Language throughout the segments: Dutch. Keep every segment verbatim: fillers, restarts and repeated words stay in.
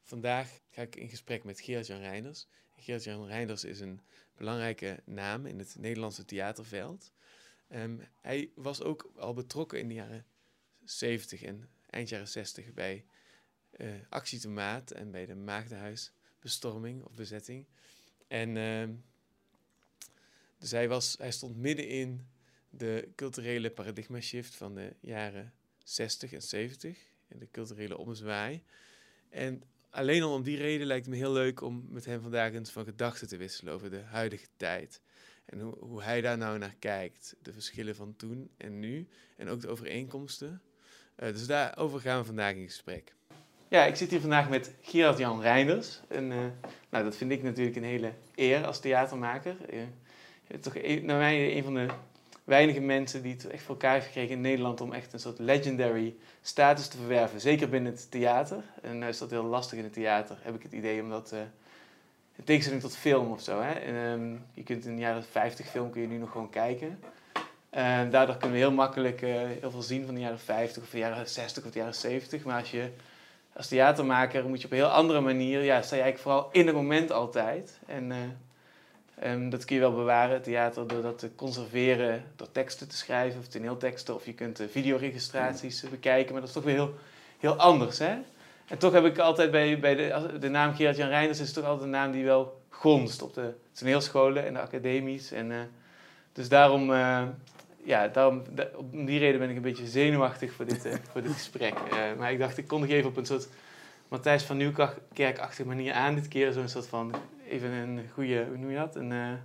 vandaag ga ik in gesprek met Geert-Jan Reinders. Geert-Jan Reinders is een belangrijke naam in het Nederlandse theaterveld. Um, hij was ook al betrokken in de jaren zeventig en eind jaren zestig bij uh, Actie Tomaat en bij de Maagdenhuisbestorming of bezetting. En uh, dus hij, was, hij stond midden in de culturele paradigma shift van de jaren zestig en zeventig. En de culturele ommezwaai. En alleen al om die reden lijkt het me heel leuk om met hem vandaag eens van gedachten te wisselen over de huidige tijd. En hoe, hoe hij daar nou naar kijkt. De verschillen van toen en nu. En ook de overeenkomsten. Uh, dus daarover gaan we vandaag in gesprek. Ja, ik zit hier vandaag met Geert-Jan Reinders. En, uh, nou, dat vind ik natuurlijk een hele eer als theatermaker. Uh, toch een, naar mij een van de weinige mensen die het echt voor elkaar heeft gekregen in Nederland om echt een soort legendary status te verwerven. Zeker binnen het theater. En nu is dat heel lastig in het theater, heb ik het idee, omdat uh, in tegenstelling tot film of zo. Hè? En, um, je kunt in de jaren vijftig film kun je nu nog gewoon kijken. En daardoor kunnen we heel makkelijk uh, heel veel zien van de jaren vijftig of de jaren zestig of de jaren zeventig. Maar als je als theatermaker moet je op een heel andere manier, ja, sta je eigenlijk vooral in het moment altijd. En uh, Um, dat kun je wel bewaren, theater, door dat te conserveren, door teksten te schrijven of toneelteksten. Of je kunt uh, videoregistraties uh, bekijken, maar dat is toch weer heel, heel anders. Hè? En toch heb ik altijd bij, bij de, de naam Geert-Jan Reinders is toch altijd een naam die wel gonst op de toneelscholen en de academies. En, uh, dus daarom, uh, ja, daarom, da, om die reden ben ik een beetje zenuwachtig voor dit, uh, voor dit gesprek. Uh, maar ik dacht, ik kondig even op een soort Matthijs van Nieuwkerk-achtige manier aan dit keer. Zo'n soort van, even een goede, hoe noem je dat? Een, uh,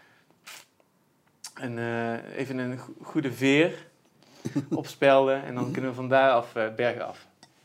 een, uh, even een goede veer opspelden. En dan kunnen we van daaraf uh, bergen af.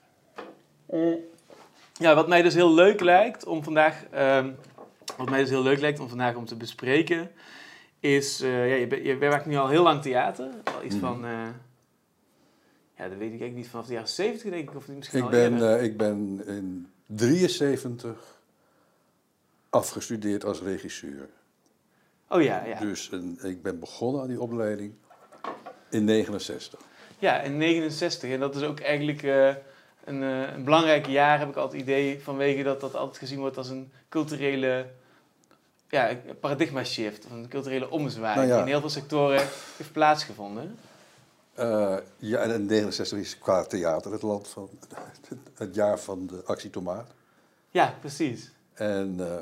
Ja, wat mij dus heel leuk lijkt om vandaag, uh, wat mij dus heel leuk lijkt om vandaag om te bespreken, is, uh, ja, je, je werkt nu al heel lang theater. Al iets van, uh, ja, dat weet ik eigenlijk niet, vanaf de jaren zeventig denk ik, of misschien ik al ben, eerder. uh, ik ben in drieënzeventig afgestudeerd als regisseur. Oh ja, ja. Dus een, ik ben begonnen aan die opleiding in negenenzestig. Ja, in negenenzestig. En dat is ook eigenlijk uh, een, uh, een belangrijk jaar, heb ik altijd het idee, vanwege dat dat altijd gezien wordt als een culturele ja, paradigma shift, of een culturele ommezwaai, nou ja. die in heel veel sectoren heeft plaatsgevonden. Uh, ja, en in negenenzestig is qua theater het land van het jaar van de Actie Tomaat. Ja, precies. En uh,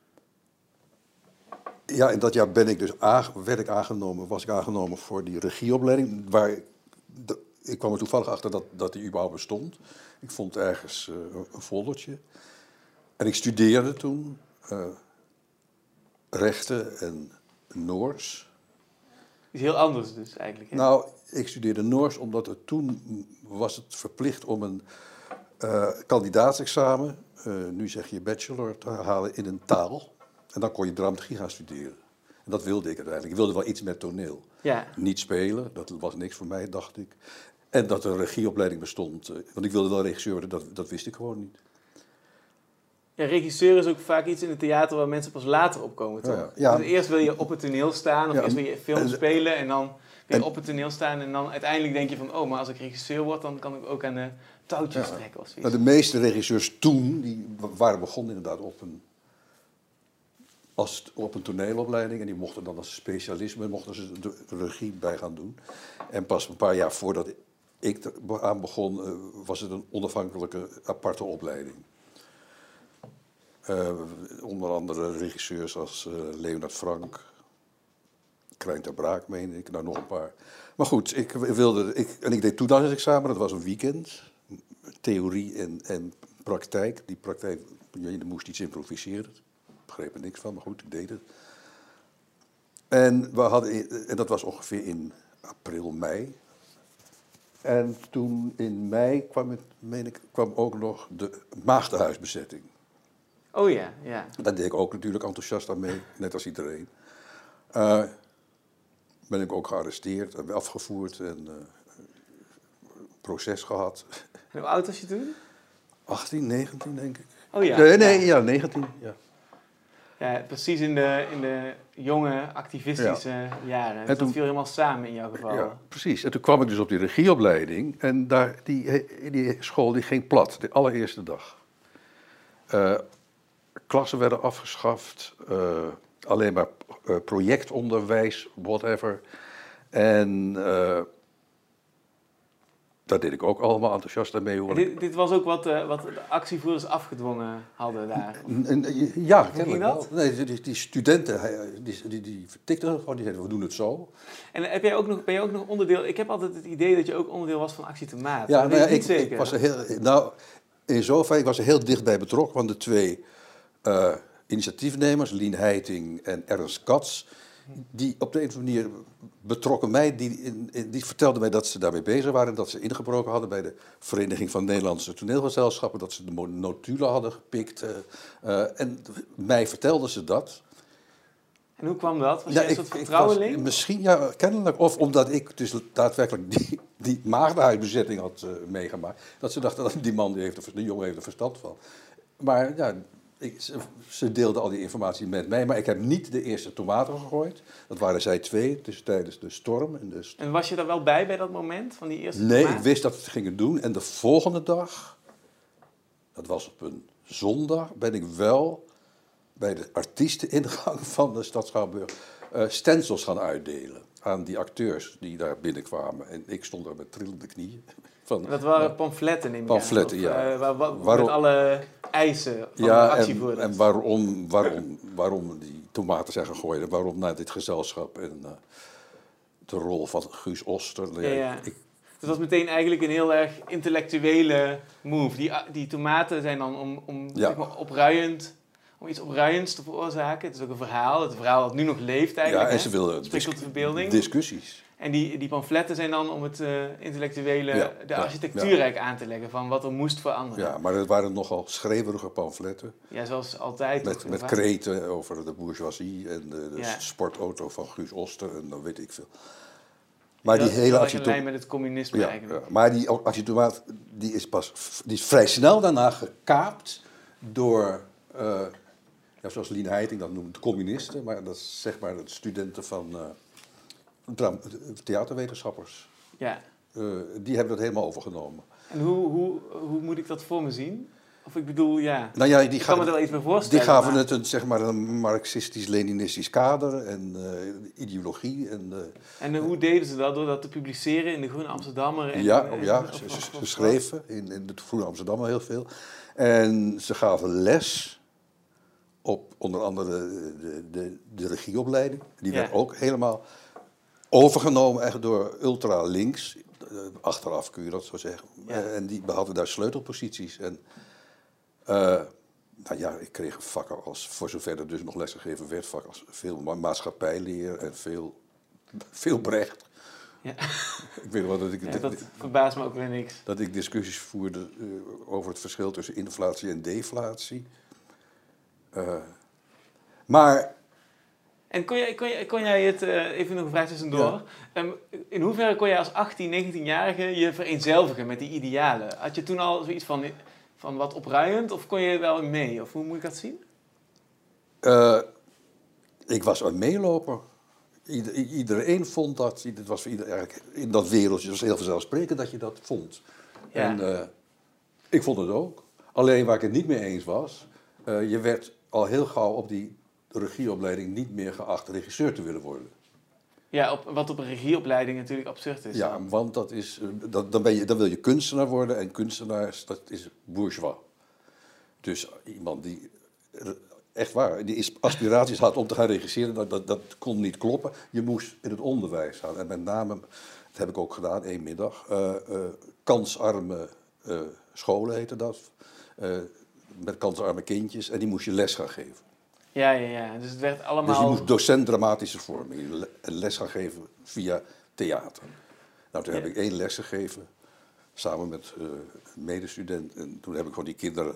ja, in dat jaar ben ik dus aange- werd ik aangenomen, was ik aangenomen voor die regieopleiding. Waar ik, de, ik kwam er toevallig achter dat, dat die überhaupt bestond. Ik vond ergens uh, een foldertje. En ik studeerde toen uh, rechten en Noors. Is heel anders dus eigenlijk. Hè? Nou, ik studeerde Noors omdat het toen was het verplicht om een uh, kandidaatsexamen, uh, nu zeg je bachelor, te halen in een taal. En dan kon je dramaturgie gaan studeren. En dat wilde ik uiteindelijk. Ik wilde wel iets met toneel. Ja. Niet spelen, dat was niks voor mij, dacht ik. En dat er een regieopleiding bestond. Uh, want ik wilde wel regisseur worden, dat, dat wist ik gewoon niet. Ja, regisseur is ook vaak iets in het theater waar mensen pas later opkomen, toch? Ja, ja. Dus eerst wil je op het toneel staan, of ja, eerst wil je film en, spelen en dan wil je en, op het toneel staan. En dan uiteindelijk denk je van, oh, maar als ik regisseur word, dan kan ik ook aan de touwtjes ja. trekken of zoiets. Nou, de meeste regisseurs toen, die waren begonnen inderdaad op een, als, op een toneelopleiding. En die mochten dan als specialisme, mochten ze de regie bij gaan doen. En pas een paar jaar voordat ik er aan begon, uh, was het een onafhankelijke aparte opleiding. Uh, onder andere regisseurs als uh, Leonard Frank, Krijn ter Braak, meen ik, nou nog een paar. Maar goed, ik wilde, ik, en ik deed toelatingsexamen, dat was een weekend. Theorie en, en praktijk. Die praktijk, je moest iets improviseren. Ik begreep er niks van, maar goed, ik deed het. En, we hadden, en dat was ongeveer in april, mei. En toen in mei kwam, het, meen ik, kwam ook nog de Maagdenhuisbezetting. Oh ja, ja. Daar deed ik ook natuurlijk enthousiast aan mee, net als iedereen. Uh, ben ik ook gearresteerd en afgevoerd en uh, proces gehad. En hoe oud was je toen? achttien, negentien denk ik. Oh ja. Nee, nee, ja, negentien. Ja. Ja, precies in de, in de jonge activistische ja. jaren. Dus toen, dat viel helemaal samen in jouw geval. Ja, precies. En toen kwam ik dus op die regieopleiding en daar, die, die school die ging plat, de allereerste dag. Uh, klassen werden afgeschaft. Uh, alleen maar uh, projectonderwijs, whatever. En uh, daar deed ik ook allemaal enthousiast aan mee. Hoor. Dit, dit was ook wat, uh, wat de actievoerders afgedwongen hadden daar? Ja, kennelijk wel. Nee, die, die studenten, die, die, die vertikten gewoon, die zeiden, we doen het zo. En heb jij ook nog, ben je ook nog onderdeel... Ik heb altijd het idee dat je ook onderdeel was van Actie Tomaat. Ja, nou ja, ik, ik, ik was er heel... Nou, in zoverre, ik was er heel dicht bij betrokken, want de twee uh, initiatiefnemers, Lien Heiting en Ernst Katz, die op de een of andere manier betrokken mij, die, in, in, die vertelden mij dat ze daarmee bezig waren, dat ze ingebroken hadden bij de Vereniging van Nederlandse Toneelgezelschappen, dat ze de notulen hadden gepikt. Uh, uh, en mij vertelden ze dat. En hoe kwam dat? Was ja, jij een ik, soort vertrouweling? Was, misschien, ja, kennelijk. Of omdat ik dus daadwerkelijk die, die maagdenhuisbezetting had uh, meegemaakt. Dat ze dachten, dat die man, die heeft er, de jongen heeft er verstand van. Maar ja, ik, ze, ze deelden al die informatie met mij. Maar ik heb niet de eerste tomaten gegooid. Dat waren zij twee, dus tijdens de storm. En, de st- en was je er wel bij, bij dat moment, van die eerste Nee, tomaten? ik wist dat we het gingen doen. En de volgende dag, dat was op een zondag, ben ik wel bij de artiesteningang van de stad Schouwburg uh, stencils gaan uitdelen aan die acteurs die daar binnenkwamen. En ik stond daar met trillende knieën. Van, dat waren uh, pamfletten, neem ik pamfletten, aan. Of, ja. Uh, waar, waar, waarom, met alle eisen van ja, de actievoerders. En, en waarom, waarom, waarom die tomaten zijn gegooid en waarom naar dit gezelschap en uh, de rol van Guus Oster. Ja, ja, ja. Ik, ik, dat was meteen eigenlijk een heel erg intellectuele move. Die, die tomaten zijn dan om, om ja. zeg maar, opruiend... om iets opruiends te veroorzaken. Het is ook een verhaal. Het verhaal dat nu nog leeft eigenlijk. Ja, en ze willen dis- de verbeelding. discussies. En die, die pamfletten zijn dan om het uh, intellectuele, ja, de architectuur ja, ja. aan te leggen van wat er moest veranderen. Ja, maar het waren nogal schreeuwerige pamfletten. Ja, zoals altijd. Met, met kreten over de bourgeoisie en de, de ja. sportauto van Guus Oster en dan weet ik veel. Maar dat die hele actie in lijn met het communisme ja, eigenlijk. Ja, maar die actietomaat die is pas die is vrij snel daarna gekaapt door... Uh, Ja, zoals Lien Heiting dat noemt, communisten, maar dat is zeg maar de studenten van uh, theaterwetenschappers. Ja. Uh, die hebben dat helemaal overgenomen. En hoe, hoe, hoe moet ik dat voor me zien? Of ik bedoel, ja, nou ja die ik gaven, kan me er wel iets meer voorstellen. Die gaven maar... het een, zeg maar, een marxistisch-leninistisch kader en uh, ideologie. En, uh, en uh, hoe deden ze dat? Door dat te publiceren in de Groene Amsterdammer? En, ja, en, ja of, ze, of, ze, of, ze schreven in, in de Groene Amsterdammer heel veel. En ze gaven les op onder andere de, de, de, de regieopleiding. Die ja. werd ook helemaal overgenomen eigenlijk door ultra-links. Achteraf kun je dat zo zeggen. Ja. En die hadden daar sleutelposities. En uh, nou ja, ik kreeg vakken als, voor zover er dus nog lesgegeven werd, vakken als veel maatschappijleer en veel, veel Brecht. Ja. Ik weet wel dat ik... Ja, dat verbaast me ook weer niks. Dat ik discussies voerde uh, over het verschil tussen inflatie en deflatie. Uh, maar... En kon jij, kon jij, kon jij het, uh, even nog een vraag tussendoor, ja. um, in hoeverre kon jij als achttien, negentienjarige je vereenzelvigen met die idealen? Had je toen al zoiets van, van wat opruiend of kon je wel mee? Of hoe moet ik dat zien? Uh, ik was een meeloper. Ieder, iedereen vond dat, het was voor ieder, eigenlijk in dat wereldje was heel vanzelfsprekend dat je dat vond. Ja. En uh, ik vond het ook. Alleen waar ik het niet mee eens was, uh, je werd al heel gauw op die regieopleiding niet meer geacht regisseur te willen worden. Ja, op, wat op een regieopleiding natuurlijk absurd is. Ja, dan. want dat is, dat, dan, ben je, dan wil je kunstenaar worden en kunstenaars, dat is bourgeois. Dus iemand die, echt waar, die aspiraties had om te gaan regisseren, dat, dat, dat kon niet kloppen. Je moest in het onderwijs gaan. En met name, dat heb ik ook gedaan, één middag, uh, uh, kansarme uh, scholen heette dat. Uh, met kansarme kindjes en die moest je les gaan geven. Ja, ja, ja. Dus het werd allemaal... Dus je moest docent dramatische vorming en les gaan geven via theater. Nou, toen ja. heb ik één les gegeven, samen met uh, een medestudent. En toen heb ik gewoon die kinderen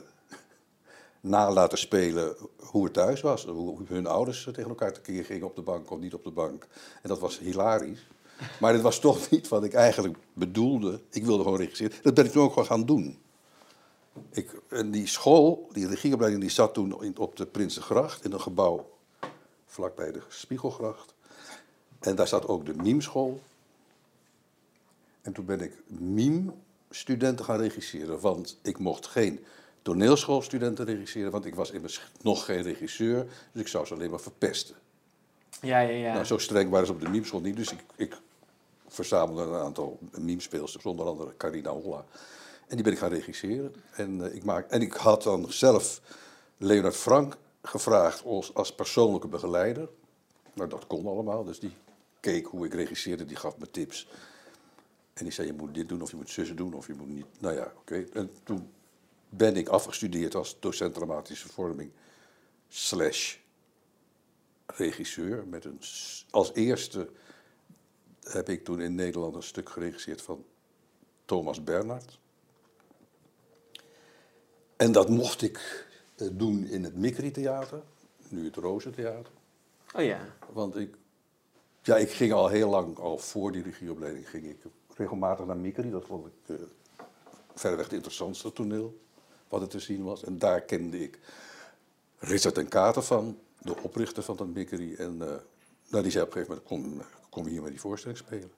na laten spelen hoe het thuis was. Hoe hun ouders tegen elkaar tekeer gingen op de bank of niet op de bank. En dat was hilarisch. Maar dit was toch niet wat ik eigenlijk bedoelde. Ik wilde gewoon regisseren. Dat ben ik toen ook gewoon gaan doen. Ik, en die school, die regieopleiding, die zat toen in, op de Prinsengracht in een gebouw vlakbij de Spiegelgracht. En daar zat ook de mimeschool. En toen ben ik mime-studenten gaan regisseren, want ik mocht geen toneelschoolstudenten regisseren, want ik was immers nog geen regisseur, dus ik zou ze alleen maar verpesten. Ja, ja, ja. Nou, zo streng waren ze op de mimeschool niet, dus ik, ik verzamelde een aantal mimespeelsters, onder andere Carina Holla. En die ben ik gaan regisseren. En, uh, ik, maak, en ik had dan zelf Leonard Frank gevraagd als, als persoonlijke begeleider. Nou, dat kon allemaal, dus die keek hoe ik regisseerde, die gaf me tips. En die zei, je moet dit doen, of je moet zussen doen, of je moet niet... Nou ja, oké. Okay. En toen ben ik afgestudeerd als docent dramatische vorming slash regisseur. Met een, als eerste heb ik toen in Nederland een stuk geregisseerd van Thomas Bernhard. En dat mocht ik doen in het Mikri Theater, nu het Rozentheater. Oh ja. Want ik, ja, ik ging al heel lang, al voor die regieopleiding, ging ik regelmatig naar Mikri. Dat vond ik uh, verreweg het interessantste toneel wat er te zien was. En daar kende ik Richard ten Katen van, de oprichter van dat Mikri. En uh, nou, die zei op een gegeven moment, kom, kom hier met die voorstelling spelen.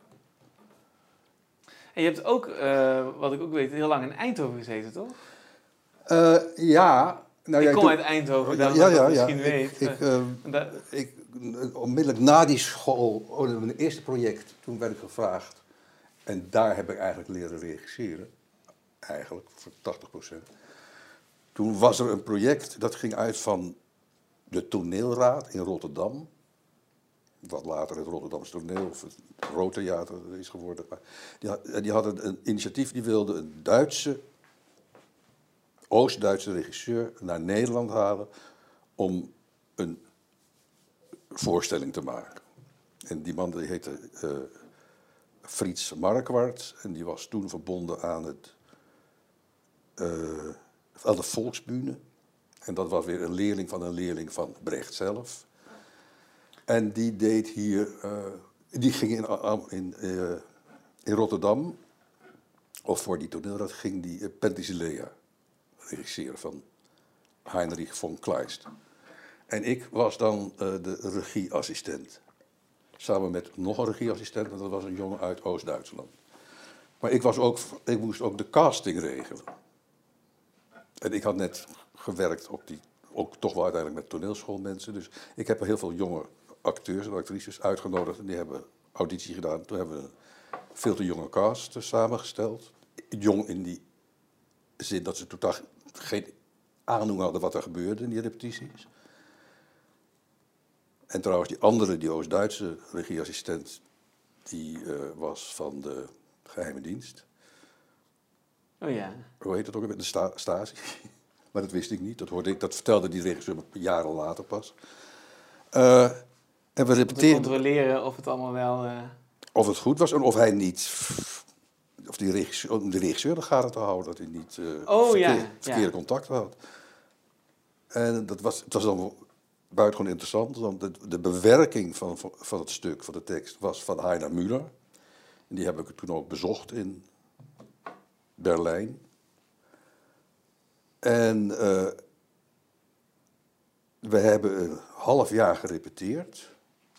En je hebt ook, uh, wat ik ook weet, heel lang in Eindhoven gezeten, toch? Uh, ja. Nou, ik ja, kom ik uit Eindhoven, ja, dat ja, ik ja, dat misschien ja. weet. Ik, ik, uh, dat... ik, onmiddellijk na die school, oh, mijn eerste project, toen werd ik gevraagd. En daar heb ik eigenlijk leren regisseren. Eigenlijk, voor tachtig procent. Toen was er een project, dat ging uit van de toneelraad in Rotterdam. Wat later het Rotterdamse toneel of het Roodtheater is geworden. Maar die, had, die hadden een initiatief, die wilde een Duitse, Oost-Duitse regisseur naar Nederland halen om een voorstelling te maken. En die man die heette uh, Frits Marquardt en die was toen verbonden aan, het, uh, aan de Volksbühne. En dat was weer een leerling van een leerling van Brecht zelf. En die deed hier, uh, die ging in, in, uh, in Rotterdam, of voor die toneelraad, ging die uh, Penthesilea regisseren van Heinrich von Kleist. En ik was dan uh, de regieassistent. Samen met nog een regieassistent, en dat was een jongen uit Oost-Duitsland. Maar ik, was ook, ik moest ook de casting regelen. En ik had net gewerkt op die, ook toch wel uiteindelijk met toneelschoolmensen. Dus ik heb heel veel jonge acteurs en actrices uitgenodigd en die hebben auditie gedaan. Toen hebben we een veel te jonge cast samengesteld. Jong in die zin dat ze totaal geen aandoening hadden wat er gebeurde in die repetities. En trouwens, die andere, die Oost-Duitse regieassistent, die uh, was van de geheime dienst. Oh ja. Hoe heet dat ook weer? De sta Stasi. Maar dat wist ik niet. Dat hoorde ik. Dat vertelde die regisseur jaren later pas. Uh, en we repeteerden. Om te controleren of het allemaal wel. Uh... Of het goed was en of hij niet. Of die regisseur, om de regisseur de gaten te houden, dat hij niet uh, oh, verkeer, ja. verkeerde ja. contacten had. En dat was, het was dan buitengewoon interessant, want de, de bewerking van, van, van het stuk, van de tekst, was van Heiner Müller. En die heb ik toen ook bezocht in Berlijn. En uh, we hebben een half jaar gerepeteerd.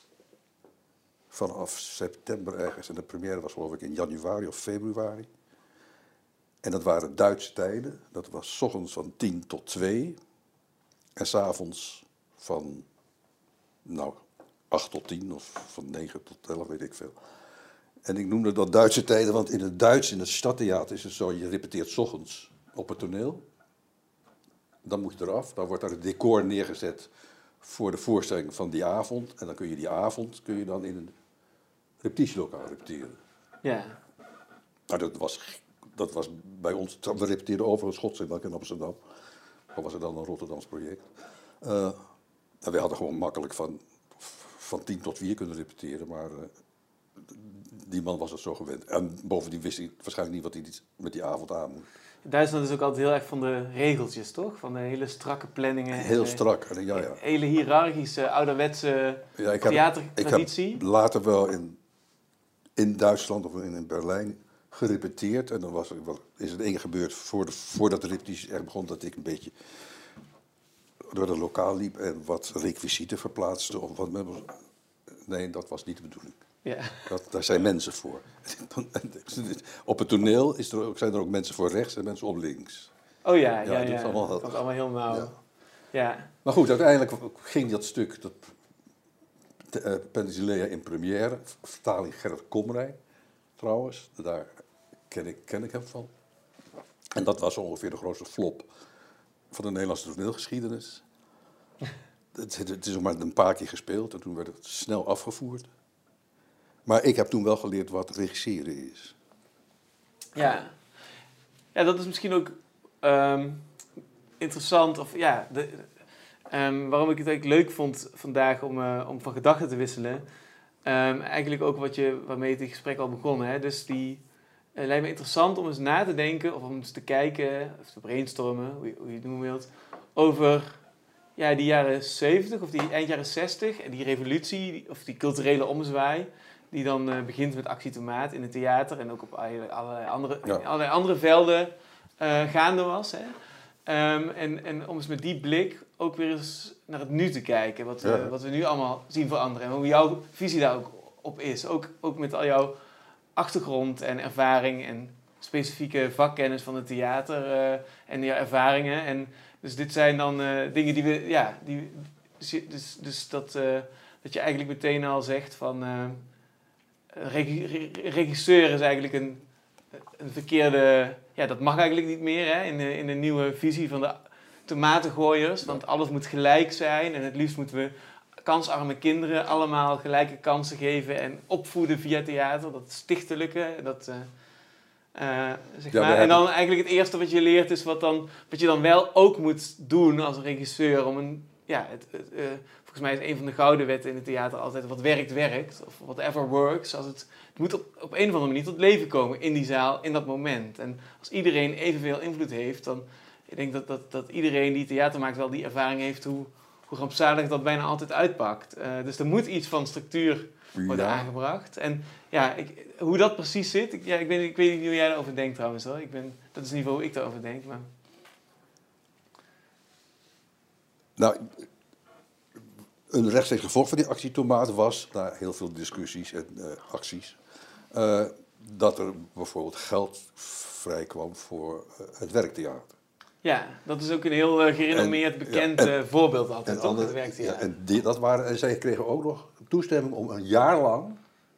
Vanaf september ergens. En de première was geloof ik in januari of februari. En dat waren Duitse tijden. Dat was 's ochtends van tien tot twee. En 's avonds van nou, acht tot tien of van negen tot elf, weet ik veel. En ik noemde dat Duitse tijden, want in het Duits, in het Stadtheater is het zo, je repeteert 's ochtends op het toneel. Dan moet je eraf, dan wordt daar het decor neergezet voor de voorstelling van die avond. En dan kun je die avond kun je dan in een repetitielokaal repeteren. Ja. Nou, dat was, dat was bij ons, we repeteerden overigens Godzijdank in Amsterdam. Of was het dan een Rotterdams project. Uh, en wij hadden gewoon makkelijk van, van tien tot vier kunnen repeteren, maar uh, die man was het zo gewend. En bovendien wist hij waarschijnlijk niet wat hij met die avond aan moest. Duitsland is ook altijd heel erg van de regeltjes, toch? Van de hele strakke planningen. Heel strak, en, ja, ja. Hele hiërarchische, ouderwetse ja, ik heb, theatertraditie. Ik heb later wel in, in Duitsland of in, in Berlijn gerepeteerd. En dan was er, wat, is het één gebeurd voor de, voordat de repetitie echt begon, dat ik een beetje door het lokaal liep en wat requisieten verplaatste. Of wat, nee, dat was niet de bedoeling. Ja. Dat, daar zijn mensen voor. Op het toneel is er ook, zijn er ook mensen voor rechts en mensen op links. Oh ja, Ja, ja, dat ja. is allemaal heel- Dat was allemaal heel nauw. Ja. Ja. Maar goed, uiteindelijk ging dat stuk, dat uh, Penthesilea in première, vertaling Gerrit Komrij trouwens, daar ken ik, ken ik hem van. En dat was ongeveer de grootste flop van de Nederlandse toneelgeschiedenis. het, het is ook maar een paar keer gespeeld en toen werd het snel afgevoerd. Maar ik heb toen wel geleerd wat regisseren is. Ja. Ja, dat is misschien ook um, interessant. Of ja, de, um, waarom ik het eigenlijk leuk vond vandaag om, uh, om van gedachten te wisselen. Um, eigenlijk ook wat je, waarmee het gesprek al begon. Hè? Dus die uh, lijkt me interessant om eens na te denken of om eens te kijken, of te brainstormen, hoe je, hoe je het noemen wilt, over ja, die jaren zeventig of die eind jaren zestig en die revolutie of die culturele omzwaai. Die dan uh, begint met Actie Tomaat in het theater en ook op allerlei andere, ja. allerlei andere velden uh, gaande was. Hè? Um, en, en om eens met die blik ook weer eens naar het nu te kijken. Wat, ja. uh, wat we nu allemaal zien veranderen. En hoe jouw visie daar ook op is. Ook, ook met al jouw achtergrond en ervaring en specifieke vakkennis van het theater uh, en je ervaringen. En dus dit zijn dan uh, dingen die we... Ja, die, dus, dus, dus dat, uh, dat je eigenlijk meteen al zegt van... Uh, regisseur is eigenlijk een, een verkeerde... Ja, dat mag eigenlijk niet meer hè, in, de, in de nieuwe visie van de tomatengooiers. Want alles moet gelijk zijn en het liefst moeten we kansarme kinderen allemaal gelijke kansen geven en opvoeden via theater. Dat stichtelijke, dat... Uh, uh, zeg ja, maar. En dan eigenlijk het eerste wat je leert is wat, dan, wat je dan wel ook moet doen als regisseur om een... Ja, het, het, uh, volgens mij is een van de gouden wetten in het theater altijd wat werkt, werkt. Of whatever works. Als het, het moet op, op een of andere manier tot leven komen in die zaal, in dat moment. En als iedereen evenveel invloed heeft, dan... Ik denk dat, dat, dat iedereen die theater maakt wel die ervaring heeft hoe, hoe rampzalig dat bijna altijd uitpakt. Uh, dus er moet iets van structuur worden ja. aangebracht. En ja, ik, hoe dat precies zit, ik, ja, ik, weet, ik weet niet hoe jij daarover denkt trouwens hoor. Ik ben, dat is in ieder geval hoe ik daarover denk. Maar... Nou... Een rechtstreeks gevolg van die Actie Tomaat was, na heel veel discussies en uh, acties, uh, dat er bijvoorbeeld geld vrij kwam voor uh, het werktheater. Ja, dat is ook een heel uh, gerenommeerd, en, bekend ja, en, uh, voorbeeld altijd, en, toch, het werktheater. Ja, en, die, dat waren, en zij kregen ook nog toestemming om een jaar lang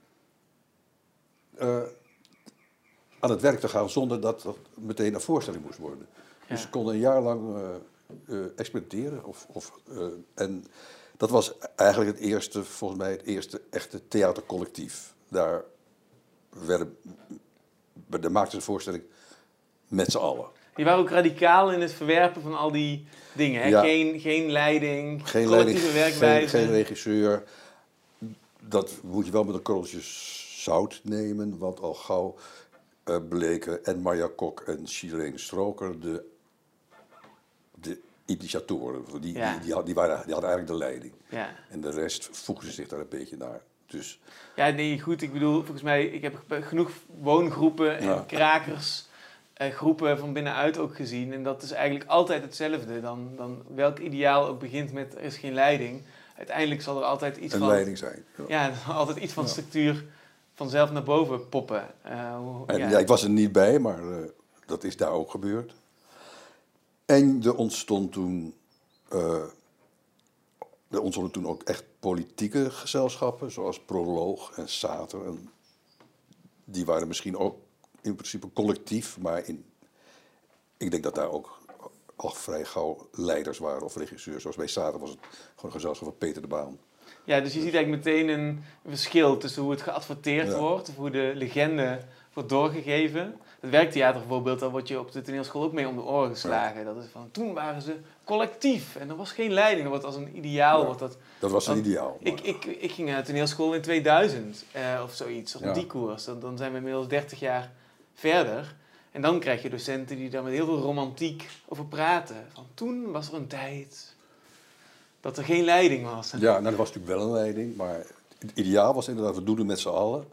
uh, aan het werk te gaan zonder dat dat meteen een voorstelling moest worden. Ja. Dus ze konden een jaar lang uh, uh, experimenteren. Of, of, uh, en dat was eigenlijk het eerste, volgens mij het eerste echte theatercollectief. Daar, werden, daar maakten ze een voorstelling met z'n allen. Die waren ook radicaal in het verwerpen van al die dingen. Hè? Ja. Geen, geen leiding, geen collectieve leiding, werkwijze. Geen, geen regisseur. Dat moet je wel met een korreltje zout nemen, want al gauw uh, bleken en Marja Kok en Shireen Stroker de, de initiatoren. Die, ja. die, die, die, waren, die hadden eigenlijk de leiding. Ja. En de rest voegden zich daar een beetje naar. Dus, ja, nee, goed. Ik bedoel, volgens mij, ik heb genoeg woongroepen en ja. krakers... groepen van binnenuit ook gezien. En dat is eigenlijk altijd hetzelfde. Dan, dan welk ideaal ook begint met er is geen leiding. Uiteindelijk zal er altijd iets een van... Een leiding zijn. Ja, ja er zal altijd iets van ja. structuur vanzelf naar boven poppen. Uh, hoe, en, ja. ja, ik was er niet bij, maar uh, dat is daar ook gebeurd. En er ontstond toen... Uh, er ontstonden toen ook echt politieke gezelschappen, zoals Proloog en Sater. En die waren misschien ook in principe collectief, maar in, ik denk dat daar ook al vrij gauw leiders waren of regisseurs. Zoals bij Sater was het gewoon een gezelschap van Peter de Baan. Ja, dus je ziet eigenlijk meteen een verschil tussen hoe het geadverteerd ja. wordt, of hoe de legende wordt doorgegeven. Het werktheater bijvoorbeeld, daar word je op de toneelschool ook mee om de oren geslagen. Ja. Dat is van, toen waren ze collectief en er was geen leiding. Dat wordt als een ideaal. Ja, wordt dat, dat was een dan, ideaal. Maar... Ik, ik, ik ging naar de toneelschool in tweeduizend uh, of zoiets, of ja. die koers. Dan, dan zijn we inmiddels dertig jaar verder. En dan krijg je docenten die daar met heel veel romantiek over praten. Van toen was er een tijd dat er geen leiding was. Ja, nou, er was natuurlijk wel een leiding, maar het ideaal was inderdaad, we doen het met z'n allen.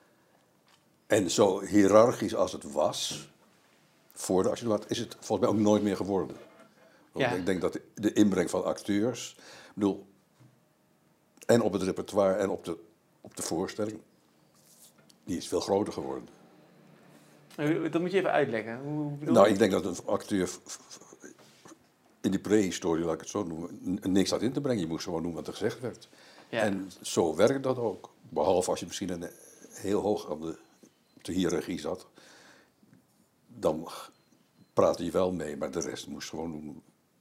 En zo hiërarchisch als het was, voor de actie, is het volgens mij ook nooit meer geworden. Ja. Ik denk dat de inbreng van acteurs, ik bedoel, en op het repertoire en op de, op de voorstelling, die is veel groter geworden. Dat moet je even uitleggen. Hoe bedoel Nou, je? ik denk dat een acteur in die prehistorie, laat ik het zo noemen, niks had in te brengen. Je moest gewoon doen wat er gezegd werd. Ja. En zo werkt dat ook. Behalve als je misschien een, heel hoog aan de, de hiërarchie zat. Dan praatte je wel mee, maar de rest moest gewoon doen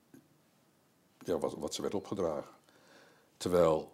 ja, wat, wat ze werd opgedragen. Terwijl,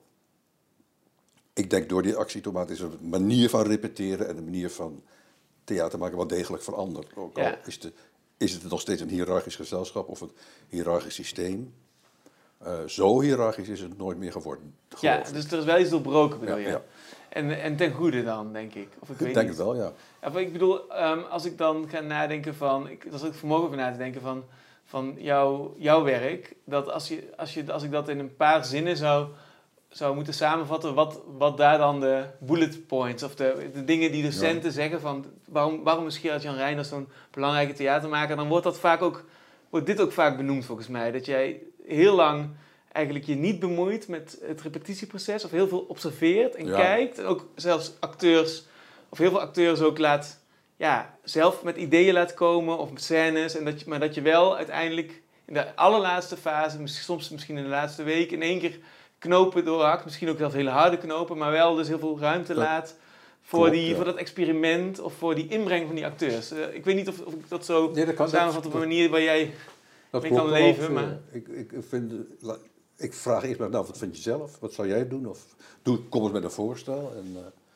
ik denk door die actietomaat is de manier van repeteren en de manier van theater maken wel degelijk veranderd. Ook al Ja. is, de, is het nog steeds een hiërarchisch gezelschap of een hiërarchisch systeem. Uh, zo hiërarchisch is het nooit meer geworden. Ja, ik. dus er is wel iets doorbroken, bedoel Ja, je? ja. En, en ten goede dan, denk ik. Of ik, Ik weet denk niet. het wel, ja. Ja, maar ik bedoel, um, als ik dan ga nadenken van... Ik, als ik vermogen over na te denken van, van jouw, jouw werk... dat als, je, als, je, als ik dat in een paar zinnen zou, zou moeten samenvatten... Wat, wat daar dan de bullet points of de, de dingen die docenten ja. zeggen... van waarom, waarom is Gerard-Jan Reinders zo'n belangrijke theatermaker... dan wordt, dat vaak ook, wordt dit ook vaak benoemd volgens mij. Dat jij heel lang... eigenlijk je niet bemoeit met het repetitieproces... of heel veel observeert en ja. kijkt. En ook zelfs acteurs... of heel veel acteurs ook laat... ja, zelf met ideeën laat komen of met scènes. En dat je, maar dat je wel uiteindelijk in de allerlaatste fase... soms misschien in de laatste week... in één keer knopen doorhakt. Misschien ook zelfs hele harde knopen... maar wel dus heel veel ruimte dat laat... Voor, klopt, die, ja. voor dat experiment of voor die inbreng van die acteurs. Uh, ik weet niet of, of ik dat zo nee, dat kan, samenvat op een manier waar jij dat mee kan leven. Ook, maar... ik, ik, vind, ik vraag eerst maar, nou, wat vind je zelf? Wat zou jij doen? Of doe, kom eens met een voorstel. En, uh,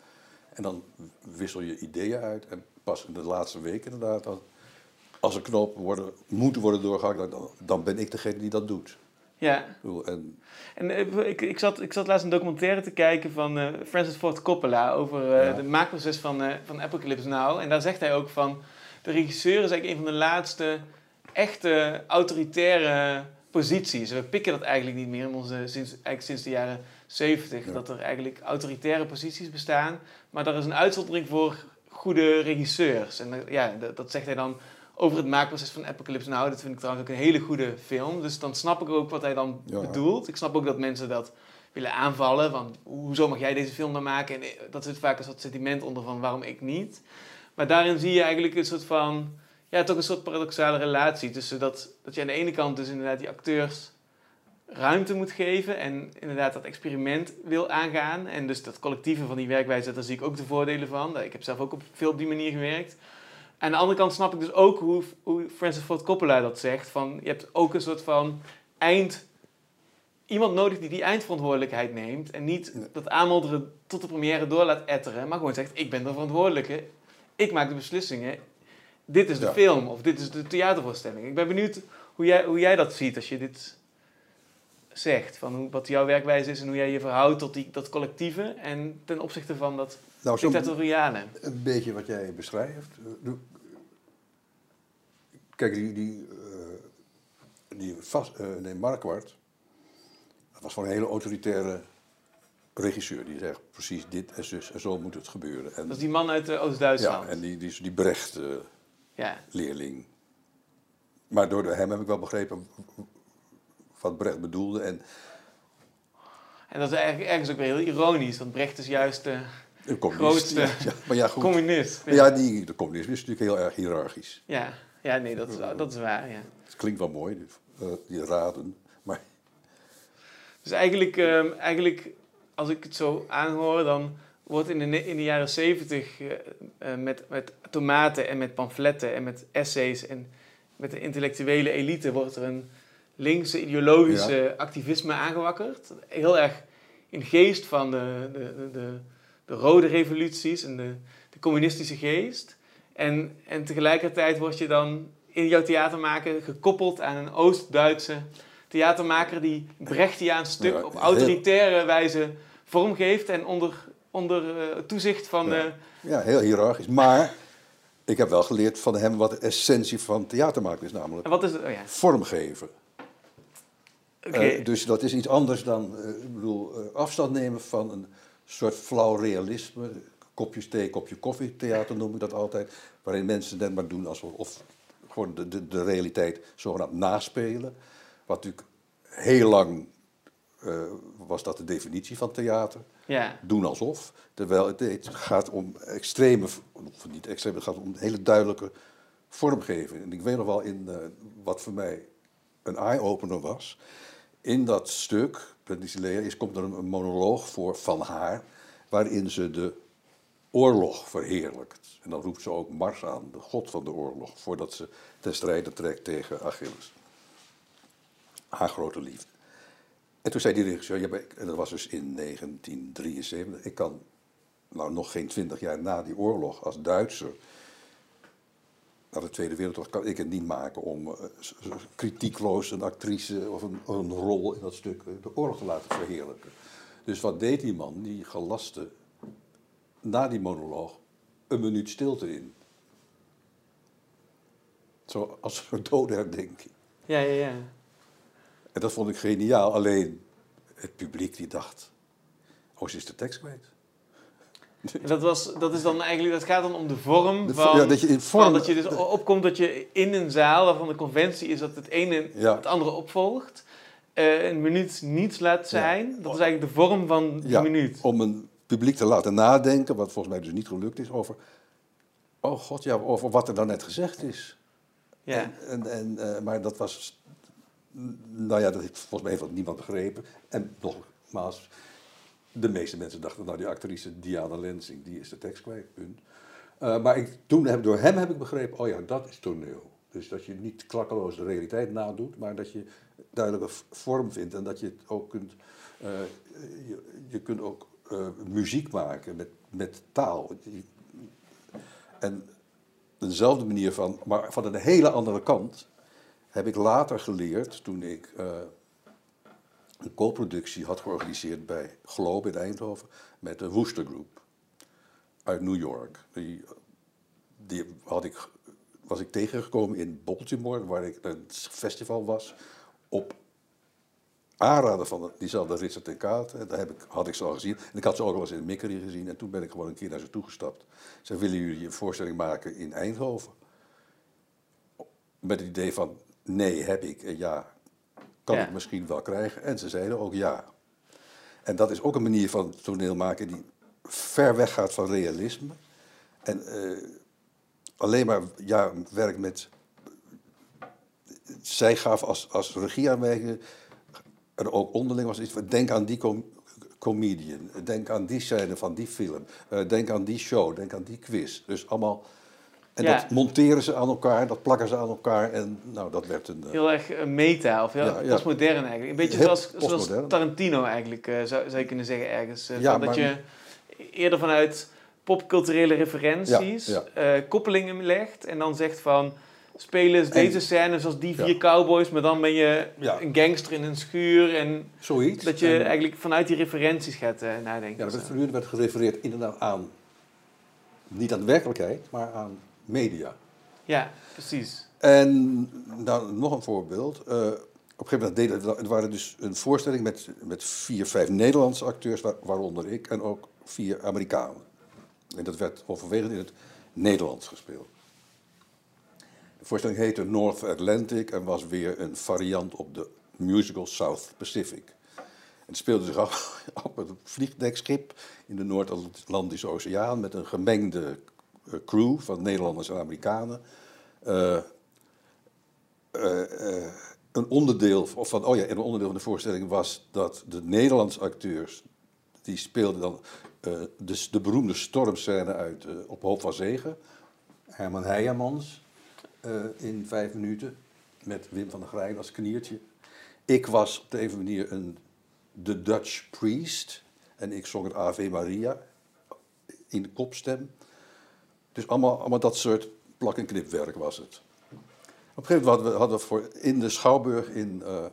en dan wissel je ideeën uit. En pas in de laatste week inderdaad, dan, als er knopen worden, moeten worden doorgehakt, dan, dan ben ik degene die dat doet. Ja. En, en uh, ik, ik, zat, ik zat laatst een documentaire te kijken van uh, Francis Ford Coppola over uh, ja. het maakproces van, uh, van Apocalypse Now. En daar zegt hij ook van, de regisseur is eigenlijk een van de laatste echte autoritaire posities. We pikken dat eigenlijk niet meer in onze, sinds, eigenlijk sinds de jaren zeventig, ja. dat er eigenlijk autoritaire posities bestaan. Maar daar is een uitzondering voor goede regisseurs. En uh, ja, dat, dat zegt hij dan over het maakproces van Apocalypse Now. Dat vind ik trouwens ook een hele goede film. Dus dan snap ik ook wat hij dan ja, bedoelt. Ja. Ik snap ook dat mensen dat willen aanvallen. Van, hoezo mag jij deze film dan maken? En dat zit vaak een soort sentiment onder van waarom ik niet. Maar daarin zie je eigenlijk een soort van... Ja, toch een soort paradoxale relatie. Tussen dat, dat je aan de ene kant dus inderdaad die acteurs ruimte moet geven. En inderdaad dat experiment wil aangaan. En dus dat collectieve van die werkwijze, daar zie ik ook de voordelen van. Ik heb zelf ook op veel op die manier gewerkt. Aan de andere kant snap ik dus ook hoe, hoe Francis Ford Coppola dat zegt. Van, je hebt ook een soort van eind... Iemand nodig die die eindverantwoordelijkheid neemt. En niet dat aanmodderen tot de première door laat etteren. Maar gewoon zegt, ik ben de verantwoordelijke. Ik maak de beslissingen. Dit is de ja. film of dit is de theatervoorstelling. Ik ben benieuwd hoe jij, hoe jij dat ziet als je dit zegt. Van hoe, wat jouw werkwijze is en hoe jij je verhoudt tot die, dat collectieve. En ten opzichte van dat nou, dictatoriale. Een beetje wat jij beschrijft. Kijk, die, die, uh, die vast, uh, nee, Marquardt, dat was gewoon een hele autoritaire regisseur. Die zegt precies dit en zus en zo moet het gebeuren. En, dat is die man uit uh, Oost-Duitsland. Ja, en die, die, die Brecht uh, ja. leerling. Maar door hem heb ik wel begrepen wat Brecht bedoelde. En, en dat is eigenlijk ergens ook weer heel ironisch, want Brecht is juist de Een communist, grootste ja, ja, maar ja, goed. communist. Ja, ja die, de communisme is natuurlijk heel erg hiërarchisch. Ja, ja nee, dat is, dat is waar. Ja. Het klinkt wel mooi, die, uh, die raden. Maar... Dus eigenlijk, um, eigenlijk, als ik het zo aanhoor, dan wordt in de, in de jaren zeventig uh, uh, met, met tomaten en met pamfletten en met essays en met de intellectuele elite wordt er een linkse ideologische ja. activisme aangewakkerd. Heel erg in geest van de, de, de, de rode revoluties en de, de communistische geest. En, en tegelijkertijd word je dan in jouw theatermaken gekoppeld aan een Oost-Duitse theatermaker die Brechtiaans stuk ja, op autoritaire heel... wijze vormgeeft en onder, onder uh, toezicht van... Ja. de. ja, heel hiërarchisch. Maar ik heb wel geleerd van hem wat de essentie van theatermaken is, namelijk en wat is het? Oh, ja. vormgeven. Okay. Uh, dus dat is iets anders dan uh, ik bedoel, uh, afstand nemen van een soort flauw realisme. Kopjes thee, kopje koffie, theater noem ik dat altijd. Waarin mensen net maar doen alsof of gewoon de, de, de realiteit zogenaamd naspelen. Wat natuurlijk heel lang uh, was dat de definitie van theater. Ja. Doen alsof. Terwijl het, het gaat om extreme, of niet extreme, het gaat om een hele duidelijke vormgeving. En ik weet nog wel in uh, wat voor mij een eye-opener was. In dat stuk, Penthesilea, is komt er een, een monoloog voor van haar, waarin ze de oorlog verheerlijkt. En dan roept ze ook Mars aan, de god van de oorlog, voordat ze ten strijde trekt tegen Achilles. Haar grote liefde. En toen zei die regisseur, ja, en dat was dus in negentien drieënzeventig, ik kan nou nog geen twintig jaar na die oorlog als Duitser, na de Tweede Wereldoorlog, kan ik het niet maken om uh, kritiekloos een actrice of een, een rol in dat stuk uh, de oorlog te laten verheerlijken. Dus wat deed die man? Die gelaste na die monoloog een minuut stilte in. Zo als een dodenherdenking. Ja, ja, ja. En dat vond ik geniaal. Alleen het publiek die dacht, oh, ze is de tekst kwijt. En dat, was, dat, is dan eigenlijk, dat gaat dan om de vorm de, van... Ja, dat je in vorm... Van dat je dus opkomt dat je in een zaal waarvan de conventie is dat het ene ja. het andere opvolgt. Uh, een minuut niets laat zijn. Ja. Dat is eigenlijk de vorm van die ja, minuut. Om een publiek te laten nadenken, wat volgens mij dus niet gelukt is, over... Oh god, ja, over wat er dan net gezegd is. Ja. En, en, en, uh, maar dat was... Nou ja, dat heeft volgens mij heeft niemand begrepen. En nogmaals, de meeste mensen dachten, nou die actrice Diana Lensing, die is de tekst kwijt, punt. Uh, maar ik, toen heb, door hem heb ik begrepen, oh ja, dat is toneel. Dus dat je niet klakkeloos de realiteit nadoet, maar dat je duidelijke vorm vindt. En dat je het ook kunt, uh, je, je kunt ook uh, muziek maken met, met taal. En dezelfde manier van, maar van een hele andere kant, heb ik later geleerd toen ik uh, een co-productie had georganiseerd bij Globe in Eindhoven met de Wooster Group uit New York. Die, die had ik, was ik tegengekomen in Baltimore, waar ik een festival was, op aanraden van diezelfde Richard en Kate. Daar heb ik, had ik ze al gezien. En ik had ze ook al eens in Mickery gezien. En toen ben ik gewoon een keer naar ze toegestapt. Ze willen jullie een voorstelling maken in Eindhoven? Met het idee van, nee, heb ik en ja, kan ja. ik misschien wel krijgen. En ze zeiden ook ja. En dat is ook een manier van toneel maken die ver weg gaat van realisme. En uh, alleen maar ja, werk met... Zij gaf als, als regieaanwijzing, en ook onderling was iets van, denk aan die com comedian, denk aan die scène van die film, uh, denk aan die show, denk aan die quiz. Dus allemaal... En ja. dat monteren ze aan elkaar, dat plakken ze aan elkaar en nou, dat werd een... Uh... Heel erg meta, of heel ja, ja. postmodern eigenlijk. Een beetje zoals, zoals Tarantino eigenlijk, uh, zou, zou je kunnen zeggen ergens. Uh, ja, dat maar... je eerder vanuit popculturele referenties ja, ja. Uh, koppelingen legt en dan zegt van... Spelen en, deze scènes zoals die vier ja. cowboys, maar dan ben je ja. een gangster in een schuur. En zoiets. Dat je en, eigenlijk vanuit die referenties gaat uh, nadenken. Ja, er werd voortdurend werd gerefereerd inderdaad aan, niet aan de werkelijkheid, maar aan media. Ja, precies. En nou, nog een voorbeeld. Uh, op een gegeven moment deden we, het waren dus een voorstelling met, met vier, vijf Nederlandse acteurs, waar, waaronder ik, en ook vier Amerikanen. En dat werd overwegend in het Nederlands gespeeld. De voorstelling heette North Atlantic en was weer een variant op de musical South Pacific. En het speelde zich af op een vliegdekschip in de Noord-Atlantische Oceaan met een gemengde crew van Nederlanders en Amerikanen. Uh, uh, uh, een onderdeel of van, oh ja, een onderdeel van de voorstelling was dat de Nederlandse acteurs die speelden dan uh, de, de beroemde stormscène uit uh, Op Hoop van Zegen. Herman Heijemans. Uh, in vijf minuten, met Wim van der Grijn als kniertje. Ik was op de een of andere manier een The Dutch Priest. En ik zong het Ave Maria in de kopstem. Dus allemaal, allemaal dat soort plak- en knipwerk was het. Op een gegeven moment hadden we, hadden we voor in de Schouwburg in, uh,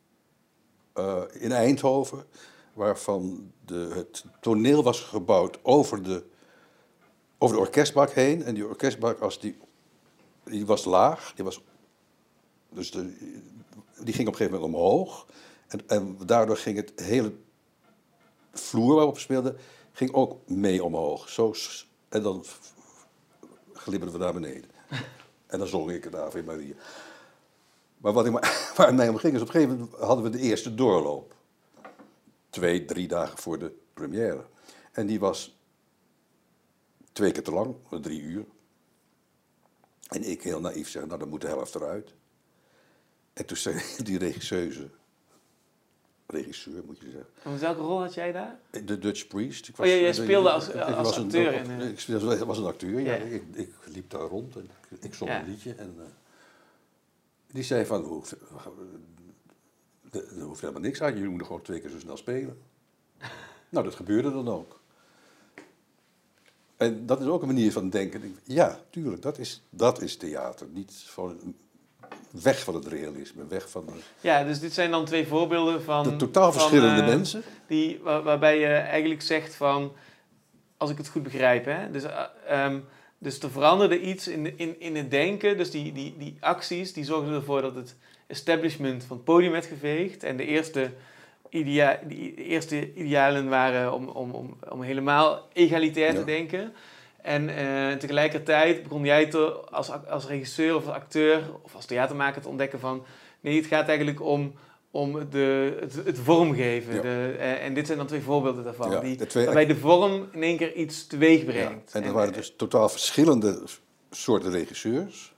uh, in Eindhoven, waarvan de, het toneel was gebouwd over de, over de orkestbak heen. En die orkestbak, als die... Die was laag, die, was, dus de, die ging op een gegeven moment omhoog. En, en daardoor ging het hele vloer waarop we speelden, ging ook mee omhoog. Zo, en dan glibberden we naar beneden. En dan zong ik het Ave Maria. Maar wat ik maar, waar het mij om ging is, op een gegeven moment hadden we de eerste doorloop. twee, drie dagen voor de première. En die was twee keer te lang, drie uur. En ik heel naïef zeg, nou dan moet de helft eruit. En toen zei die regisseuse, regisseur moet je zeggen. En welke rol had jij daar? De Dutch Priest. Ik was, oh ja, jij speelde als, ik, als was acteur. Een, in, uh... Ik was een acteur, ja. ja. Ik, ik liep daar rond en ik, ik zong ja. een liedje. En uh, die zei van, er hoeft helemaal niks aan, jullie moeten gewoon twee keer zo snel spelen. Nou, dat gebeurde dan ook. En dat is ook een manier van denken. Ja, tuurlijk, dat is, dat is theater. Niet van, weg van het realisme, weg van... De, ja, dus dit zijn dan twee voorbeelden van... De totaal verschillende van, uh, mensen. Die, waar, waarbij je eigenlijk zegt van... Als ik het goed begrijp, hè. Dus, uh, um, dus er veranderde iets in, in, in het denken. Dus die, die, die acties, die zorgden ervoor dat het establishment van het podium werd geveegd. En de eerste... Idea- die eerste idealen waren om, om, om, om helemaal egalitair ja. te denken. En uh, tegelijkertijd begon jij te, als, als regisseur of als acteur of als theatermaker te ontdekken van... Nee, het gaat eigenlijk om, om de, het, het vormgeven. Ja. De, uh, en dit zijn dan twee voorbeelden daarvan. Ja, die, de twee, waarbij de vorm in één keer iets teweeg brengt. Ja, en er waren dus totaal verschillende soorten regisseurs.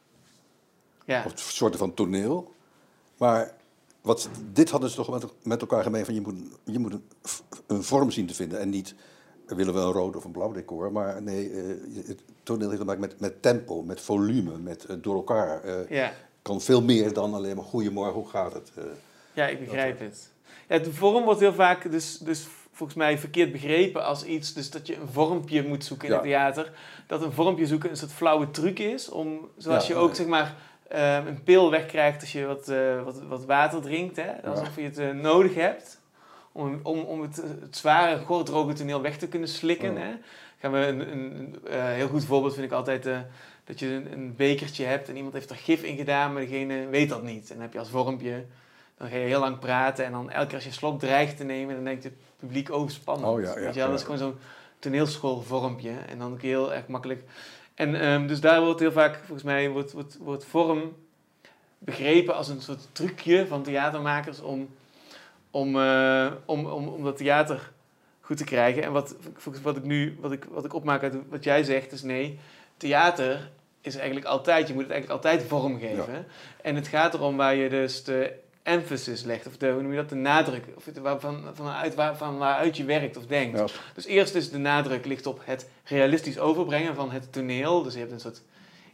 Ja. Of soorten van toneel. Maar... Wat, dit hadden ze toch met, met elkaar gemeen van je moet, je moet een, een vorm zien te vinden. En niet, willen we een rood of een blauw decor. Maar nee, uh, het toneel heeft te maken met, met tempo, met volume, met uh, door elkaar. Uh, ja. Kan veel meer dan alleen maar goedemorgen, hoe gaat het? Uh, ja, ik begrijp dat, het. Ja, de vorm wordt heel vaak dus, dus volgens mij verkeerd begrepen als iets. Dus dat je een vormpje moet zoeken in ja. het theater. Dat een vormpje zoeken een soort flauwe truc is. Om, zoals ja, je ook, ja. zeg maar... Uh, een pil wegkrijgt als je wat, uh, wat, wat water drinkt. Hè? Alsof je het uh, nodig hebt om, om, om het, het zware, gordroge toneel weg te kunnen slikken. Hè? Gaan we een, een, een uh, heel goed voorbeeld vind ik altijd uh, dat je een, een bekertje hebt en iemand heeft er gif in gedaan, maar degene weet dat niet. En dan heb je als vormpje, dan ga je heel lang praten en dan elke keer als je een slok dreigt te nemen, dan denkt het publiek, oh spannend. Oh, ja, ja, Weet je wel? Ja. Dat is gewoon zo'n toneelschoolvormpje en dan kun je heel erg makkelijk... En um, dus daar wordt heel vaak, volgens mij, wordt, wordt, wordt vorm begrepen als een soort trucje van theatermakers om, om, uh, om, om, om dat theater goed te krijgen. En wat, wat, ik nu, wat, ik, wat ik opmaak uit wat jij zegt is nee, theater is eigenlijk altijd, je moet het eigenlijk altijd vormgeven. Ja. En het gaat erom waar je dus de emphasis legt, of de, hoe noem je dat, de nadruk, of het, van, vanuit, waar, van waaruit je werkt of denkt. Ja. Dus eerst is de nadruk ligt op het realistisch overbrengen van het toneel. Dus je hebt een soort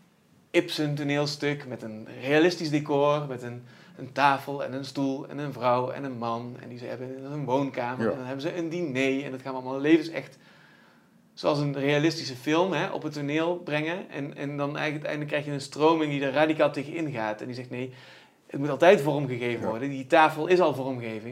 Ibsen toneelstuk met een realistisch decor, met een, een tafel en een stoel en een vrouw en een man. En die ze hebben een woonkamer ja. en dan hebben ze een diner en dat gaan we allemaal levensecht zoals een realistische film hè, op het toneel brengen. En, en dan eigenlijk uiteindelijk krijg je een stroming die er radicaal tegen ingaat. En die zegt nee, het moet altijd vormgegeven ja. worden. Die tafel is al vormgeving.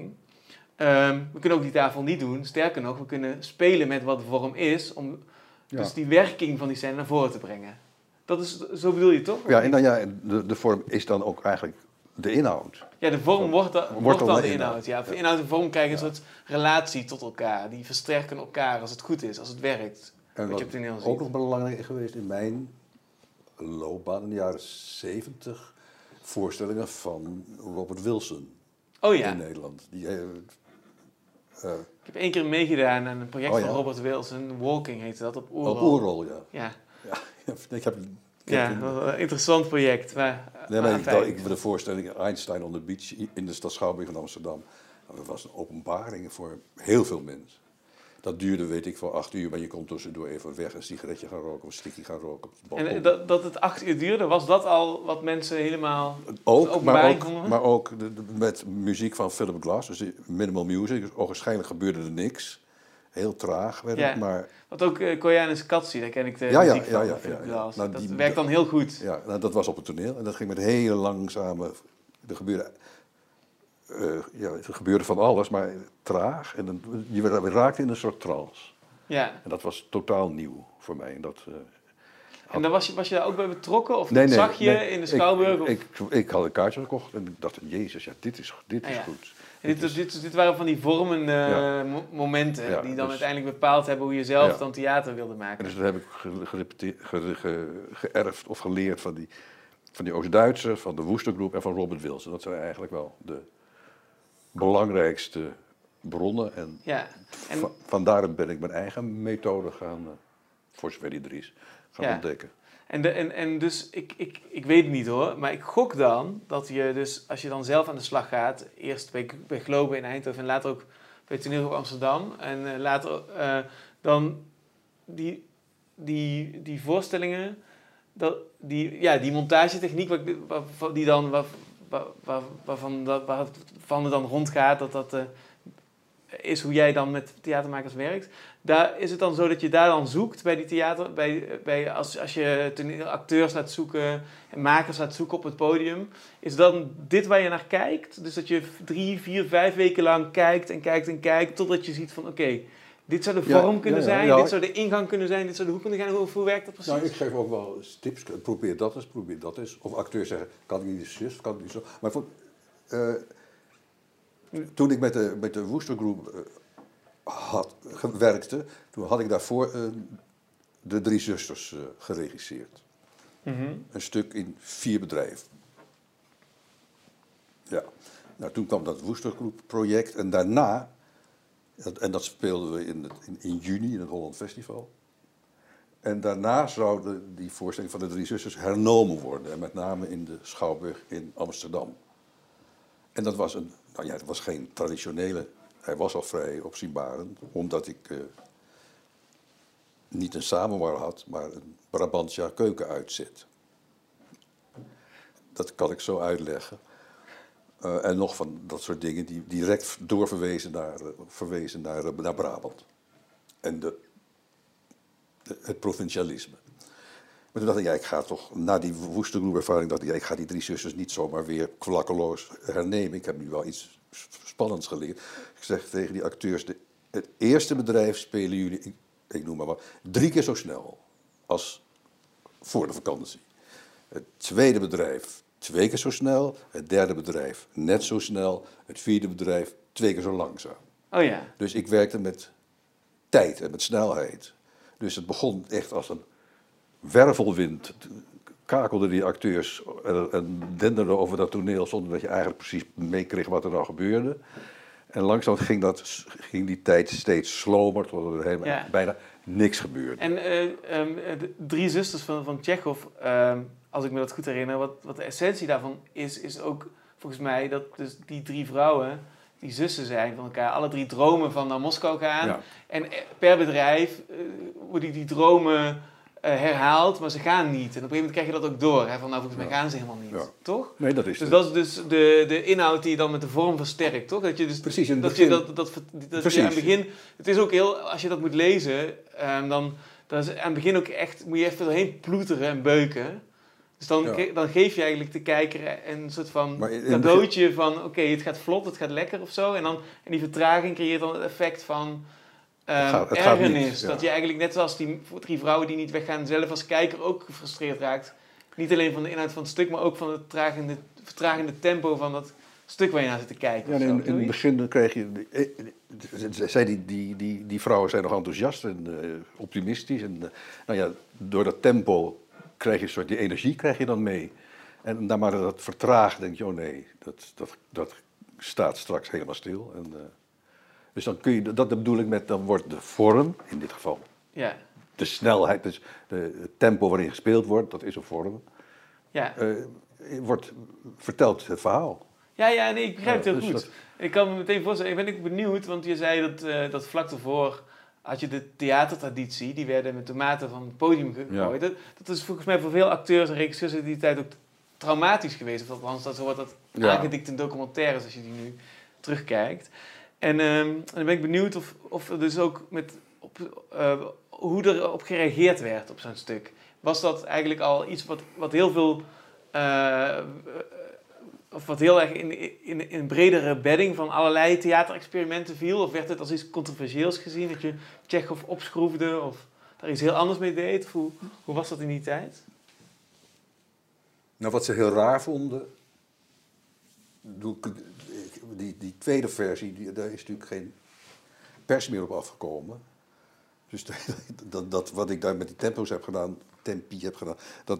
Um, we kunnen ook die tafel niet doen. Sterker nog, we kunnen spelen met wat de vorm is, om ja. dus die werking van die scène naar voren te brengen. Dat is, zo bedoel je toch? Ja, en dan, ja, de, de vorm is dan ook eigenlijk de inhoud. Ja, de vorm wordt, da, wordt, wordt dan de inhoud. inhoud ja. ja. Inhoud en vorm krijgen een ja. soort relatie tot elkaar. Die versterken elkaar als het goed is, als het werkt. En wat, wat je op ook nog belangrijk is geweest in mijn loopbaan in de jaren zeventig... voorstellingen van Robert Wilson oh, ja. in Nederland. Die, uh, uh, ik heb één keer meegedaan aan een project oh, ja. van Robert Wilson. Walking heette dat, op Oerol. Op Oerol, ja. Ja, ja ik heb, ik ja heb een, een interessant project. Maar, nee, maar ik, dacht, ik de voorstelling Einstein on the Beach in de stad Schouwburg van Amsterdam. Dat was een openbaring voor heel veel mensen. Dat duurde, weet ik, voor acht uur, maar je kon tussendoor even weg een sigaretje gaan roken of een stikkie gaan roken. En dat, dat het acht uur duurde, was dat al wat mensen helemaal ook, maar ook, maar ook de, de, met muziek van Philip Glass, dus minimal music. Dus waarschijnlijk gebeurde er niks. Heel traag werd het, ja, maar... Wat ook uh, Koreanische Katsi, daar ken ik de ja, muziek ja, van, ja, ja, Philip ja, ja. Glass. Nou, dat die, werkt dan heel goed. Ja, nou, dat was op het toneel en dat ging met hele langzame... Er gebeurde... Uh, ja, er gebeurde van alles, maar traag. En dan, je raakte in een soort trance. Ja. En dat was totaal nieuw voor mij. En, dat, uh, en dan was je, was je daar ook bij betrokken? Of nee, nee, zag je nee, in de Schouwburg? Ik, ik, ik had een kaartje gekocht en ik dacht, jezus, ja, dit is, dit is ah, ja. goed. En dit, dit, dit, dit waren van die vormende ja. mo- momenten ja, die dan dus, uiteindelijk bepaald hebben hoe je zelf ja. dan theater wilde maken. En dus dat heb ik ge, ge, ge, geërfd of geleerd van die, van die Oost-Duitse, van de Woestergroep en van Robert Wilson. Dat zijn eigenlijk wel de belangrijkste bronnen. En, ja. En, va vandaar ben ik mijn eigen methode gaan, uh, voor zover die er is, gaan ja. ontdekken. En, de, en, en dus, ik, ik, ik weet het niet hoor, maar ik gok dan dat je dus, als je dan zelf aan de slag gaat, eerst bij, bij Globe in Eindhoven en later ook bij Toneel op Amsterdam, en uh, later uh, dan die, die, die voorstellingen, dat, die, ja, die montagetechniek waar, waar, die dan, waar, waar, waar, waarvan, dat, waarvan het dan rondgaat, dat dat uh, is hoe jij dan met theatermakers werkt. Daar is het dan zo dat je daar dan zoekt bij die theater, bij, bij als, als je acteurs laat zoeken en makers laat zoeken op het podium, is dan dit waar je naar kijkt? Dus dat je drie, vier, vijf weken lang kijkt en kijkt en kijkt, totdat je ziet van oké, okay, dit zou de vorm ja, kunnen ja, ja, zijn, ja. dit zou de ingang kunnen zijn, dit zou de hoek kunnen zijn. Hoe, hoe werkt dat precies? Nou, ik geef ook wel tips. Probeer dat eens, probeer dat eens. Of acteurs zeggen, kan ik niet zus, kan ik niet zo. Maar voor, uh, toen ik met de, met de Wooster Group uh, had, werkte, toen had ik daarvoor uh, de Drie Zusters uh, geregisseerd. Mm-hmm. Een stuk in vier bedrijven. Ja. Nou, toen kwam dat Wooster Group project en daarna, en dat speelden we in, het, in, in juni in het Holland Festival. En daarna zou die voorstelling van de Drie Zusters hernomen worden. En met name in de Schouwburg in Amsterdam. En dat was, een, nou ja, dat was geen traditionele, hij was al vrij opzienbarend. Omdat ik uh, niet een samenwar had, maar een Brabantia keukenuitzet. Dat kan ik zo uitleggen. Uh, en nog van dat soort dingen die direct doorverwezen naar, uh, verwezen naar, uh, naar Brabant. En de, de, het provincialisme. Maar toen dacht ik, ja, ik ga toch, na die Wooster Group ervaring, dacht ik, ja, ik ga die Drie Zusters niet zomaar weer klakkeloos hernemen. Ik heb nu wel iets spannends geleerd. Ik zeg tegen die acteurs, de, het eerste bedrijf spelen jullie, ik, ik noem maar wat, drie keer zo snel als voor de vakantie. Het tweede bedrijf twee keer zo snel, het derde bedrijf net zo snel, het vierde bedrijf twee keer zo langzaam. Oh ja. Dus ik werkte met tijd en met snelheid. Dus het begon echt als een wervelwind. Kakelden die acteurs en, en denderden over dat toneel zonder dat je eigenlijk precies meekreeg wat er nou gebeurde. En langzaam ging, dat, ging die tijd steeds slomer, totdat er helemaal, ja. bijna niks gebeurde. En uh, um, de Drie Zusters van, van Tchekhov, uh, als ik me dat goed herinner, wat, wat de essentie daarvan is, is ook volgens mij dat dus die drie vrouwen, die zussen zijn van elkaar, alle drie dromen van naar Moskou gaan. Ja. En per bedrijf uh, worden die dromen Uh, herhaald, maar ze gaan niet. En op een gegeven moment krijg je dat ook door. Hè? Van nou, volgens mij ja. gaan ze helemaal niet. Ja. Toch? Nee, dat is Dus dat is dus de, de inhoud die je dan met de vorm versterkt, toch? Dat je dus precies, in dat begin... je dat, dat, dat je aan het begin. Het is ook heel, als je dat moet lezen, um, dan, dan is aan het begin ook echt, moet je even doorheen ploeteren en beuken. Dus dan, ja. dan geef je eigenlijk de kijker een soort van in, in cadeautje begin... van oké, okay, het gaat vlot, het gaat lekker of zo. En, dan, en die vertraging creëert dan het effect van Um, het gaat, het ergernis, niet, ja. Dat je eigenlijk net zoals die drie vrouwen die niet weggaan, zelf als kijker ook gefrustreerd raakt. Niet alleen van de inhoud van het stuk, maar ook van het tragende, vertragende tempo van dat stuk waar je naar zit te kijken. Ja, in, in het begin kreeg je, zei die, die, die, die vrouwen zijn nog enthousiast en uh, optimistisch. En, uh, nou ja, door dat tempo krijg je een soort, die energie krijg je dan mee. En naarmate dat vertraagt, denk je, oh nee, dat, dat, dat staat straks helemaal stil. En, uh, Dus dan kun je, dat bedoel ik met, dan wordt de vorm, in dit geval, ja. de snelheid, dus de, het tempo waarin gespeeld wordt, dat is een vorm, ja. uh, wordt verteld het verhaal. Ja, ja, nee, ik begrijp het heel uh, dus goed. Dat... Ik kan me meteen voorstellen, ik ben ook benieuwd, want je zei dat, uh, dat vlak daarvoor had je de theatertraditie, die werden met tomaten van het podium gegooid. Ja. Dat, dat is volgens mij voor veel acteurs en regisseurs in die tijd ook traumatisch geweest. Of althans, dat, zo wordt dat ja. aangedikt in documentaires als je die nu terugkijkt. En, um, en dan ben ik benieuwd of, of er dus ook met op, uh, hoe er op gereageerd werd op zo'n stuk. Was dat eigenlijk al iets wat, wat heel veel, uh, of wat heel erg in, in, in een bredere bedding van allerlei theaterexperimenten viel? Of werd het als iets controversieels gezien, dat je Tchekhov opschroefde of daar iets heel anders mee deed? Of hoe, hoe was dat in die tijd? Nou, wat ze heel raar vonden, die, die tweede versie, die, daar is natuurlijk geen pers meer op afgekomen. Dus dat, dat, wat ik daar met die tempo's heb gedaan, tempi heb gedaan, dat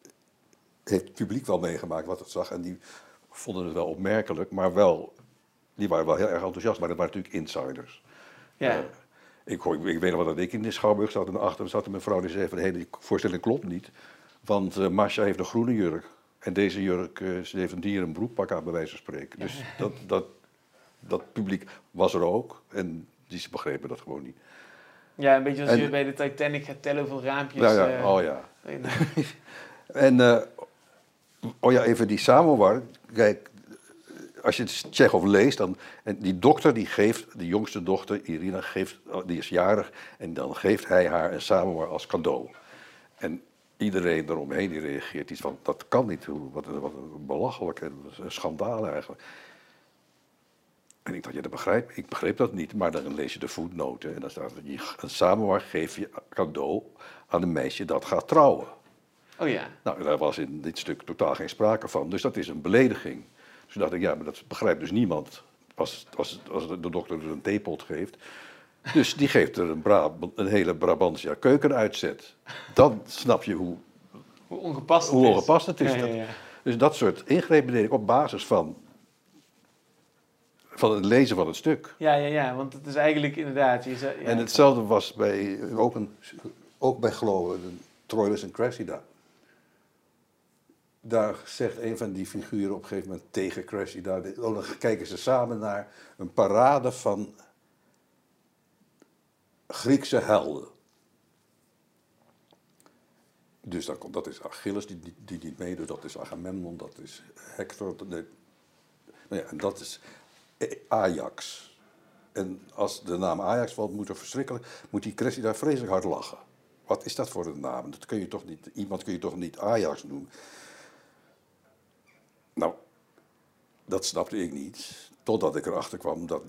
heeft het publiek wel meegemaakt wat het zag. En die vonden het wel opmerkelijk, maar wel die waren wel heel erg enthousiast, maar dat waren natuurlijk insiders. Ja. Uh, ik, ik, ik weet nog wel dat ik in de Schouwburg zat en achter zat een mevrouw die zei van, hé, die voorstelling klopt niet, want uh, Masha heeft een groene jurk. En deze jurk, uh, ze heeft een dier een broekpak aan, bij wijze van spreken. Dus dat, dat, dat publiek was er ook en die begrepen dat gewoon niet. Ja, een beetje als en, je bij de Titanic gaat tellen hoeveel raampjes... Nou ja, uh, oh ja. en, uh, oh ja, even die Samovar. Kijk, als je Tsjechov leest, dan... En die dokter, die geeft, de jongste dochter, Irina, geeft, die is jarig. En dan geeft hij haar een Samovar als cadeau. En iedereen eromheen die reageert iets van, dat kan niet. Wat, wat belachelijk en een schandaal eigenlijk. En ik dacht, ja, dat begrijp, ik begreep dat niet. Maar dan lees je de voetnoten en dan staat er, een Samovar geef je cadeau aan een meisje dat gaat trouwen. Oh ja. Nou, daar was in dit stuk totaal geen sprake van. Dus dat is een belediging. Dus dacht ik, ja, maar dat begrijpt dus niemand als, als, als de dokter er een theepot geeft. Dus die geeft er een, Brab een hele Brabantia keukenuitzet. Dan snap je hoe, hoe ongepast het hoe is. Ongepast het is. Ja, ja, ja. Dus dat soort ingrepen deed ik op basis van, van het lezen van het stuk. Ja, ja, ja, want het is eigenlijk inderdaad... Je zei, ja, en hetzelfde was bij, ook, een, ook bij geloven, Troilus en Cressida. Daar zegt een van die figuren op een gegeven moment tegen Cressida. Oh, dan kijken ze samen naar een parade van Griekse helden. Dus dan komt, dat is Achilles die, die, die niet meedoet, dat is Agamemnon, dat is Hector. Nee. Nou ja, en dat is Ajax. En als de naam Ajax valt, moet er verschrikkelijk, moet die Cressida vreselijk hard lachen. Wat is dat voor een naam? Dat kun je toch niet, iemand kun je toch niet Ajax noemen? Nou, dat snapte ik niet. Totdat ik erachter kwam dat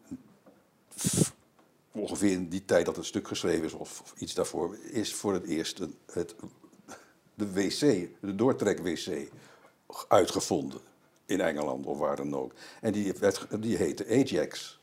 ongeveer in die tijd dat het stuk geschreven is, of, of iets daarvoor, is voor het eerst het, het, de wc, de doortrek-wc, uitgevonden. In Engeland of waar dan ook. En die, werd, die heette Ajax.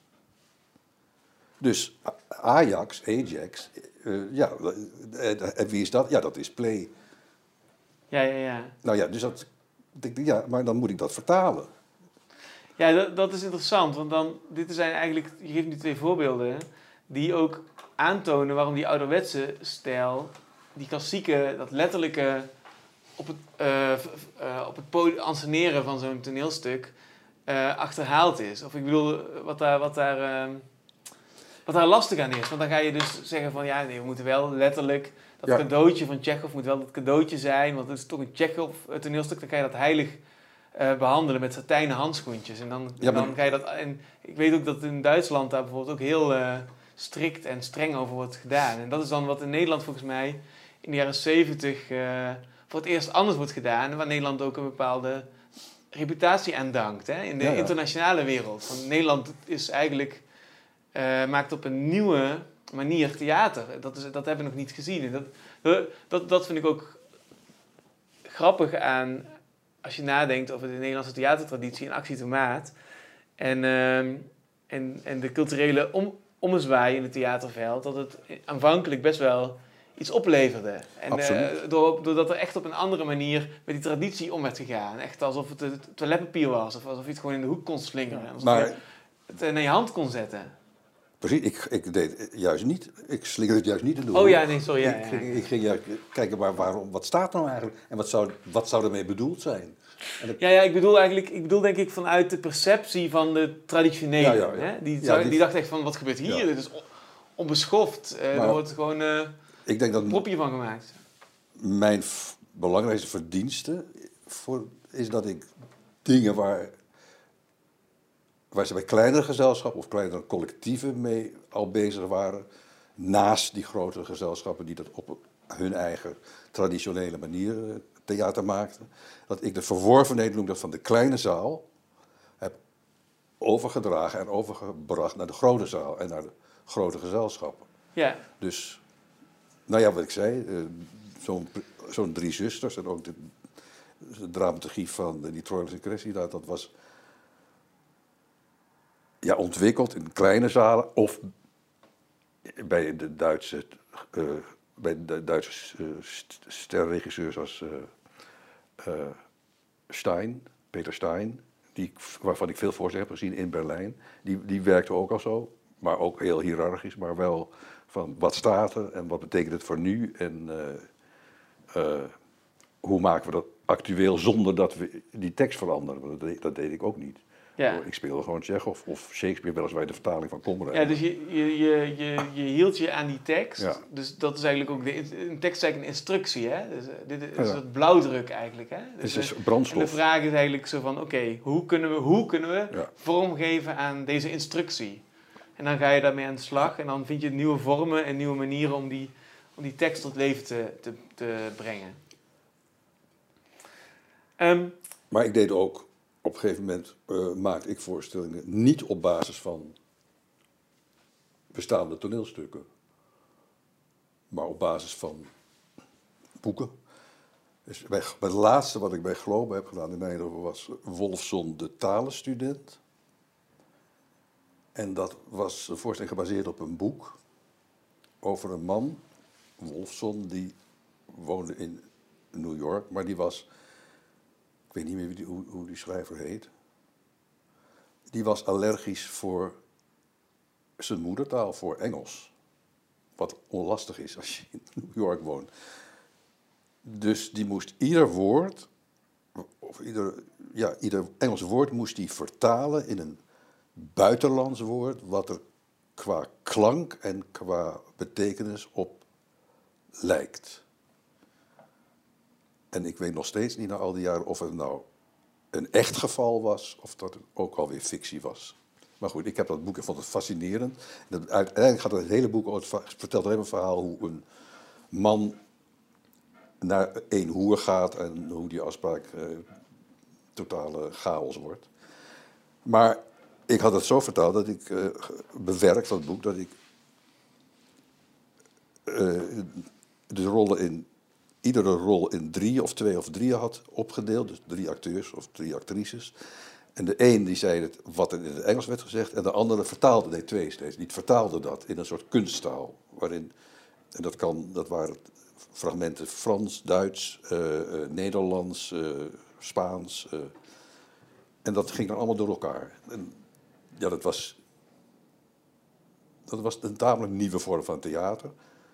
Dus Ajax, Ajax, uh, ja, en wie is dat? Ja, dat is Play. Ja, ja, ja. Nou ja, dus dat, ja, maar dan moet ik dat vertalen. Ja, dat, dat is interessant, want dan, dit zijn eigenlijk, je geeft nu twee voorbeelden, die ook aantonen waarom die ouderwetse stijl, die klassieke, dat letterlijke, op het, uh, uh, op het podium anseneren van zo'n toneelstuk uh, achterhaald is. Of ik bedoel, wat daar, wat, daar, uh, wat daar lastig aan is. Want dan ga je dus zeggen van, ja, nee, we moeten wel letterlijk, dat ja. cadeautje van Tsjechov moet wel dat cadeautje zijn, want het is toch een Tsjechov toneelstuk, dan ga je dat heilig uh, behandelen met satijnen handschoentjes. En dan, ja, maar... dan ga je dat, en ik weet ook dat in Duitsland daar bijvoorbeeld ook heel uh, strikt en streng over wordt gedaan. En dat is dan wat in Nederland volgens mij in de jaren zeventig... Uh, voor het eerst anders wordt gedaan, waar Nederland ook een bepaalde reputatie aan dankt, hè, in de ja, ja. internationale wereld. Want Nederland is eigenlijk, uh, maakt op een nieuwe manier theater. Dat, is, dat hebben we nog niet gezien. En dat, dat, dat vind ik ook grappig aan, als je nadenkt over de Nederlandse theatertraditie en actietomaat. En, uh, en, en de culturele om, ommezwaai in het theaterveld, dat het aanvankelijk best wel iets opleverde. En uh, door, doordat er echt op een andere manier met die traditie om werd gegaan. Echt alsof het, het toiletpapier was. Of alsof je het gewoon in de hoek kon slingeren. Alsof maar, je het uh, naar je hand kon zetten. Precies, ik, ik deed het juist niet. Ik slingerde het juist niet in de hoek. Oh ja, nee, sorry. Ja, ik, ja. Ging, ik ging juist kijken, maar waarom, wat staat nou eigenlijk? En wat zou, wat zou ermee bedoeld zijn? En ik... Ja, ja, ik bedoel eigenlijk, ik bedoel denk ik vanuit de perceptie van de traditionele. Ja, ja, ja. Hè? Die, ja, die, die dacht echt van, wat gebeurt hier? Ja. Dit is onbeschoft. Uh, er wordt gewoon... Uh, Ik denk dat een propje van gemaakt. Mijn f- belangrijkste verdienste voor, is dat ik dingen waar, waar ze bij kleinere gezelschappen of kleinere collectieven mee al bezig waren, naast die grotere gezelschappen die dat op hun eigen traditionele manier theater maakten, dat ik de verworvenheid noem dat van de kleine zaal heb overgedragen en overgebracht naar de grote zaal en naar de grote gezelschappen. Ja. Dus... Nou ja, wat ik zei, uh, zo'n, zo'n drie zusters en ook de, de dramaturgie van die Troilus en Cressida, dat was ja, ontwikkeld in kleine zalen of bij de Duitse, uh, bij de Duitse uh, sterregisseurs als uh, uh, Stein, Peter Stein, die, waarvan ik veel voorstellingen heb gezien in Berlijn, die, die werkte ook al zo. Maar ook heel hiërarchisch, maar wel van wat staat er en wat betekent het voor nu en uh, uh, hoe maken we dat actueel zonder dat we die tekst veranderen. Dat deed, dat deed ik ook niet. Ja. Ik speelde gewoon Tsjechov of Shakespeare, weliswaar de vertaling van Komrij. Ja, dus je, je, je, je, je hield je aan die tekst. Ja. Dus dat is eigenlijk ook, de, een tekst is eigenlijk een instructie, hè? Dus, dit is ja. een soort blauwdruk eigenlijk, hè? Dus, het is brandstof. En de vraag is eigenlijk zo van, oké, okay, hoe kunnen we, hoe kunnen we ja. vorm geven aan deze instructie? En dan ga je daarmee aan de slag en dan vind je nieuwe vormen en nieuwe manieren om die, om die tekst tot leven te, te, te brengen. Um, maar ik deed ook, op een gegeven moment uh, maakte ik voorstellingen niet op basis van bestaande toneelstukken, maar op basis van boeken. Dus bij, bij het laatste wat ik bij Globe heb gedaan in Eindhoven was Wolfson de talenstudent. En dat was een voorstelling gebaseerd op een boek over een man, Wolfson, die woonde in New York, maar die was, ik weet niet meer wie die, hoe, hoe die schrijver heet, die was allergisch voor zijn moedertaal, voor Engels. Wat onlastig is als je in New York woont. Dus die moest ieder woord, of ieder, ja, ieder Engels woord moest hij vertalen in een buitenlands woord, wat er qua klank en qua betekenis op lijkt. En ik weet nog steeds niet na al die jaren of het nou een echt geval was, of dat het ook alweer fictie was. Maar goed, ik heb dat boek en vond het fascinerend. Dat, uiteindelijk gaat het hele boek over, het vertelt alleen maar een verhaal hoe een man naar een hoer gaat en hoe die afspraak eh, totale chaos wordt. Maar ik had het zo vertaald dat ik uh, bewerkt dat boek, dat ik uh, de rollen in, iedere rol in drie of twee of drie had opgedeeld. Dus drie acteurs of drie actrices. En de een die zei het wat in het Engels werd gezegd en de andere vertaalde, nee twee steeds, die vertaalde dat in een soort kunsttaal. Waarin, en dat, kan, dat waren fragmenten Frans, Duits, uh, uh, Nederlands, uh, Spaans. Uh, en dat ging dan allemaal door elkaar. En, ja, dat was, dat was een tamelijk nieuwe vorm van theater.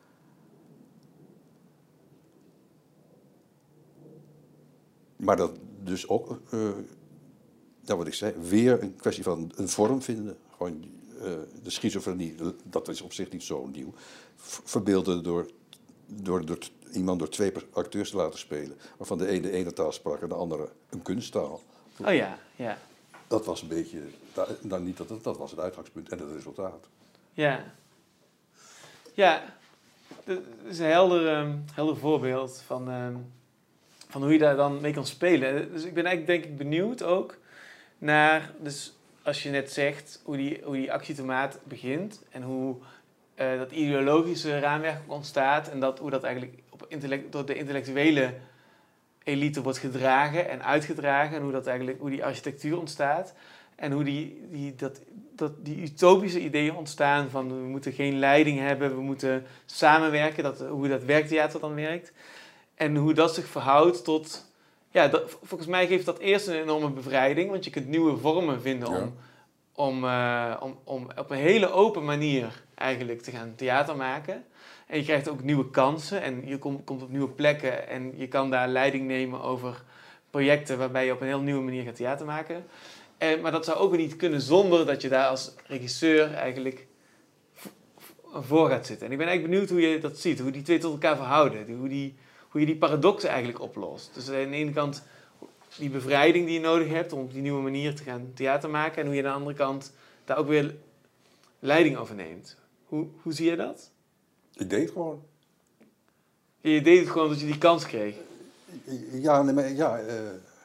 Maar dat dus ook, uh, ja, wat ik zei, weer een kwestie van een vorm vinden. Gewoon uh, de schizofrenie, dat is op zich niet zo nieuw. Verbeelden door, door, door iemand door twee acteurs te laten spelen. Waarvan de ene de ene taal sprak en de andere een kunsttaal. Oh ja, ja. Dat was een beetje, nou niet dat, dat was het uitgangspunt en het resultaat. Ja. Ja, dat is een helder, um, helder voorbeeld van, um, van hoe je daar dan mee kan spelen. Dus ik ben eigenlijk denk ik benieuwd ook naar, dus als je net zegt hoe die, hoe die actietomaat begint en hoe uh, dat ideologische raamwerk ontstaat en dat, hoe dat eigenlijk op intellect, door de intellectuele elite wordt gedragen en uitgedragen en hoe, dat eigenlijk, hoe die architectuur ontstaat en hoe die, die, dat, dat, die utopische ideeën ontstaan van we moeten geen leiding hebben, we moeten samenwerken, dat, hoe dat werktheater dan werkt en hoe dat zich verhoudt tot, ja, dat, volgens mij geeft dat eerst een enorme bevrijding, want je kunt nieuwe vormen vinden om, ja. om, uh, om, om op een hele open manier eigenlijk te gaan theater maken. En je krijgt ook nieuwe kansen en je kom, komt op nieuwe plekken en je kan daar leiding nemen over projecten waarbij je op een heel nieuwe manier gaat theater maken. En, maar dat zou ook niet kunnen zonder dat je daar als regisseur eigenlijk voor gaat zitten. En ik ben eigenlijk benieuwd hoe je dat ziet, hoe die twee tot elkaar verhouden, hoe, die, hoe je die paradoxen eigenlijk oplost. Dus aan de ene kant die bevrijding die je nodig hebt om op die nieuwe manier te gaan theater maken en hoe je aan de andere kant daar ook weer leiding over neemt. Hoe, hoe zie je dat? Ik deed het gewoon. Je deed het gewoon dat je die kans kreeg? Ja, nee, maar ja... Uh...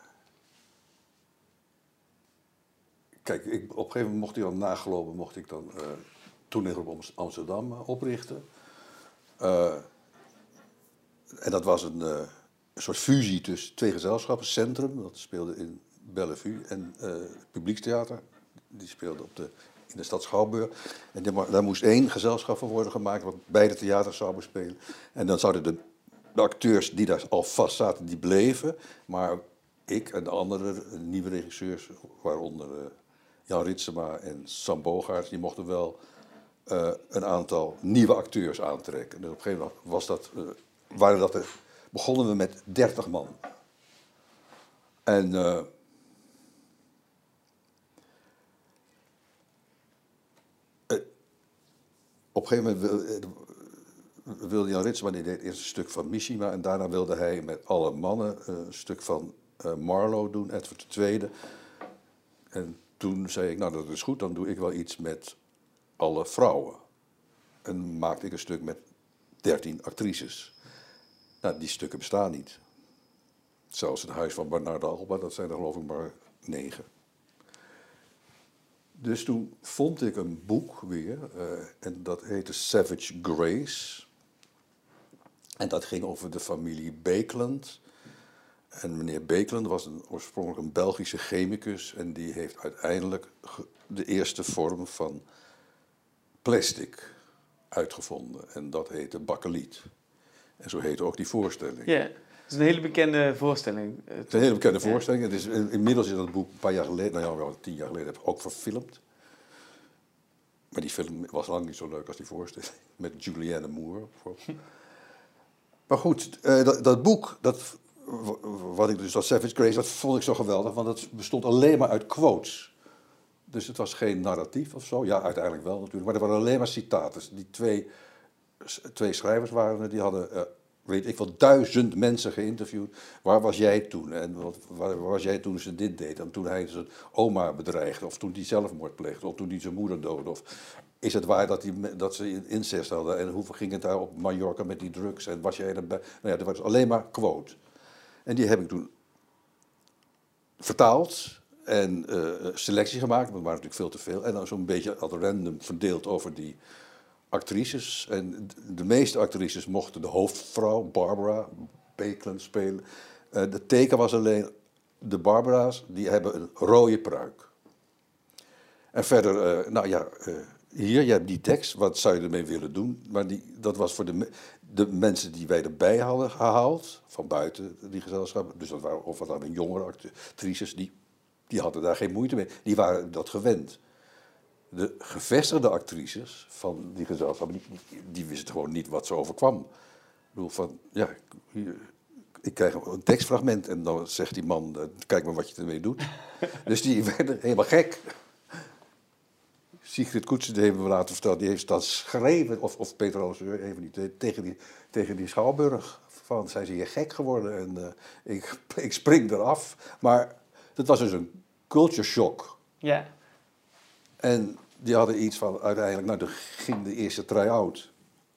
Kijk, ik, op een gegeven moment mocht ik dan nagelopen, mocht ik dan uh, Toneelgroep Amsterdam uh, oprichten. Uh, en dat was een, uh, een soort fusie tussen twee gezelschappen. Centrum, dat speelde in Bellevue, en uh, het Publiekstheater, die speelde op de... in de stad Schouwburg. En daar moest één gezelschap van worden gemaakt, wat beide theaters zouden spelen. En dan zouden de, de acteurs die daar al vast zaten, die bleven. Maar ik en de andere nieuwe regisseurs, waaronder uh, Jan Ritsema en Sam Bogaerts, die mochten wel uh, een aantal nieuwe acteurs aantrekken. Dus op een gegeven moment was dat, uh, waren dat er, begonnen we met dertig man. En uh, uh, op een gegeven moment uh, wilde Jan Ritsema, die deed eerst een stuk van Mishima en daarna wilde hij met alle mannen uh, een stuk van uh, Marlowe doen, Edward de Tweede. En toen zei ik, nou dat is goed, dan doe ik wel iets met alle vrouwen. En maakte ik een stuk met dertien actrices. Nou, die stukken bestaan niet. Zelfs het huis van Bernarda Alba, dat zijn er geloof ik maar negen. Dus toen vond ik een boek weer, uh, en dat heette Savage Grace. En dat ging over de familie Bakeland. En meneer Bakeland was een, oorspronkelijk een Belgische chemicus en die heeft uiteindelijk de eerste vorm van plastic uitgevonden. En dat heette bakkeliet. En zo heette ook die voorstelling. Ja, het is een hele bekende voorstelling. Het is een hele bekende ja. voorstelling. Het is, inmiddels is dat boek een paar jaar geleden, nou ja, wel tien jaar geleden, heb ik ook verfilmd. Maar die film was lang niet zo leuk als die voorstelling. Met Julianne Moore. Maar goed, uh, dat, dat boek, dat, wat ik dus dat Savage Grace, dat vond ik zo geweldig, want het bestond alleen maar uit quotes. Dus het was geen narratief of zo. Ja, uiteindelijk wel natuurlijk. Maar er waren alleen maar citaten. Die twee, twee schrijvers waren er, die hadden, uh, weet ik wel, duizend mensen geïnterviewd. Waar was jij toen? En wat, waar, waar was jij toen ze dit deed? En toen hij zijn oma bedreigde, of toen hij zelfmoord pleegde, of toen hij zijn moeder doodde. Of is het waar dat, die, dat ze incest hadden? En hoe ging het daar op Mallorca met die drugs? En was jij erbij? Nou ja, dat was alleen maar quote. En die heb ik toen vertaald. En uh, selectie gemaakt, want er waren natuurlijk veel te veel. En dan zo'n beetje at random verdeeld over die actrices. En de meeste actrices mochten de hoofdvrouw, Barbara Bakeland, spelen. Uh, de teken was alleen, de Barbara's, die hebben een rode pruik. En verder, uh, nou ja, uh, hier, je hebt die tekst, wat zou je ermee willen doen? Maar die, dat was voor de, me de mensen die wij erbij hadden gehaald, van buiten die gezelschap. Dus dat waren, of wat waren jongere actrices, die... Die hadden daar geen moeite mee. Die waren dat gewend. De gevestigde actrices van die gezelschap, die, die wisten gewoon niet wat ze overkwam. Ik bedoel van, ja, hier, ik krijg een tekstfragment en dan zegt die man, kijk maar wat je ermee doet. Dus die werden helemaal gek. Sigrid Koetsen, die hebben we laten vertellen, die heeft dat schreven, of, of Peter Alleseur, even niet, tegen die, tegen die Schouwburg. Van, zijn ze hier gek geworden en uh, ik, ik spring eraf. Maar dat was dus een culture shock. Ja. En die hadden iets van, uiteindelijk, nou, toen ging de eerste try-out.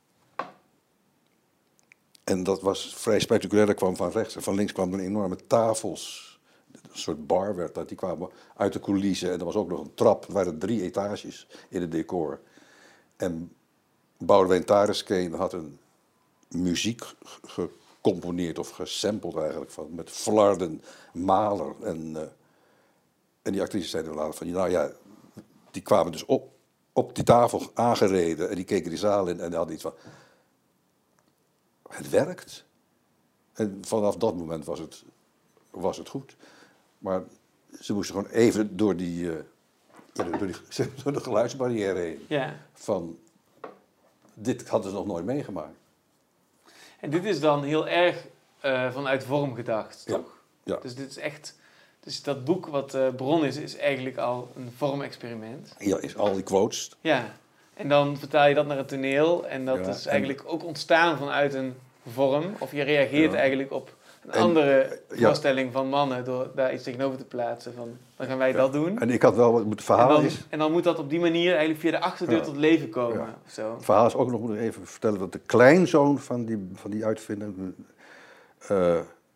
En dat was vrij spectaculair, dat kwam van rechts en van links kwamen er enorme tafels. Een soort bar werd dat, die kwamen uit de coulissen. En er was ook nog een trap, er waren drie etages in het decor. En Boudewijn Tareskeen had een muziek gecomponeerd of gesampled eigenlijk, van, met Flarden, Mahler en... Uh, En die actrices zeiden later van, nou ja, die kwamen dus op, op die tafel aangereden en die keken die zaal in en die hadden iets van, het werkt. En vanaf dat moment was het, was het goed. Maar ze moesten gewoon even door die, uh, ja, door, die door de geluidsbarrière heen. Ja. Van, dit hadden ze nog nooit meegemaakt. En dit is dan heel erg uh, vanuit vorm gedacht, ja. toch? Ja. Dus dit is echt... Dus dat boek wat uh, bron is, is eigenlijk al een vormexperiment. Ja, is al die quotes. Ja, en dan vertaal je dat naar een toneel. En dat ja, is eigenlijk en... ook ontstaan vanuit een vorm. Of je reageert ja. eigenlijk op een en, andere ja. voorstelling van mannen... door daar iets tegenover te plaatsen van, dan gaan wij ja. dat doen. En ik had wel, het verhaal en dan, is... En dan moet dat op die manier eigenlijk via de achterdeur ja. tot leven komen. Ja. Of zo. Het verhaal is ook nog, moet ik even vertellen... dat de kleinzoon van die, van die uitvinder... Uh,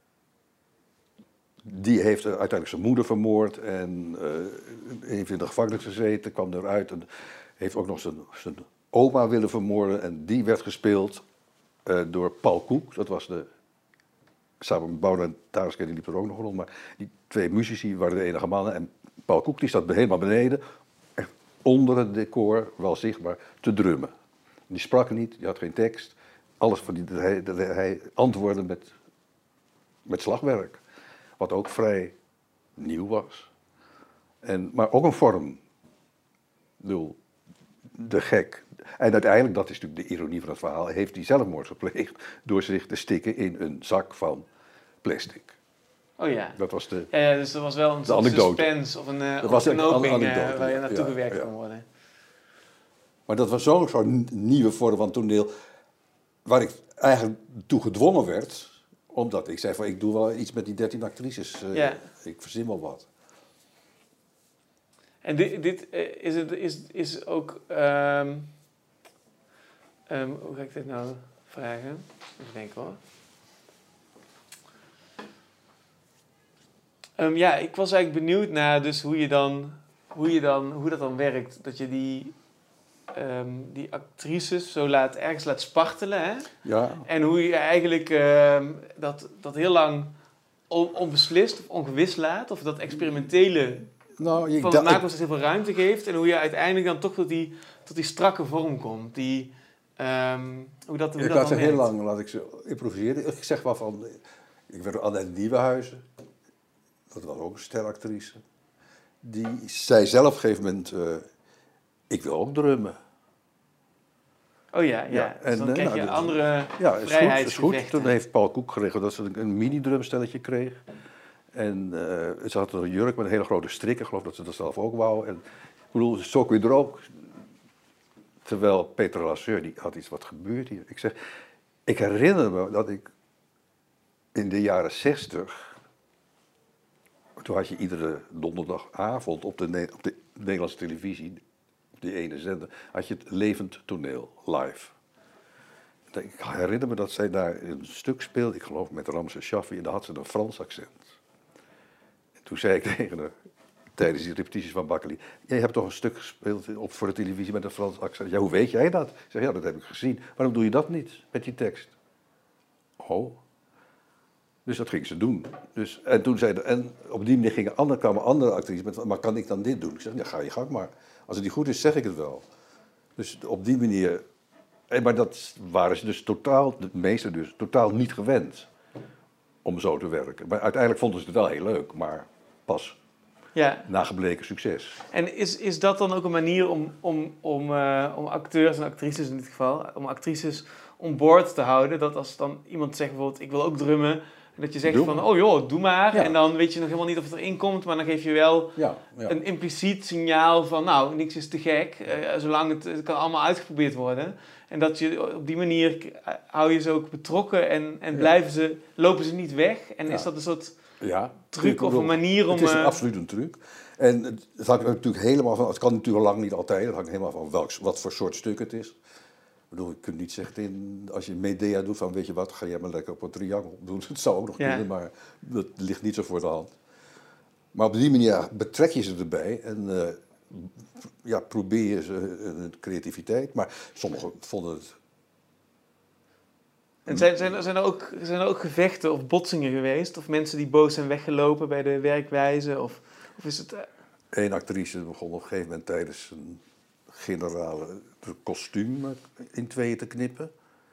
die heeft uiteindelijk zijn moeder vermoord en uh, heeft in de gevangenis gezeten, kwam eruit en heeft ook nog zijn, zijn oma willen vermoorden. En die werd gespeeld uh, door Paul Koek, dat was de, samen met Boudewijn Tareskeen, die liep er ook nog rond, maar die twee muzici waren de enige mannen. En Paul Koek die zat helemaal beneden, echt onder het decor, wel zichtbaar, te drummen. Die sprak niet, die had geen tekst, alles van die, hij, hij antwoordde met, met slagwerk. wat ook vrij nieuw was. En, maar ook een vorm. Ik bedoel, de gek. En uiteindelijk, dat is natuurlijk de ironie van het verhaal, heeft hij zelfmoord gepleegd door zich te stikken in een zak van plastic. Oh ja. Dat was de, ja, ja, dus er was wel een soort suspense of een uh, dat was een ontknoping uh, anekdote, waar je naartoe ja, gewerkt ja. kon worden. Maar dat was zo'n zo'n nieuwe vorm van toneel, waar ik eigenlijk toe gedwongen werd, omdat ik zei van, ik doe wel iets met die dertien actrices, uh, Ja. ik verzin wel wat. En dit, dit uh, is, het, is, is ook, um, um, hoe ga ik dit nou vragen? Even denken hoor. Um, ja, ik was eigenlijk benieuwd naar dus hoe je dan, hoe je dan, hoe dat dan werkt, dat je die, um, die actrices zo laat, ergens laat spartelen, hè? Ja. En hoe je eigenlijk um, dat, dat heel lang on, onbeslist of ongewis laat, of dat experimentele Nou, je, van het maakproces heel veel ruimte geeft, en hoe je uiteindelijk dan toch tot die, tot die strakke vorm komt, die, um, hoe dat, hoe ik dat laat dan ze heel werkt. lang laat ik ze improviseren. Ik zeg wel van, ik werd Annette Nieuwenhuizen, dat was ook een steractrice. Die zei zelf op een gegeven moment, uh, ik wil ook drummen. Oh ja, ja. Ja, Dus dan en, krijg nou, je dat- andere Ja, is goed, is vrijheidsgevechten. goed. Toen heeft Paul Koek geregeld dat ze een, een mini-drumstelletje kreeg. En uh, ze had een jurk met een hele grote strik. Ik geloof dat ze dat zelf ook wou. En ik bedoel, zo kun je er ook. Terwijl Peter Lasseur, die had iets, wat gebeurt hier? Ik zeg, ik herinner me dat ik in de jaren zestig... Toen had je iedere donderdagavond op de, Ne- op de Nederlandse televisie, op die ene zender, had je het levend toneel, live. Ik herinner me dat zij daar een stuk speelde, ik geloof met Ramses Shaffi, en daar had ze een Frans accent. En toen zei ik tegen haar, tijdens die repetities van Bakkeli, jij hebt toch een stuk gespeeld op, voor de televisie met een Frans accent? Ja, hoe weet jij dat? Ik zeg, ja, dat heb ik gezien. Waarom doe je dat niet met die tekst? Oh. Dus dat ging ze doen. Dus, en toen zei de, en op die manier gingen andere, kwamen andere actrices met, maar kan ik dan dit doen? Ik zeg, ja, ga je gang maar. Als het niet goed is, zeg ik het wel. Dus op die manier, en, maar dat waren ze dus totaal, de meesten dus, totaal niet gewend om zo te werken. Maar uiteindelijk vonden ze het wel heel leuk, maar pas Ja. na gebleken succes. En is, is dat dan ook een manier om, om, om, uh, om acteurs en actrices in dit geval, om actrices on board te houden? Dat als dan iemand zegt bijvoorbeeld, ik wil ook drummen, dat je zegt Doe van, maar. oh joh, doe maar. Ja. En dan weet je nog helemaal niet of het erin komt, maar dan geef je wel Ja, ja. een impliciet signaal van, nou, niks is te gek, uh, zolang het, het kan allemaal uitgeprobeerd worden. En dat je op die manier, hou je ze ook betrokken en, en blijven ze, lopen ze niet weg. En Ja. is dat een soort Ja, truc of een manier om... Het is een, uh, absoluut een truc. En het, het hangt er natuurlijk helemaal van, het kan natuurlijk lang niet altijd, het hangt helemaal van welk, wat voor soort stuk het is. Ik bedoel, je kunt niet zeggen, in, als je Medea doet van, weet je wat, ga jij maar lekker op een triangel doen. Dat zou ook nog Ja. kunnen, maar dat ligt niet zo voor de hand. Maar op die manier betrek je ze erbij en uh, ja, probeer je ze hun creativiteit. Maar sommigen vonden het... En zijn, zijn, er, zijn, er ook, zijn er ook gevechten of botsingen geweest? Of mensen die boos zijn weggelopen bij de werkwijze? Of, of is het... Uh... Eén actrice begon op een gegeven moment tijdens een generale kostuum in tweeën te knippen.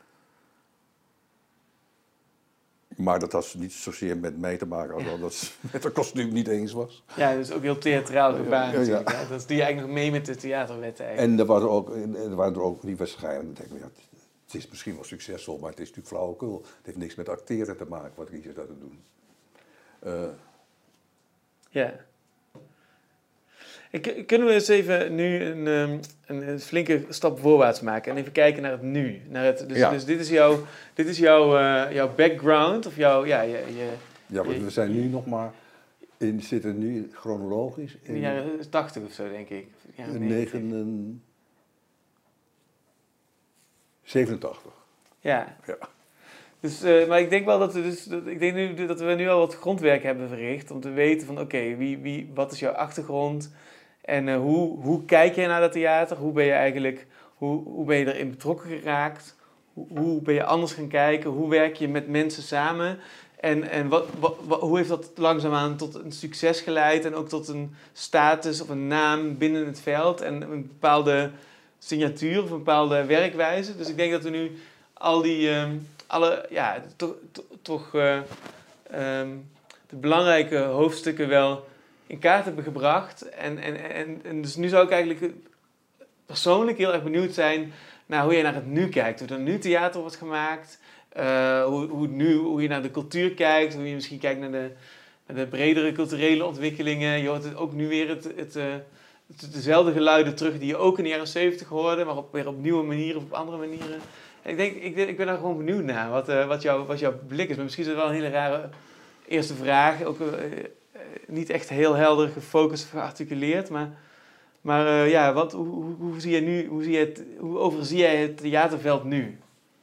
Maar dat had niet zozeer met mij te maken, als dat ze met het kostuum niet eens was. Ja, dat is ook heel theatraal gebaar ja, ja, natuurlijk. ja. Hè? Dat doe je eigenlijk nog mee met de theaterwetten eigenlijk. En er waren er ook, er waren er ook die waarschijnlijk, denk ik, ja, het is misschien wel succesvol, maar het is natuurlijk flauwekul. Het heeft niks met acteren te maken, wat ik hier zat te doen. Uh, ja. Ik, kunnen we eens even nu een, een, een flinke stap voorwaarts maken en even kijken naar het nu? Naar het, dus, ja. dus dit is jouw, dit is jouw, uh, jouw background of jouw... Ja, je, je, ja, want we zijn nu nog maar... In, zitten nu chronologisch... In de jaren tachtig of zo, denk ik. negen, zevenentachtig. Ja. Ja. Dus, uh, maar ik denk wel dat we, dus, dat, ik denk nu, dat we nu al wat grondwerk hebben verricht om te weten van oké, okay, wie, wie, wat is jouw achtergrond en uh, hoe, hoe kijk jij naar dat theater? Hoe ben je eigenlijk, hoe, hoe ben je erin betrokken geraakt? Hoe, hoe ben je anders gaan kijken? Hoe werk je met mensen samen? En, en wat, wat, wat, hoe heeft dat langzaamaan tot een succes geleid en ook tot een status of een naam binnen het veld en een bepaalde signatuur of een bepaalde werkwijze? Dus ik denk dat we nu al die... Um, Alle, ja, toch, to, toch uh, um, de belangrijke hoofdstukken wel in kaart hebben gebracht. En, en, en, en dus nu zou ik eigenlijk persoonlijk heel erg benieuwd zijn naar hoe je naar het nu kijkt. Hoe er nu theater wordt gemaakt. Uh, hoe, hoe, nu, hoe je naar de cultuur kijkt. Hoe je misschien kijkt naar de, naar de bredere culturele ontwikkelingen. Je hoort het ook nu weer het, het, uh, het, dezelfde geluiden terug die je ook in de jaren zeventig hoorde. Maar op, weer op nieuwe manieren of op andere manieren. Ik, denk, ik, ik ben daar gewoon benieuwd naar. Wat, uh, wat, jou, wat jouw blik is. Maar misschien is het wel een hele rare eerste vraag. Ook uh, uh, niet echt heel helder gefocust, gearticuleerd. Maar... Maar uh, ja, wat, hoe, hoe, hoe zie jij nu, hoe, zie jij het, hoe overzie jij het theaterveld nu?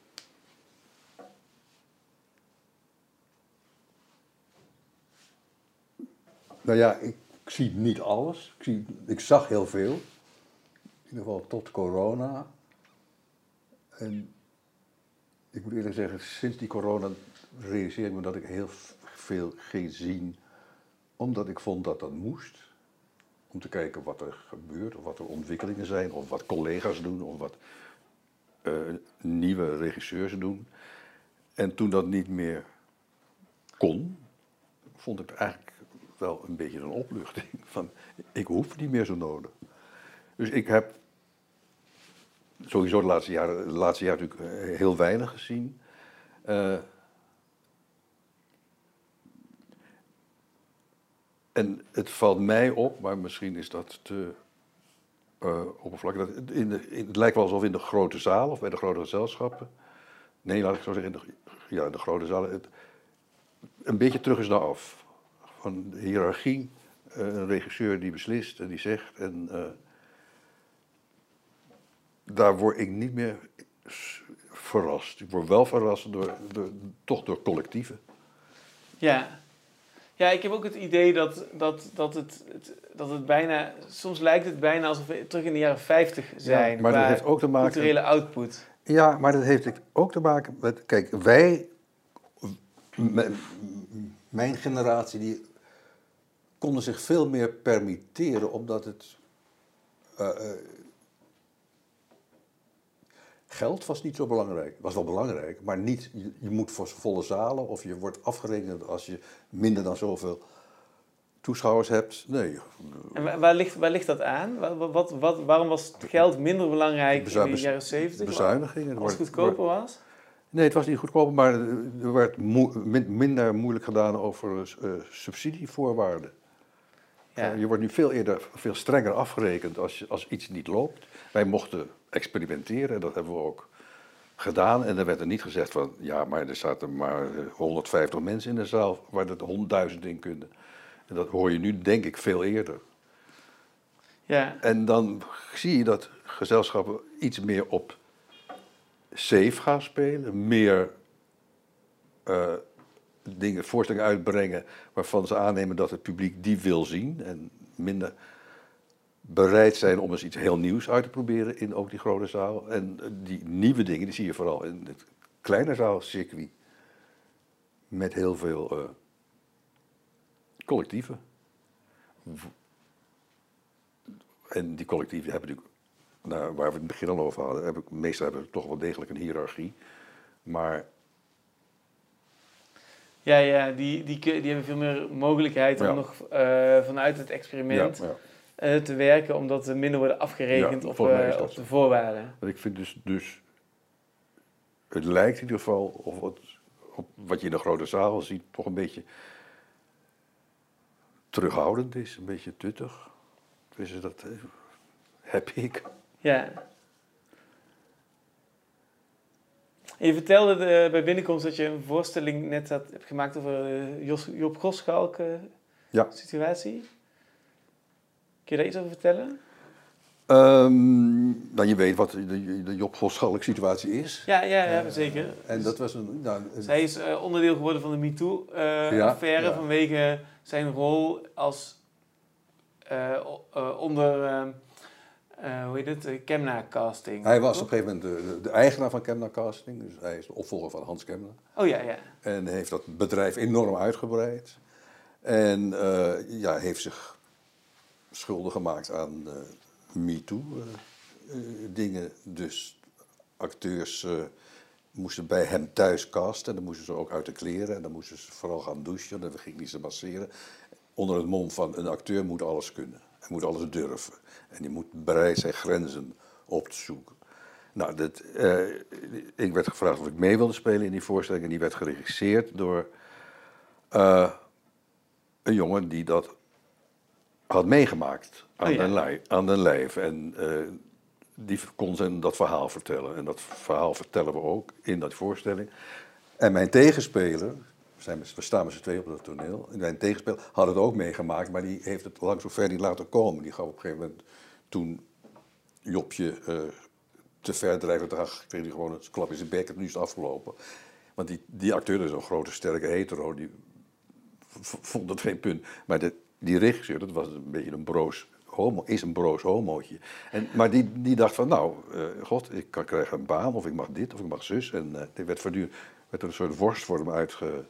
Nou ja, ik zie niet alles. Ik, zie, ik zag heel veel. In ieder geval tot corona. En ik moet eerlijk zeggen, sinds die corona realiseer ik me dat ik heel veel ging zien. Omdat ik vond dat dat moest. Om te kijken wat er gebeurt, of wat er ontwikkelingen zijn, of wat collega's doen, of wat uh, nieuwe regisseurs doen. En toen dat niet meer kon, vond ik het eigenlijk wel een beetje een opluchting. Van, ik hoef niet meer zo nodig. Dus ik heb sowieso de laatste jaren, de laatste jaren natuurlijk heel weinig gezien. Uh, En het valt mij op, maar misschien is dat te uh, oppervlakkig. Dat in de, in, het lijkt wel alsof in de grote zaal of bij de grote gezelschappen. Nee, laat ik zo zeggen, in de, ja, in de grote zalen. Het een beetje terug is naar af. Van de hiërarchie, uh, een regisseur die beslist en die zegt. En uh, daar word ik niet meer verrast. Ik word wel verrast door, door, toch door collectieven. Ja. Ja, ik heb ook het idee dat, dat, dat, het, het, dat het bijna... Soms lijkt het bijna alsof we terug in de jaren vijftig zijn. Ja, maar dat heeft ook te maken... culturele output. Ja, maar dat heeft ook te maken met... Kijk, wij... Mijn generatie, die konden zich veel meer permitteren, omdat het... Uh, uh, geld was niet zo belangrijk. Het was wel belangrijk, maar niet... Je, je moet voor volle zalen of je wordt afgerekend als je minder dan zoveel toeschouwers hebt. Nee. En waar, waar, ligt, waar ligt dat aan? Wat, wat, wat, waarom was het geld minder belangrijk Bezu- in de jaren zeventig? Bezuinigingen. Als het goedkoper was? Nee, het was niet goedkoper, maar er werd mo- minder moeilijk gedaan over uh, subsidievoorwaarden. Ja. Uh, je wordt nu veel eerder, veel strenger afgerekend als, je, als iets niet loopt. Wij mochten experimenteren en dat hebben we ook gedaan. En er werd er niet gezegd van, ja, maar er zaten maar honderdvijftig mensen in de zaal waar er honderdduizend in kunnen. En dat hoor je nu, denk ik, veel eerder. Ja. En dan zie je dat gezelschappen iets meer op safe gaan spelen, meer uh, dingen, voorstellingen uitbrengen waarvan ze aannemen dat het publiek die wil zien en minder bereid zijn om eens iets heel nieuws uit te proberen in ook die grote zaal. En die nieuwe dingen, die zie je vooral in het kleine zaalcircuit met heel veel uh, collectieven. En die collectieven hebben natuurlijk, nou, waar we het begin al over hadden, hebben, meestal hebben we toch wel degelijk een hiërarchie. Maar... Ja, ja die, die, die hebben veel meer mogelijkheid om ja. nog uh, vanuit het experiment ja, ja. Uh, te werken, omdat ze minder worden afgerekend ja, op, uh, op de voorwaarden. Ik vind dus, dus, het lijkt in ieder geval, of wat, op wat je in de grote zaal ziet, toch een beetje terughoudend is, een beetje tuttig. Dus dat uh, heb ik. Ja. En je vertelde de, bij binnenkomst dat je een voorstelling net had, hebt gemaakt over de Jos, Job Goschalk uh, ja. situatie. Kun je daar iets over vertellen? Um, nou, je weet wat de, de Job Goschalk situatie is. Ja, ja, ja uh, zeker. En dat was een... Nou, een... Zij is uh, onderdeel geworden van de MeToo-affaire uh, ja, ja. vanwege zijn rol als uh, uh, onder... Uh, Uh, hoe heet het? Uh, Kemna Casting. Hij was toch? op een gegeven moment de, de, de eigenaar van Kemna Casting. Dus hij is de opvolger van Hans Kemna. Oh ja, ja. En heeft dat bedrijf enorm uitgebreid. En uh, ja, heeft zich schuldig gemaakt aan uh, MeToo uh, uh, dingen. Dus acteurs uh, moesten bij hem thuis casten. En dan moesten ze ook uit de kleren. En dan moesten ze vooral gaan douchen. En dan ging hij ze masseren. Onder het mom van een acteur moet alles kunnen. Hij moet alles durven. En die moet bereid zijn grenzen op te zoeken. Nou, dat, uh, ik werd gevraagd of ik mee wilde spelen in die voorstelling. En die werd geregisseerd door uh, een jongen die dat had meegemaakt aan, oh ja. den, lijf, aan den lijf. En uh, die kon zijn dat verhaal vertellen. En dat verhaal vertellen we ook in dat voorstelling. En mijn tegenspeler, we, zijn, we staan met z'n tweeën op het toneel. En mijn tegenspeler had het ook meegemaakt, maar die heeft het lang zo ver niet laten komen. Die gaf op een gegeven moment, toen Jopje uh, te ver drijven, toen kreeg hij gewoon een klap in zijn bek en nu is het afgelopen. Want die, die acteur is een grote, sterke hetero, die v- vond dat geen punt. Maar de, die regisseur, dat was een beetje een broos homo, is een broos homootje. En, maar die, die dacht van, nou, uh, god, ik kan krijgen een baan, of ik mag dit, of ik mag zus. En uh, er werd voortdurend werd er een soort worst voor hem uitgehouden,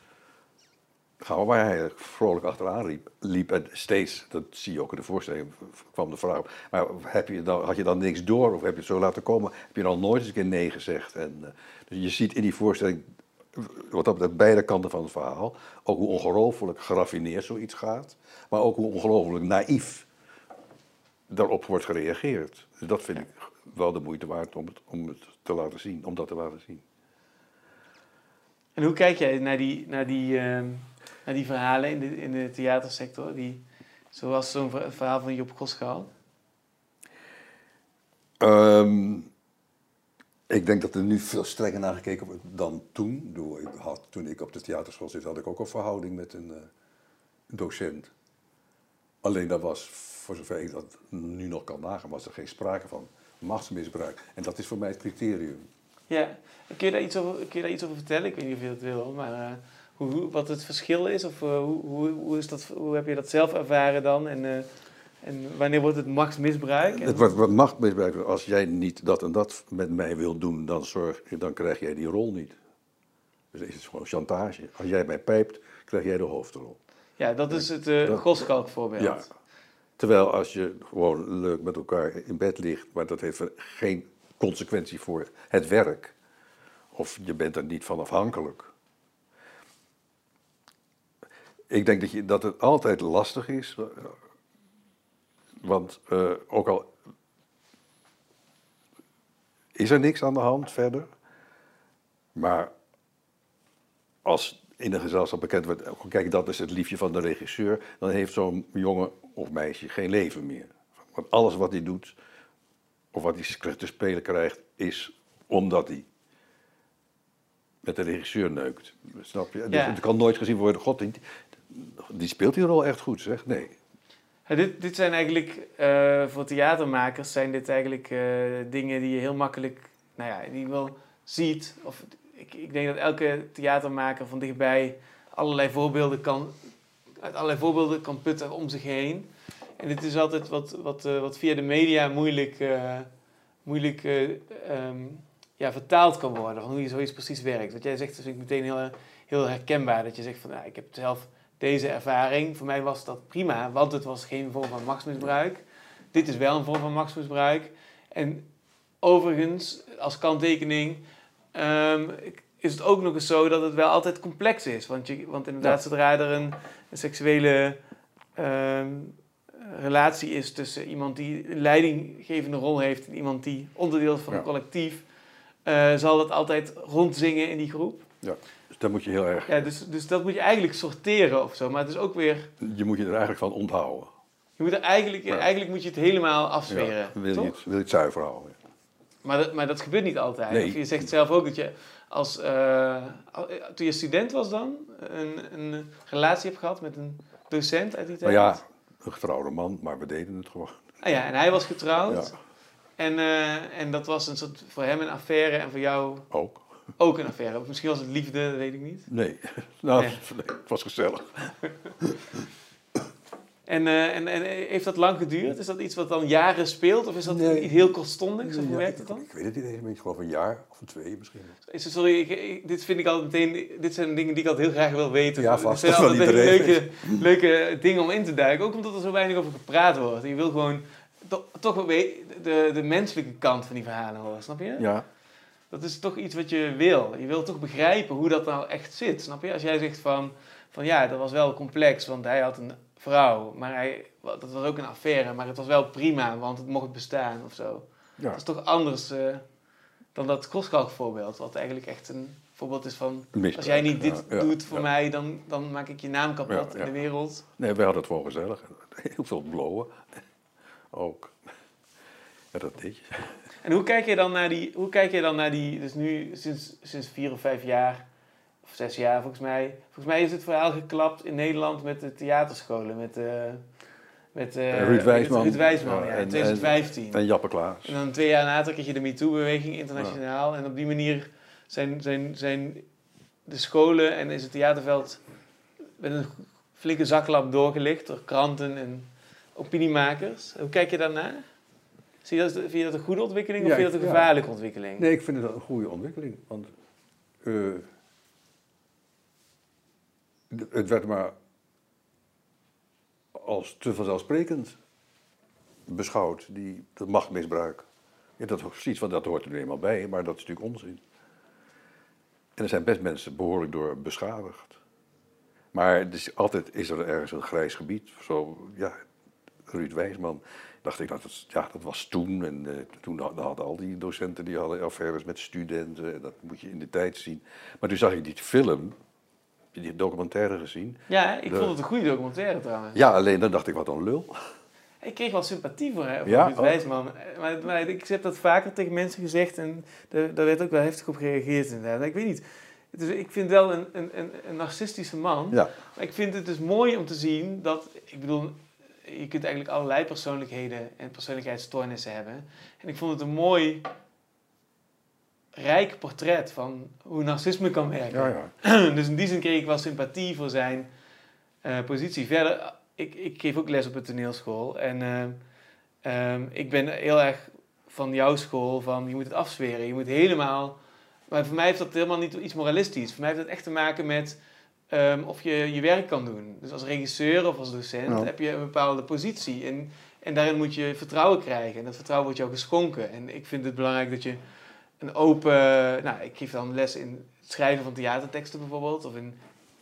waar hij vrolijk achteraan liep, liep. En steeds, dat zie je ook in de voorstelling, kwam de vraag, maar heb je dan, had je dan niks door, of heb je het zo laten komen? Heb je dan nooit eens een keer nee gezegd? En, uh, dus je ziet in die voorstelling, wat dat betreft, beide kanten van het verhaal, ook hoe ongelooflijk geraffineerd zoiets gaat, maar ook hoe ongelooflijk naïef daarop wordt gereageerd. Dus dat vind ik wel de moeite waard om het, om het te laten zien, om dat te laten zien. En hoe kijk jij naar die, naar die, uh, naar die verhalen in de, in de theatersector, die, zoals zo'n verhaal van Job Goschal? Um, ik denk dat er nu veel strenger naar gekeken wordt dan toen. Ik had, toen ik op de theaterschool zit, had ik ook een verhouding met een uh, docent. Alleen dat was, voor zover ik dat nu nog kan nagaan, was er geen sprake van machtsmisbruik. En dat is voor mij het criterium. Ja, kun je daar iets over, kun je daar iets over vertellen? Ik weet niet of je dat wil, maar uh, hoe, wat het verschil is? Of uh, hoe, hoe, hoe, is dat, hoe heb je dat zelf ervaren dan? En, uh, en wanneer wordt het machtsmisbruik? Het wordt wat machtsmisbruik. Als jij niet dat en dat met mij wilt doen, dan, zorg, dan krijg jij die rol niet. Dus het is gewoon chantage. Als jij mij pijpt, krijg jij de hoofdrol. Ja, dat is het uh, Goschalk voorbeeld. Ja. Terwijl als je gewoon leuk met elkaar in bed ligt, maar dat heeft geen consequentie voor het werk. Of je bent er niet van afhankelijk. Ik denk dat, je, dat het altijd lastig is. Want uh, ook al is er niks aan de hand verder. Maar als in een gezelschap bekend wordt, kijk, dat is het liefje van de regisseur, dan heeft zo'n jongen of meisje geen leven meer. Want alles wat hij doet, of wat hij te spelen krijgt, is omdat hij met de regisseur neukt. Snap je? Ja. Dus het kan nooit gezien worden, god, die, die speelt die rol echt goed, zeg. Nee. Ja, dit, dit zijn eigenlijk, uh, voor theatermakers zijn dit eigenlijk uh, dingen die je heel makkelijk, nou ja, die je wel ziet. Of, ik, ik denk dat elke theatermaker van dichtbij allerlei voorbeelden kan, uit allerlei voorbeelden kan putten om zich heen. En dit is altijd wat, wat, uh, wat via de media moeilijk, uh, moeilijk uh, um, ja, vertaald kan worden, van hoe je zoiets precies werkt. Wat jij zegt, is vind ik meteen heel, heel herkenbaar. Dat je zegt van, nou, ik heb zelf deze ervaring. Voor mij was dat prima, want het was geen vorm van machtsmisbruik. Dit is wel een vorm van machtsmisbruik. En overigens, als kanttekening, um, is het ook nog eens zo dat het wel altijd complex is. Want, je, want inderdaad, ja. zodra er een, een seksuele um, relatie is tussen iemand die een leidinggevende rol heeft en iemand die onderdeel is van ja. een collectief, uh, zal dat altijd rondzingen in die groep. Ja. Dus dat moet je heel erg... Ja, dus, dus dat moet je eigenlijk sorteren of zo. Maar het is ook weer... Je moet je er eigenlijk van onthouden. Je moet er eigenlijk, ja. eigenlijk moet je het helemaal afsferen, ja, wil, je toch? het, wil je het zuiver houden. Ja. Maar, dat, maar dat gebeurt niet altijd. Nee. Of je zegt zelf ook dat je als... Uh, toen je student was dan, een, een relatie hebt gehad met een docent uit die tijd? Nou ja, een getrouwde man, maar we deden het gewoon. Ah ja, en hij was getrouwd. Ja. En, uh, en dat was een soort, voor hem een affaire en voor jou... Ook. Ook een affaire. Of misschien was het liefde, dat weet ik niet. Nee, nou, ja. nee, het was gezellig. en, uh, en, en heeft dat lang geduurd? Is dat iets wat dan jaren speelt? Of is dat nee. iets heel kortstondigs? Of hoe ja, werkt het dan? Ik, ik weet het niet eens meer. Ik geloof een jaar of een twee misschien. Is het, sorry, ik, ik, dit vind ik altijd meteen... Dit zijn dingen die ik altijd heel graag wil weten. Ja, vast. Dit zijn altijd leuke, leuke dingen om in te duiken. Ook omdat er zo weinig over gepraat wordt. En je wil gewoon to, toch wel de, de menselijke kant van die verhalen horen. Snap je? Ja. dat is toch iets wat je wil. Je wil toch begrijpen hoe dat nou echt zit, snap je? Als jij zegt van, van ja, dat was wel complex, want hij had een vrouw, maar hij, dat was ook een affaire, maar het was wel prima, want het mocht bestaan of zo. Ja. Dat is toch anders uh, dan dat Kroskalk voorbeeld, wat eigenlijk echt een voorbeeld is van, Misbruik, als jij niet dit ja, ja, doet voor ja. mij, dan, dan maak ik je naam kapot Ja, ja. in de wereld. Nee, wij hadden het gewoon gezellig. Heel veel blowen. Ook. Ja, dat deed je. En hoe kijk je dan naar die, hoe kijk je dan naar die, dus nu sinds, sinds vier of vijf jaar, of zes jaar volgens mij, volgens mij is het verhaal geklapt in Nederland met de theaterscholen, met, uh, met uh, Ruud Wijsman. Ruud Wijsman, ja, ja, in en, twintig vijftien. En, en Jappe Klaas. En dan twee jaar later kreeg je de MeToo-beweging internationaal. Ja. En op die manier zijn, zijn, zijn de scholen en is het theaterveld met een flinke zaklap doorgelicht door kranten en opiniemakers. Hoe kijk je daarnaar? Zie je dat, vind je dat een goede ontwikkeling of Ja, vind je dat een gevaarlijke ja. ontwikkeling? Nee, ik vind het een goede ontwikkeling. Want uh, het werd maar als te vanzelfsprekend beschouwd, die, dat machtmisbruik. Ja, dat, iets van, dat hoort er nu eenmaal bij, maar dat is natuurlijk onzin. En er zijn best mensen behoorlijk door beschadigd. Maar dus altijd is er ergens een grijs gebied. Zo, ja, Ruud Wijsman, dacht ik, dat, het, ja, dat was toen. En uh, toen hadden al die docenten die hadden affaires met studenten. Dat moet je in de tijd zien. Maar toen zag ik die film, heb je die documentaire gezien? Ja, ik de, vond het een goede documentaire trouwens. Ja, alleen dan dacht ik, wat een lul. Ik kreeg wel sympathie voor, hè, voor ja? Ruud Wijsman. Maar, maar ik heb dat vaker tegen mensen gezegd en daar, daar werd ook wel heftig op gereageerd inderdaad. Ik weet niet. Dus ik vind wel een, een, een narcistische man. Ja. Maar ik vind het dus mooi om te zien dat, ik bedoel, je kunt eigenlijk allerlei persoonlijkheden en persoonlijkheidsstoornissen hebben. En ik vond het een mooi, rijk portret van hoe narcisme kan werken. Ja, ja. Dus in die zin kreeg ik wel sympathie voor zijn uh, positie. Verder, ik, ik geef ook les op een toneelschool. En uh, um, ik ben heel erg van jouw school, van je moet het afzweren. Je moet helemaal... Maar voor mij heeft dat helemaal niet iets moralistisch. Voor mij heeft dat echt te maken met um, of je je werk kan doen. Dus als regisseur of als docent ja. heb je een bepaalde positie. En, en daarin moet je vertrouwen krijgen. En dat vertrouwen wordt jou geschonken. En ik vind het belangrijk dat je een open... Nou, ik geef dan les in het schrijven van theaterteksten bijvoorbeeld. Of in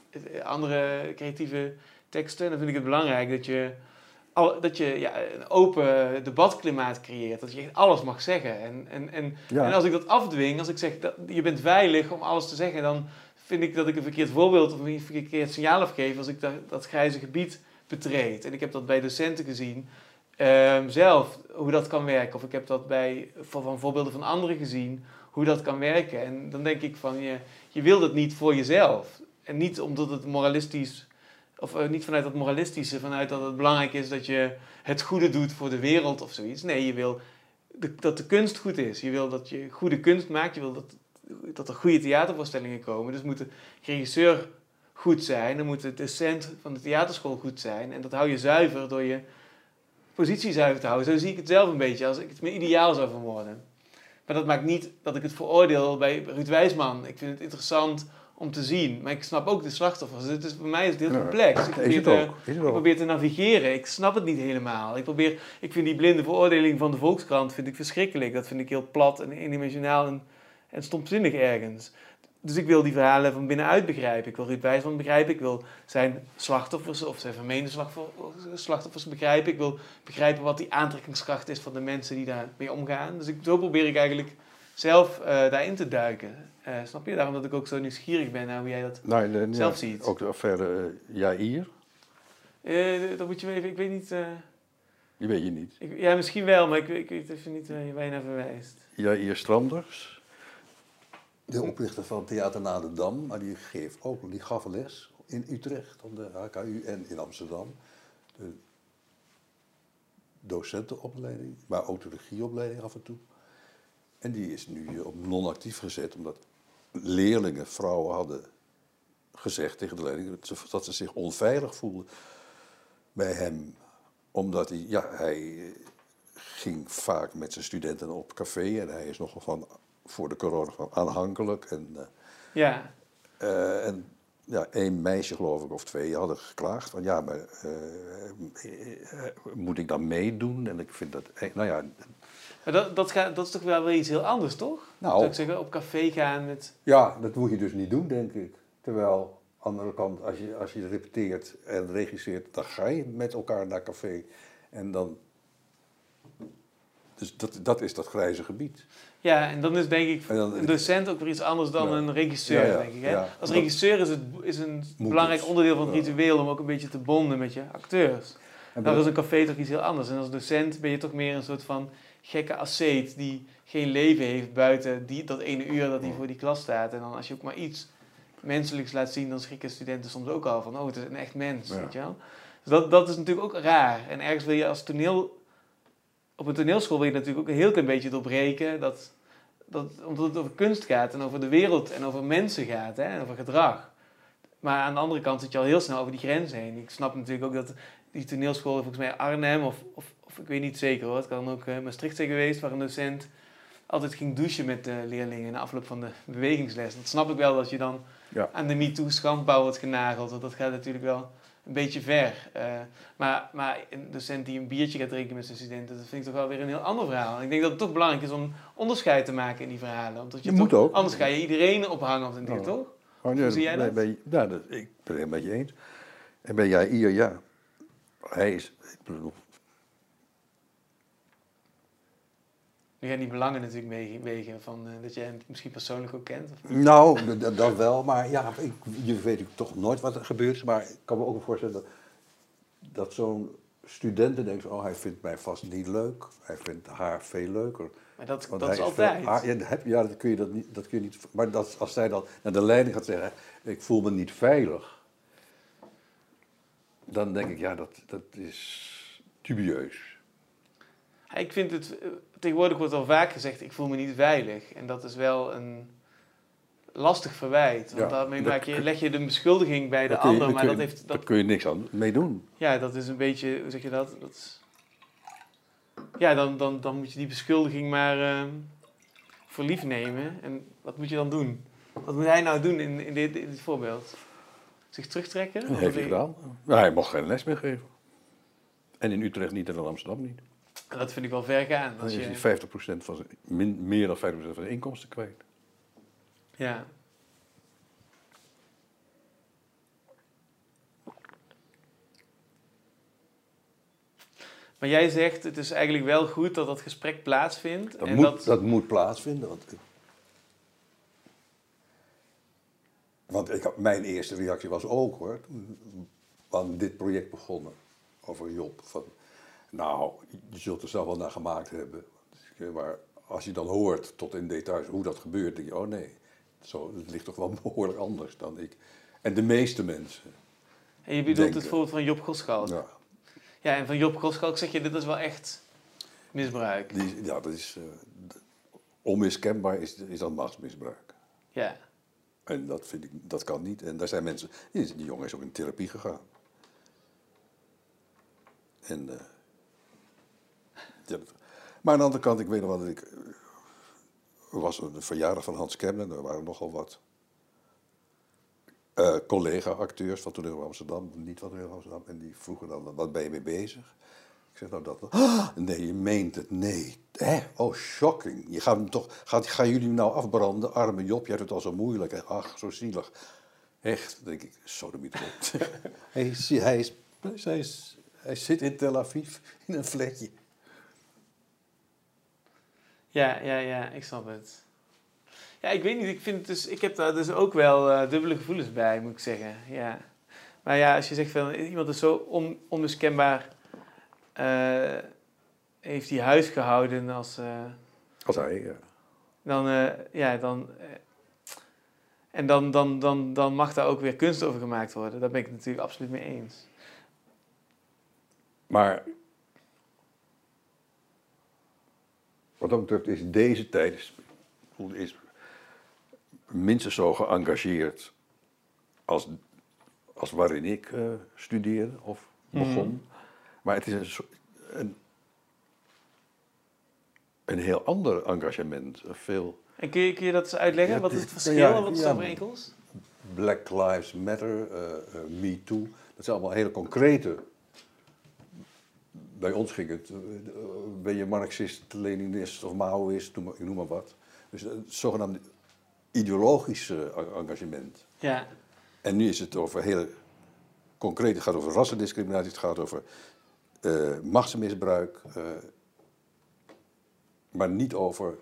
andere creatieve teksten. En dan vind ik het belangrijk dat je... Al, dat je ja, een open debatklimaat creëert. Dat je echt alles mag zeggen. En, en, en, ja. en als ik dat afdwing, als ik zeg dat je bent veilig om alles te zeggen, dan vind ik dat ik een verkeerd voorbeeld of een verkeerd signaal afgeef als ik dat, dat grijze gebied betreed. En ik heb dat bij docenten gezien, um, zelf, hoe dat kan werken. Of ik heb dat bij, van voorbeelden van anderen gezien, hoe dat kan werken. En dan denk ik van, je, je wil dat niet voor jezelf. En niet omdat het moralistisch... Of uh, niet vanuit dat moralistische, vanuit dat het belangrijk is dat je het goede doet voor de wereld of zoiets. Nee, je wil de, dat de kunst goed is. Je wil dat je goede kunst maakt. Je wil dat, dat er goede theatervoorstellingen komen. Dus moet de regisseur goed zijn. Dan moet de docent van de theaterschool goed zijn. En dat hou je zuiver door je positie zuiver te houden. Zo zie ik het zelf een beetje, als ik het mijn ideaal zou verwoorden. Maar dat maakt niet dat ik het veroordeel bij Ruud Wijsman. Ik vind het interessant om te zien. Maar ik snap ook de slachtoffers. Het is, voor mij is het heel ja, complex. Ik probeer, te, ik probeer te navigeren. Ik snap het niet helemaal. Ik, probeer, ik vind die blinde veroordeling van de Volkskrant vind ik verschrikkelijk. Dat vind ik heel plat en eendimensionaal en, en stomzinnig ergens. Dus ik wil die verhalen van binnenuit begrijpen. Ik wil Ruud Wijsman begrijpen. Ik wil zijn slachtoffers of zijn vermeende slachtoffers begrijpen. Ik wil begrijpen wat die aantrekkingskracht is van de mensen die daarmee omgaan. Dus ik, zo probeer ik eigenlijk zelf uh, daarin te duiken. Uh, snap je? Daarom dat ik ook zo nieuwsgierig ben naar hoe jij dat nee, nee, zelf ja, ziet. Ook de affaire uh, Jair? Uh, dat moet je even... Ik weet niet... Uh, die weet je niet? Ik, ja, misschien wel, maar ik, ik weet even niet uh, waar je naar verwijst. Jair Stranders? De oprichter van Theater Na de Dam, maar die, geeft ook, die gaf les in Utrecht, op de H K U en in Amsterdam. De docentenopleiding, maar ook de regieopleiding af en toe. En die is nu op non-actief gezet, omdat leerlingen, vrouwen hadden gezegd tegen de leerlingen dat ze zich onveilig voelden bij hem. Omdat hij, ja, hij ging vaak met zijn studenten op café en hij is nogal van, voor de corona van aanhankelijk. En, uh, ja. Uh, en ja, één meisje geloof ik of twee hadden geklaagd van ja, maar uh, uh, moet ik dan meedoen? En ik vind dat, nou ja... Maar dat, dat, gaat, dat is toch wel weer iets heel anders, toch? Nou, Zou ik zeggen, op café gaan met... Ja, dat moet je dus niet doen, denk ik. Terwijl, aan de andere kant, als je, als je repeteert en regisseert, dan ga je met elkaar naar café. En dan... Dus dat, dat is dat grijze gebied. Ja, en dan is denk ik dan, een docent ook weer iets anders dan ja. een regisseur, ja, ja, denk ik. Hè? ja. Als regisseur is het is een moet belangrijk het. onderdeel van het Ja. ritueel om ook een beetje te bonden met je acteurs. En Dan is een café toch iets heel anders. En als docent ben je toch meer een soort van gekke asceet die geen leven heeft buiten die, dat ene uur dat hij voor die klas staat. En dan als je ook maar iets menselijks laat zien, dan schrikken studenten soms ook al van, oh, het is een echt mens, Ja. weet je wel. Dus dat, dat is natuurlijk ook raar. En ergens wil je als toneel... Op een toneelschool wil je natuurlijk ook een heel klein beetje doorbreken, dat, dat, omdat het over kunst gaat en over de wereld en over mensen gaat, hè, en over gedrag. Maar aan de andere kant zit je al heel snel over die grens heen. Ik snap natuurlijk ook dat die toneelschool, volgens mij Arnhem, of, of, of ik weet niet zeker hoor, het kan ook uh, Maastricht zijn geweest, waar een docent altijd ging douchen met de leerlingen na afloop van de bewegingsles. Dat snap ik wel, dat je dan Ja. aan de MeToo-schandpaal wordt genageld, want dat gaat natuurlijk wel een beetje ver. Uh, maar, maar een docent die een biertje gaat drinken met zijn studenten, dat vind ik toch wel weer een heel ander verhaal. En ik denk dat het toch belangrijk is om onderscheid te maken in die verhalen. Omdat je Je moet toch, ook. Anders ga je iedereen ophangen op den duur, Ja. toch? Oh, Hoe zie jij nee, dat? Ben je, ja, dat? Ik ben het met je eens. En ben jij hier, ja. Hij is, ik bedoel, Nu gaan die belangen natuurlijk mee- wegen van uh, dat jij hem misschien persoonlijk ook kent. Of? nou, dat, dat wel, maar ja, ik, je weet natuurlijk toch nooit wat er gebeurt. Maar ik kan me ook voorstellen dat, dat zo'n student denkt, oh, hij vindt mij vast niet leuk. Hij vindt haar veel leuker. Maar dat, Want dat hij is veel- altijd. ah, ja, dat heb- ja, dat kun je, dat niet, dat kun je niet. Maar dat, als zij dan naar de leiding gaat zeggen, ik voel me niet veilig. Dan denk ik, ja, dat, dat is dubieus. Ja, ik vind het, uh, tegenwoordig wordt al vaak gezegd, ik voel me niet veilig. En dat is wel een lastig verwijt. Want Ja, daarmee dat maak je, kun- leg je de beschuldiging bij de Daar kun je- ander. daar Maar kun dat je- heeft... daar Dat, kun je niks aan mee doen. ja, dat is een beetje, hoe zeg je dat? dat is, ja, dan, dan, dan moet je die beschuldiging maar uh, voor lief nemen. En wat moet je dan doen? Wat moet hij nou doen in, in, dit, in dit voorbeeld? Zich terugtrekken? Dat Of heeft hij hij- gedaan. Maar hij mocht geen les meer geven. En in Utrecht niet en in Amsterdam niet. En dat vind ik wel ver gaan. Dan Als is hij je, vijftig procent van zijn, min, meer dan vijftig procent van zijn inkomsten kwijt. ja. Maar jij zegt, het is eigenlijk wel goed dat dat gesprek plaatsvindt. Dat, en moet, dat, dat moet plaatsvinden. Want, ik, want ik, had- mijn eerste reactie was ook hoor, toen we aan dit project begonnen, over Job. Van, nou, je zult er zelf wel naar gemaakt hebben. Maar als je dan hoort tot in details hoe dat gebeurt, denk je, oh nee, zo, het ligt toch wel behoorlijk anders dan ik. En de meeste mensen. en je bedoelt denken. het voorbeeld van Job Goschalk. Ja. Ja, en van Job Goschalk zeg je, dit is wel echt misbruik. die, ja dat is uh, onmiskenbaar is, is dat machtsmisbruik. Ja. En dat vind ik, dat kan niet. En daar zijn mensen, die, die jongen is ook in therapie gegaan. En, uh, ja, dat- maar aan de andere kant, ik weet nog wel dat ik, er was een verjaardag van Hans Kemmen, er waren nogal wat uh, collega-acteurs van Toneel Amsterdam, niet van Toneel Amsterdam, en die vroegen dan, wat ben je mee bezig? Ik zeg nou dat, ah, nee, je meent het, nee. Hè? Oh, shocking. Je gaat hem toch, gaat, gaan jullie hem nou afbranden? Arme Job, jij doet het al zo moeilijk. Hè? Ach, zo zielig. Echt, dan denk ik, sodomiet op. hij, is, hij, is, hij, is, hij zit in Tel Aviv in een flatje. Ja, ja, ja, ik snap het. Ja, ik weet niet, ik, vind het dus, ik heb daar dus ook wel uh, dubbele gevoelens bij, moet ik zeggen. Ja. Maar ja, als je zegt van iemand is zo on, onmiskenbaar, uh, heeft hij huis gehouden als... Uh, Als hij, ja. Dan, uh, ja, dan... Uh, en dan, dan, dan, dan mag daar ook weer kunst over gemaakt worden. Daar ben ik het natuurlijk absoluut mee eens. Maar wat dat betreft is deze tijd is, is minstens zo geëngageerd als, als waarin ik uh, studeerde of begon. Mm. Maar het is een, soort- een, een heel ander engagement. Veel En kun je, kun je dat eens uitleggen? Ja, Wat het is het is- verschil? ja, Wat is de ja. overeenkomst? Black Lives Matter, uh, uh, Me Too. Dat zijn allemaal hele concrete bij ons ging het, uh, ben je Marxist, Leninist of Maoïst, noem maar, noem maar wat. Dus het zogenaamde ideologische engagement. Ja. En nu is het over hele concreet, het gaat over rassendiscriminatie, het gaat over uh, machtsmisbruik, uh, maar niet over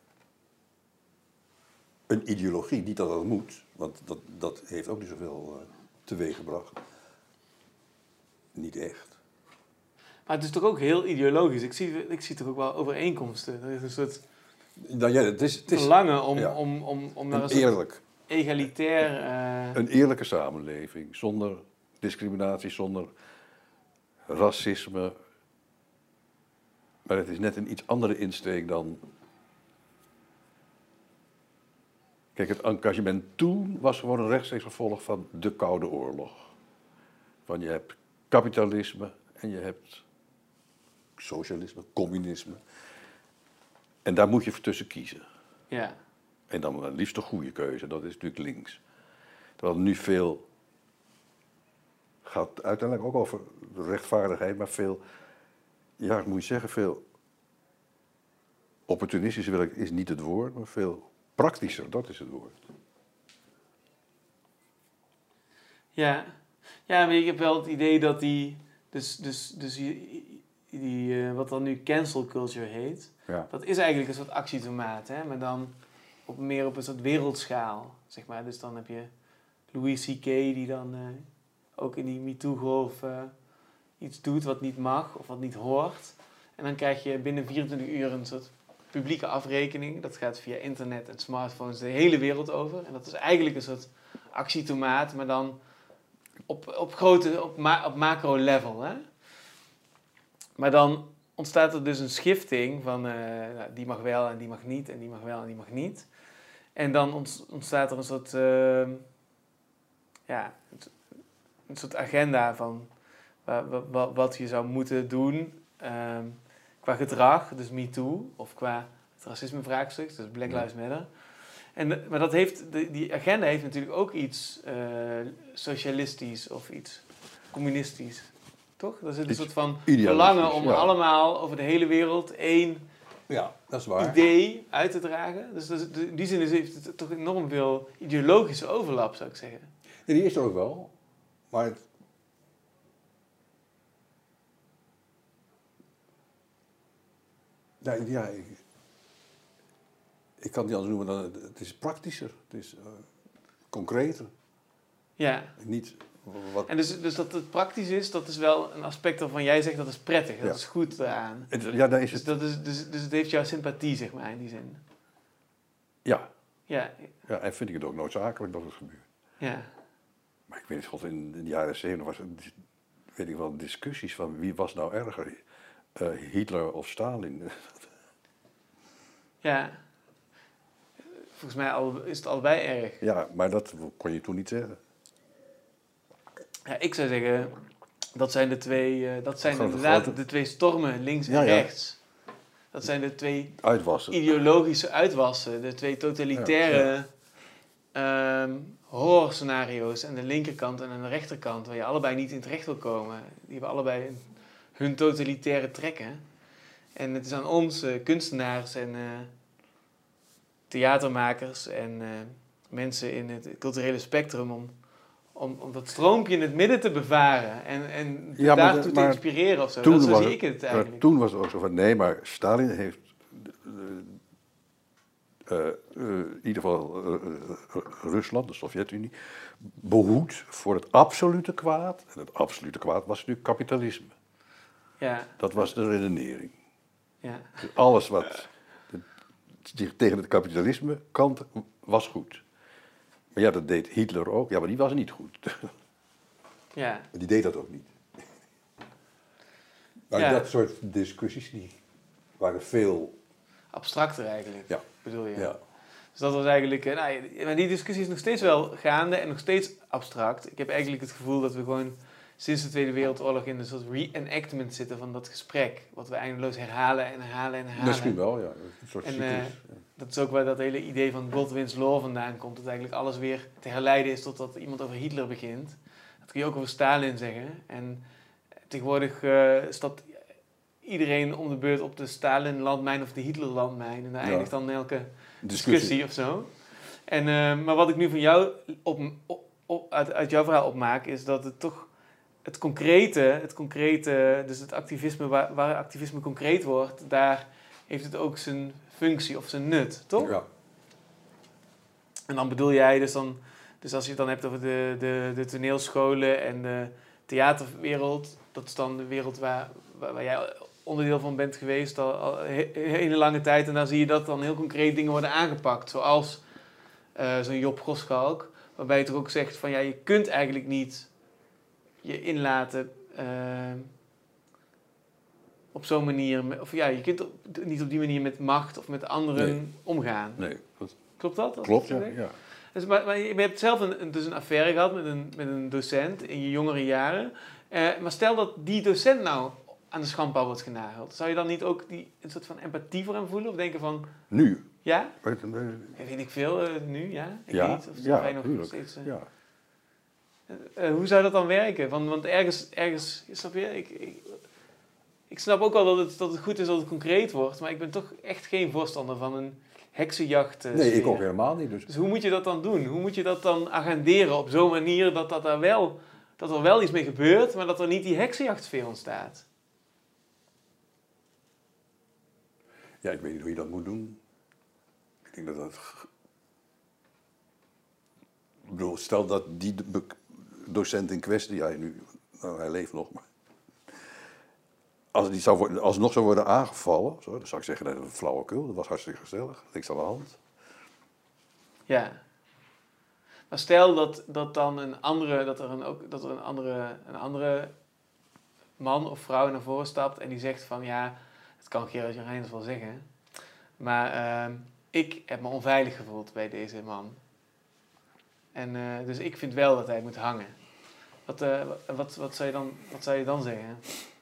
een ideologie. Niet dat dat moet, want dat, dat heeft ook niet zoveel uh, teweeggebracht. Niet echt. Maar het is toch ook heel ideologisch. Ik zie, ik zie toch ook wel overeenkomsten. Er is een soort Nou ja, het is, het is verlangen om, ja. om, om, om naar een een soort eerlijk, egalitair... Uh... een eerlijke samenleving, zonder discriminatie, zonder racisme. Maar het is net een iets andere insteek dan... Kijk, het engagement toen was gewoon een rechtstreeks gevolg van de Koude Oorlog. Van je hebt kapitalisme en je hebt socialisme, communisme. En daar moet je voor tussen kiezen. Ja. En dan het liefst een goede keuze, dat is natuurlijk links. Terwijl nu veel gaat uiteindelijk ook over rechtvaardigheid, maar veel, ja, hoe moet je zeggen, veel opportunistisch wil ik, is niet het woord, maar veel praktischer, dat is het woord. Ja, ja, maar ik heb wel het idee dat die, dus, dus, dus die, die uh, wat dan nu cancel culture heet, Ja. dat is eigenlijk een soort actietomaat, hè, maar dan op, meer op een soort wereldschaal, zeg maar. Dus dan heb je Louis C K die dan uh, ook in die MeToo-golf uh, iets doet wat niet mag of wat niet hoort. En dan krijg je binnen vierentwintig uur een soort publieke afrekening. Dat gaat via internet en smartphones de hele wereld over. En dat is eigenlijk een soort actietomaat, maar dan op, op grote, op, ma- op macro-level. Hè? Maar dan ontstaat er dus een schifting van uh, nou, die mag wel en die mag niet en die mag wel en die mag niet. En dan ontstaat er een soort, uh, ja, een soort agenda van uh, wat, wat je zou moeten doen um, qua gedrag, dus MeToo, of qua het racisme-vraagstuk, dus Black Lives Matter. En, maar dat heeft, de, die agenda heeft natuurlijk ook iets uh, socialistisch of iets communistisch. Toch? Er zit een soort van verlangen om ja. allemaal over de hele wereld één ja, dat is waar. idee uit te dragen. Dus, dus in die zin heeft het toch enorm veel ideologische overlap, zou ik zeggen. Ja, die is er ook wel. Maar het... Ja, ja ik... ik kan het niet anders noemen dan... Het is praktischer. Het is uh, concreter. Ja. Niet... Wat... En dus, dus dat het praktisch is, dat is wel een aspect waarvan jij zegt dat is prettig, dat ja. is goed aan. Ja, daar is dus, het... dat is, dus, dus het heeft jouw sympathie, zeg maar, in die zin. Ja. Ja. Ja, en vind ik het ook noodzakelijk dat het gebeurt. Ja. Maar ik weet niet, in de jaren zeventig was het, weet ik wel, discussies van wie was nou erger, uh, Hitler of Stalin. Ja. Volgens mij al, is het allebei erg. Ja, maar dat kon je toen niet zeggen. Ja, ik zou zeggen, dat zijn de twee, uh, dat zijn inderdaad grote... de twee stormen, links en ja, rechts. Ja. Dat zijn de twee uitwassen. Ideologische uitwassen, de twee totalitaire ja, ja. Um, horrorscenario's aan de linkerkant en aan de rechterkant, waar je allebei niet in terecht wil komen. Die hebben allebei hun totalitaire trekken. En het is aan ons, uh, kunstenaars en uh, theatermakers en uh, mensen in het culturele spectrum, om Om, om dat stroompje in het midden te bevaren en, en ja, daartoe maar, te maar inspireren of zo. Dat zo zie ik het eigenlijk. Maar toen was het ook zo van, nee, maar Stalin heeft uh, uh, in ieder geval uh, uh, Rusland, de Sovjet-Unie, behoed voor het absolute kwaad. En het absolute kwaad was nu kapitalisme. Ja. Dat was de redenering. Ja. Dus alles wat de, tegen het kapitalisme kant was goed. Maar ja, dat deed Hitler ook. Ja, maar die was niet goed. Ja. Die deed dat ook niet. Maar ja. Dat soort discussies, die waren veel... abstracter eigenlijk, ja. bedoel je? Ja. Dus dat was eigenlijk... Nou, maar die discussie is nog steeds wel gaande en nog steeds abstract. Ik heb eigenlijk het gevoel dat we gewoon sinds de Tweede Wereldoorlog in een soort reenactment zitten van dat gesprek. Wat we eindeloos herhalen en herhalen en herhalen. Misschien wel, ja. Een soort en, cyclus. Uh, ja. Dat is ook waar dat hele idee van Godwin's Law vandaan komt. Dat eigenlijk alles weer te herleiden is totdat iemand over Hitler begint. Dat kun je ook over Stalin zeggen. En tegenwoordig uh, is dat iedereen om de beurt op de Stalin-landmijn of de Hitler-landmijn. En daar Ja. eindigt dan elke Discussie. discussie of zo. En, uh, maar wat ik nu van jou op, op, op, uit, uit jouw verhaal opmaak, is dat het toch het concrete, het concrete, dus het activisme, waar, waar activisme concreet wordt, daar heeft het ook zijn functie of zijn nut, toch? Ja. En dan bedoel jij dus dan, dus als je het dan hebt over de, de, de toneelscholen en de theaterwereld, dat is dan de wereld waar, waar, waar jij onderdeel van bent geweest al, al een hele lange tijd. En dan zie je dat dan heel concreet dingen worden aangepakt, zoals uh, zo'n Job Goschalk, waarbij je toch ook zegt van ja, je kunt eigenlijk niet je inlaten uh, op zo'n manier, of ja, je kunt op, niet op die manier met macht of met anderen Nee. omgaan. Nee, dat Klopt dat? klopt, ja. ja. Dus, maar, maar je hebt zelf een, een, dus een affaire gehad met een, met een docent in je jongere jaren. Uh, maar stel dat die docent nou aan de schandpaal wordt genageld. Zou je dan niet ook die, een soort van empathie voor hem voelen? Of denken van... Nu? Ja? Weet, uh, weet ik veel, uh, nu, ja? Ik ja, weet niet. Of ja, ga je nog tuurlijk. steeds... Uh, ja. uh, hoe zou dat dan werken? Want, want ergens, ergens, snap je? Ik, ik, ik snap ook wel dat het, dat het goed is dat het concreet wordt. Maar ik ben toch echt geen voorstander van een heksenjacht. Uh, nee, sfeer. ik ook helemaal niet. Dus. dus hoe moet je dat dan doen? Hoe moet je dat dan agenderen op zo'n manier dat, dat, er wel, dat er wel iets mee gebeurt, maar dat er niet die heksenjachtsfeer ontstaat? Ja, ik weet niet hoe je dat moet doen. Ik denk dat dat... Ik bedoel, stel dat die docent in kwestie, hij, nu, nou, hij leeft nog, maar... Als die zou worden, alsnog zou worden aangevallen, zo, dan zou ik zeggen, dat is een flauwekul, dat was hartstikke gezellig, niks aan de hand. Ja. Maar stel dat, dat dan een andere, dat er een, ook, dat er een andere, een andere man of vrouw naar voren stapt en die zegt van ja, dat kan Gerard-Jan Reinders wel zeggen, maar uh, ik heb me onveilig gevoeld bij deze man. En uh, dus ik vind wel dat hij moet hangen. Wat, uh, wat, wat, zou je dan, wat zou je dan zeggen?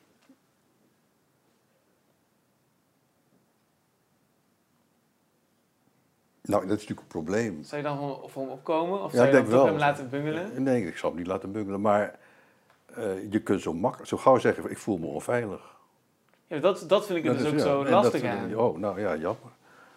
Nou, dat is natuurlijk een probleem. Zou je dan voor, voor hem opkomen? Of ja, zou je dan toch wel. hem laten bungelen? Nee, ik zal hem niet laten bungelen, maar uh, je kunt zo makkelijk, zo gauw zeggen, ik voel me onveilig. Ja, dat, dat vind ik er dat dus is, ook ja, zo lastig dat, aan. Oh, nou ja, jammer.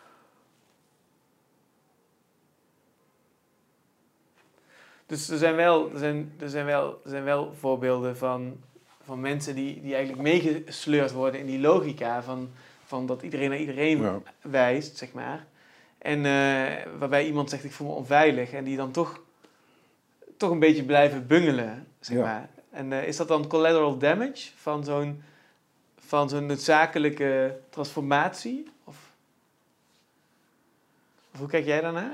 Dus er zijn wel, er zijn, er zijn wel, er zijn wel voorbeelden van, van mensen die, die eigenlijk meegesleurd worden in die logica van, van dat iedereen naar iedereen ja. wijst, zeg maar. En uh, waarbij iemand zegt, ik voel me onveilig. En die dan toch, toch een beetje blijven bungelen, zeg ja. maar. En uh, is dat dan collateral damage van zo'n, van zo'n noodzakelijke transformatie? Of, of hoe kijk jij daarnaar?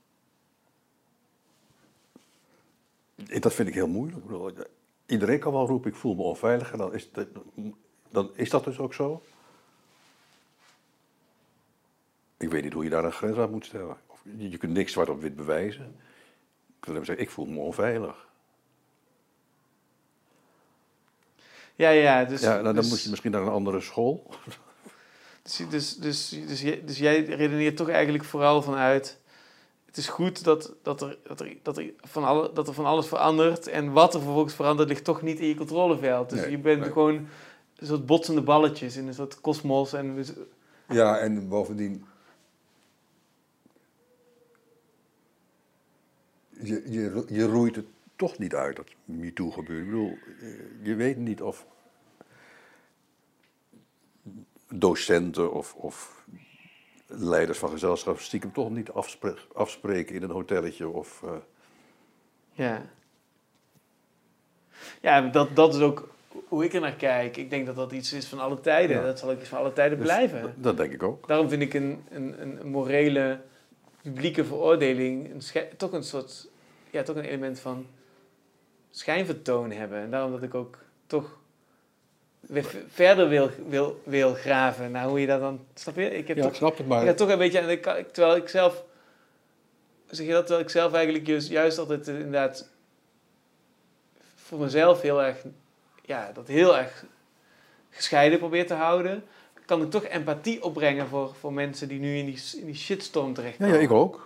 Dat vind ik heel moeilijk. Iedereen kan wel roepen, ik voel me onveilig. En dan is, dat, dan is dat dus ook zo. Ik weet niet hoe je daar een grens aan moet stellen. Of, je kunt niks zwart op wit bewijzen. Ik wil hem zeggen, ik voel me onveilig. Ja, ja. Dus, ja, nou, dan dus, moet je misschien naar een andere school. Dus, dus, dus, dus, dus jij redeneert toch eigenlijk vooral vanuit... Het is goed dat, dat, er, dat, er, dat, er van alle, dat er van alles verandert. En wat er vervolgens verandert, ligt toch niet in je controleveld. Dus nee, je bent nee. gewoon een soort botsende balletjes in een soort kosmos. En we... Ja, en bovendien... Je, je, je roeit het toch niet uit dat MeToo gebeurt. Ik bedoel, je weet niet of docenten of, of leiders van gezelschappen stiekem toch niet afspre- afspreken in een hotelletje of... Uh... Ja. Ja, dat, dat is ook hoe ik er naar kijk. Ik denk dat dat iets is van alle tijden. Ja. Dat zal ook iets van alle tijden dus blijven. Dat, dat denk ik ook. Daarom vind ik een, een, een morele, publieke veroordeling een sche- toch een soort... Ja, toch een element van schijnvertoon hebben. En daarom dat ik ook toch weer v- verder wil, wil, wil graven naar hoe je dat dan... Snap je? Ik heb ja, toch, ik snap het, maar... Ik heb toch een beetje... Ik, ik, terwijl ik zelf... Zeg je dat? Terwijl ik zelf eigenlijk juist, juist altijd uh, inderdaad... Voor mezelf heel erg... Ja, dat heel erg gescheiden probeer te houden. Kan ik toch empathie opbrengen voor, voor mensen die nu in die, in die shitstorm terechtkomen. Ja, ja, ik ook.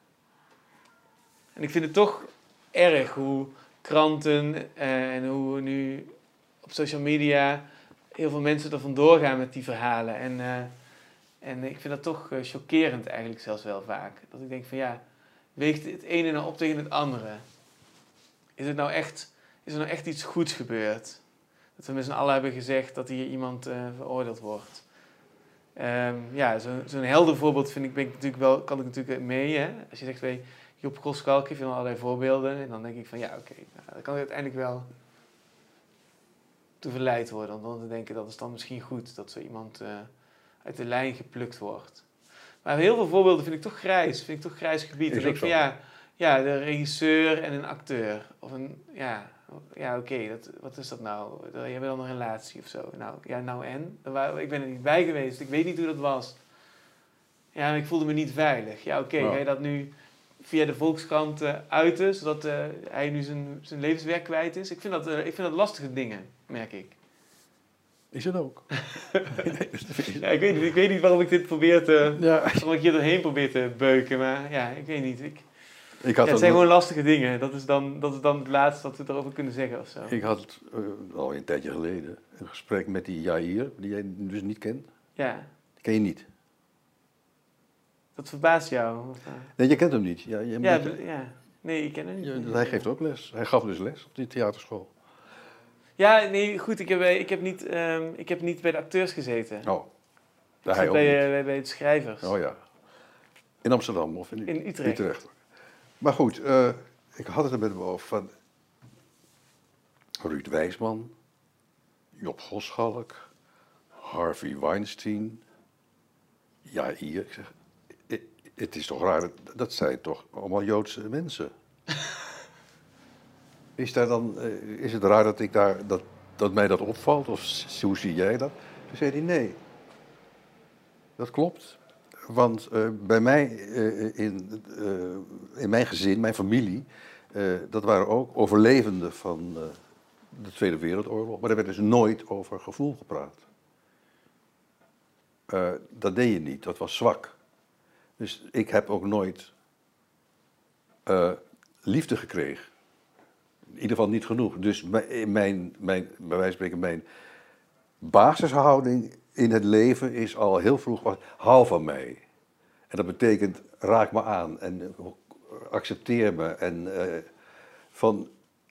En ik vind het toch erg hoe kranten uh, en hoe nu op social media heel veel mensen er vandoor gaan met die verhalen. En, uh, en ik vind dat toch uh, chockerend eigenlijk zelfs wel vaak. Dat ik denk van ja, weegt het ene nou op tegen het andere? Is, het nou echt, is er nou echt iets goeds gebeurd? Dat we met z'n allen hebben gezegd dat hier iemand uh, veroordeeld wordt. Um, ja, zo, zo'n helder voorbeeld vind ik, ben ik natuurlijk wel, kan ik natuurlijk mee. Hè? Als je zegt, hey, Job Goschalk heeft allerlei voorbeelden. En dan denk ik van ja, oké, okay, nou, dan kan ik uiteindelijk wel toe verleid worden. Om dan te denken dat is dan misschien goed dat zo iemand uh, uit de lijn geplukt wordt. Maar heel veel voorbeelden vind ik toch grijs. Vind ik toch grijs gebied. Dan denk ik van ja, ja, de regisseur en een acteur. Of een, ja, ja oké, okay, wat is dat nou? Je hebt dan een relatie of zo. Nou, ja, nou en? Ik ben er niet bij geweest. Ik weet niet hoe dat was. Ja, ik voelde me niet veilig. Ja, oké, okay, ja. Ga je dat nu via de Volkskrant uh, uiten, zodat uh, hij nu zijn, zijn levenswerk kwijt is? Ik vind, dat, uh, ik vind dat lastige dingen, merk ik. Is het ook? ja, ik, weet niet, ik weet niet waarom ik dit probeer te... Ja. Waarom ik hier doorheen probeer te beuken, maar ja, ik weet niet. Ik, ik had ja, het zijn gewoon lastige dingen. Dat is, dan, dat is dan het laatste wat we erover kunnen zeggen of zo. Ik had uh, al een tijdje geleden een gesprek met die Jair, die jij dus niet kent. Ja. Die ken je niet. Dat verbaast jou? Of, uh... Nee, je kent hem niet. Ja, je ja, je... ja. Nee, ik ken hem niet. Ja, hij geeft ook les. Hij gaf dus les op die theaterschool. Ja, nee, goed. Ik heb, ik heb, niet, um, ik heb niet bij de acteurs gezeten. Oh. Ik zat bij, bij, bij de schrijvers. Oh ja. In Amsterdam of in, in Utrecht. Utrecht. Maar goed, uh, ik had het er met hem over van Ruud Wijsman, Job Goschalk, Harvey Weinstein. Ja, hier. Ik zeg, het is toch raar, dat, dat zijn toch allemaal Joodse mensen. Is, daar dan, uh, is het raar dat, ik daar, dat, dat mij dat opvalt? Of hoe zie jij dat? Toen zei hij, nee. Dat klopt. Want uh, bij mij, uh, in, uh, in mijn gezin, mijn familie, uh, dat waren ook overlevenden van uh, de Tweede Wereldoorlog. Maar er werd dus nooit over gevoel gepraat. Uh, dat deed je niet, dat was zwak. Dus ik heb ook nooit uh, liefde gekregen. In ieder geval niet genoeg. Dus mijn, mijn, mijn, bij wijze van spreken, mijn basishouding in het leven is al heel vroeg, hou van mij. En dat betekent, raak me aan en accepteer me. En uh, van,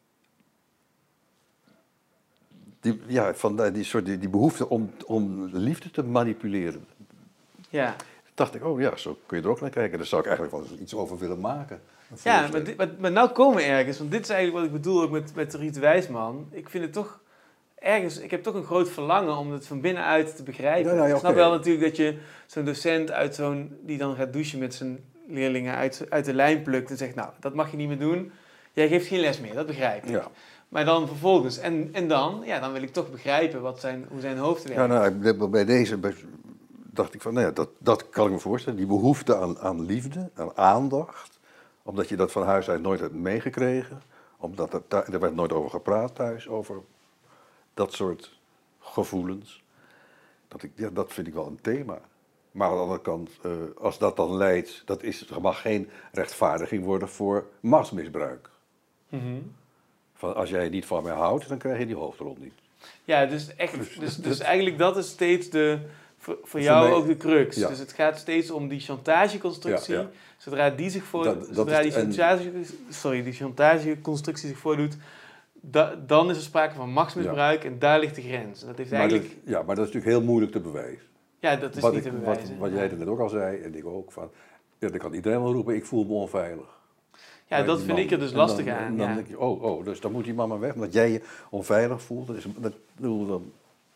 die, ja, van die, soort, die, die behoefte om, om liefde te manipuleren. Ja. Dacht ik, oh ja, zo kun je er ook naar kijken. Daar zou ik eigenlijk wel iets over willen maken. Ja, maar, dit, maar, maar nou komen we ergens. Want dit is eigenlijk wat ik bedoel ook met, met Ruud Wijsman. Ik vind het toch ergens... Ik heb toch een groot verlangen om het van binnenuit te begrijpen. Ja, nou ja, ik snap okay. wel natuurlijk dat je zo'n docent uit zo'n... die dan gaat douchen met zijn leerlingen uit, uit de lijn plukt en zegt... nou, dat mag je niet meer doen. Jij geeft geen les meer, dat begrijp ik. Ja. Maar dan vervolgens... En, en dan? Ja, dan wil ik toch begrijpen wat zijn, hoe zijn hoofd werkt. Ja, nou, bij deze... Bij, dacht ik van, nou ja, dat, dat kan ik me voorstellen. Die behoefte aan, aan liefde, aan aandacht. Omdat je dat van huis uit nooit hebt meegekregen. Omdat er, er werd nooit over gepraat thuis, over dat soort gevoelens. Dat, ik, ja, dat vind ik wel een thema. Maar aan de andere kant, uh, als dat dan leidt, dat is, er mag geen rechtvaardiging worden voor machtsmisbruik. Mm-hmm. Van, als jij niet van mij houdt, dan krijg je die hoofdrol niet. Ja, dus, echt, dus, dus, dus eigenlijk dat is steeds de... Voor, voor jou mij, ook de crux. Ja. Dus het gaat steeds om die chantageconstructie. Ja, ja. Zodra die zich voor, dat, dat zodra die, chantage, en... sorry, die chantageconstructie zich voordoet, da, dan is er sprake van machtsmisbruik ja. en daar ligt de grens. En dat heeft maar eigenlijk... dat, ja, maar dat is natuurlijk heel moeilijk te bewijzen. Ja, dat is wat niet ik, te bewijzen. Wat, wat jij net ook al zei, en ik ook, van, ja, dan kan iedereen wel roepen, ik voel me onveilig. Ja, dat vind man. ik er dus lastig dan, aan. En dan ja. denk je, oh, oh, dus dan moet die mama weg, omdat jij je onveilig voelt. Dat is, dat, dan... dan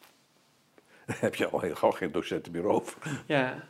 heb je al heel gauw geen docenten meer over. Ja.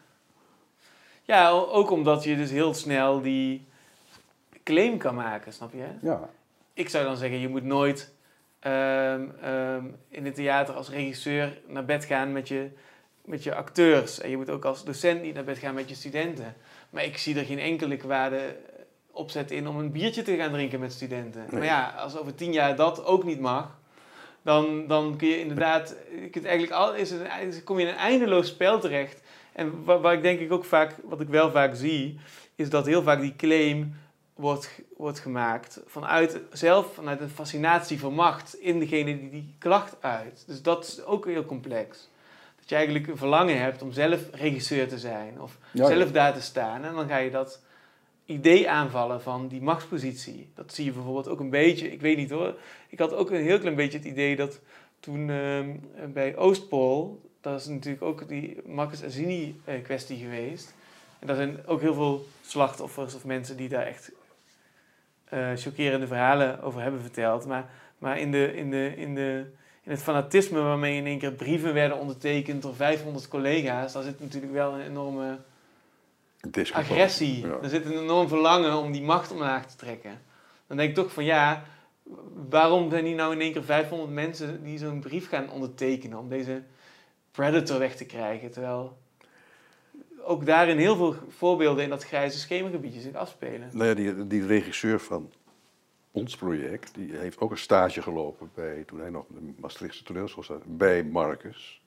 Ja, ook omdat je dus heel snel die claim kan maken, snap je? Ja. Ik zou dan zeggen, je moet nooit um, um, in het theater als regisseur naar bed gaan met je, met je acteurs. En je moet ook als docent niet naar bed gaan met je studenten. Maar ik zie er geen enkele kwade opzet in om een biertje te gaan drinken met studenten. Nee. Maar ja, als over tien jaar dat ook niet mag... Dan, dan kun je inderdaad, je kunt eigenlijk al, is het, kom je in een eindeloos spel terecht. En waar, waar ik denk ik ook vaak, wat ik wel vaak zie, is dat heel vaak die claim wordt, wordt gemaakt vanuit zelf, vanuit een fascinatie voor macht in degene die die klacht uit. Dus dat is ook heel complex. Dat je eigenlijk een verlangen hebt om zelf regisseur te zijn of Ja, zelf ja. daar te staan. En dan ga je dat idee aanvallen van die machtspositie. Dat zie je bijvoorbeeld ook een beetje, ik weet niet hoor, ik had ook een heel klein beetje het idee dat toen uh, bij Oostpool, dat is natuurlijk ook die Marcus Azzini uh, kwestie geweest. En daar zijn ook heel veel slachtoffers of mensen die daar echt uh, chockerende verhalen over hebben verteld. Maar, maar in, de, in, de, in, de, in het fanatisme waarmee in één keer brieven werden ondertekend door vijfhonderd collega's, daar zit natuurlijk wel een enorme agressie. Ja. Er zit een enorm verlangen om die macht omlaag te trekken. Dan denk ik toch van ja, waarom zijn hier nou in één keer vijfhonderd mensen die zo'n brief gaan ondertekenen om deze predator weg te krijgen? Terwijl ook daarin heel veel voorbeelden in dat grijze schemergebiedje zich afspelen. Nou ja, die, die regisseur van ons project, die heeft ook een stage gelopen bij, toen hij nog de Maastrichtse toneelschool zat, bij Marcus.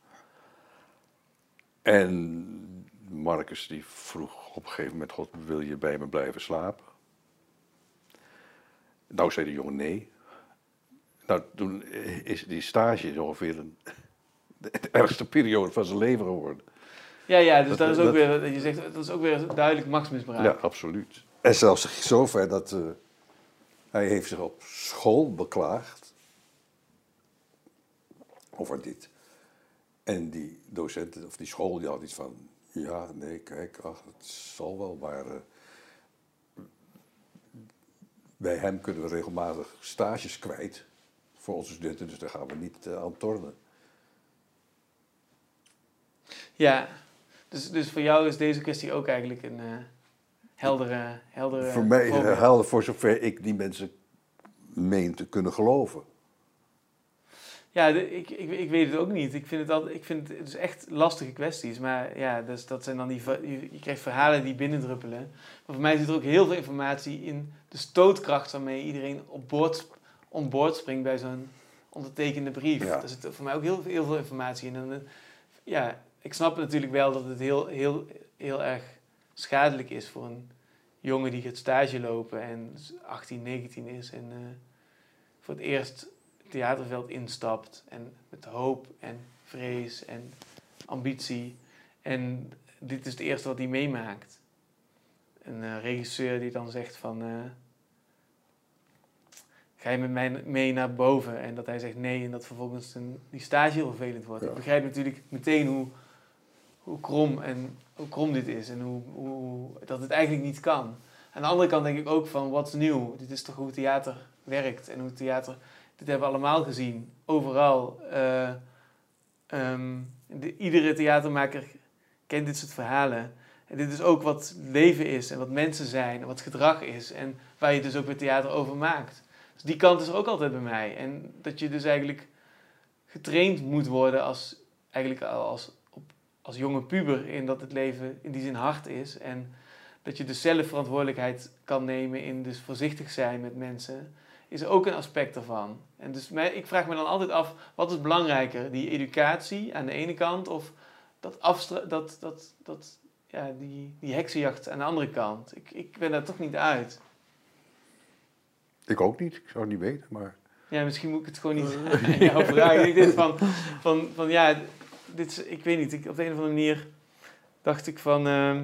En Marcus die vroeg op een gegeven moment, God, wil je bij me blijven slapen? Nou zei de jongen nee. Nou, toen is die stage ongeveer een, de ergste periode van zijn leven geworden. Ja, ja, dus dat, dat is ook dat, weer, je zegt, dat is ook weer duidelijk machtsmisbruik. Ja, absoluut. En zelfs zover dat uh, hij heeft zich op school beklaagd over dit. En die docenten, of die school, die had iets van, ja, nee, kijk, ach, het zal wel, maar uh, bij hem kunnen we regelmatig stages kwijt voor onze studenten, dus daar gaan we niet uh, aan tornen. Ja, dus, dus voor jou is deze kwestie ook eigenlijk een uh, heldere, heldere... Voor mij is het helder voor zover ik die mensen meen te kunnen geloven. Ja, de, ik, ik, ik weet het ook niet. Ik vind het, altijd, ik vind het dus echt lastige kwesties. Maar ja, dus dat zijn dan die, je, je krijgt verhalen die binnendruppelen. Maar voor mij zit er ook heel veel informatie in de stootkracht waarmee iedereen op boord, on boord springt bij zo'n ondertekende brief. Ja. Daar zit voor mij ook heel, heel veel informatie in. En ja, ik snap natuurlijk wel dat het heel, heel, heel erg schadelijk is voor een jongen die gaat stage lopen en achttien, negentien is en uh, voor het eerst theaterveld instapt en met hoop en vrees en ambitie. En dit is het eerste wat hij meemaakt. Een uh, regisseur die dan zegt van, uh, ga je met mij mee naar boven? En dat hij zegt nee en dat vervolgens een, die stage heel vervelend wordt. Ja. Ik begrijp natuurlijk meteen hoe, hoe krom en hoe krom dit is en hoe, hoe, dat het eigenlijk niet kan. Aan de andere kant denk ik ook van, what's new? Dit is toch hoe theater werkt en hoe theater... Dit hebben we allemaal gezien, overal. Uh, um, de, iedere theatermaker kent dit soort verhalen. En dit is ook wat leven is en wat mensen zijn en wat gedrag is. En waar je dus ook weer theater over maakt. Dus die kant is er ook altijd bij mij. En dat je dus eigenlijk getraind moet worden als, eigenlijk als, op, als jonge puber in dat het leven in die zin hard is. En dat je dus zelf verantwoordelijkheid kan nemen in dus voorzichtig zijn met mensen... is ook een aspect daarvan. En dus mij, ik vraag me dan altijd af, wat is belangrijker? Die educatie aan de ene kant of dat afstra- dat, dat, dat, ja, die, die heksenjacht aan de andere kant? Ik, ik ben daar toch niet uit. Ik ook niet, ik zou het niet weten, maar... Ja, misschien moet ik het gewoon niet aan jou vragen. Ik denk van, van, van ja, dit is, ik weet niet, ik, op de een of andere manier dacht ik van... Uh,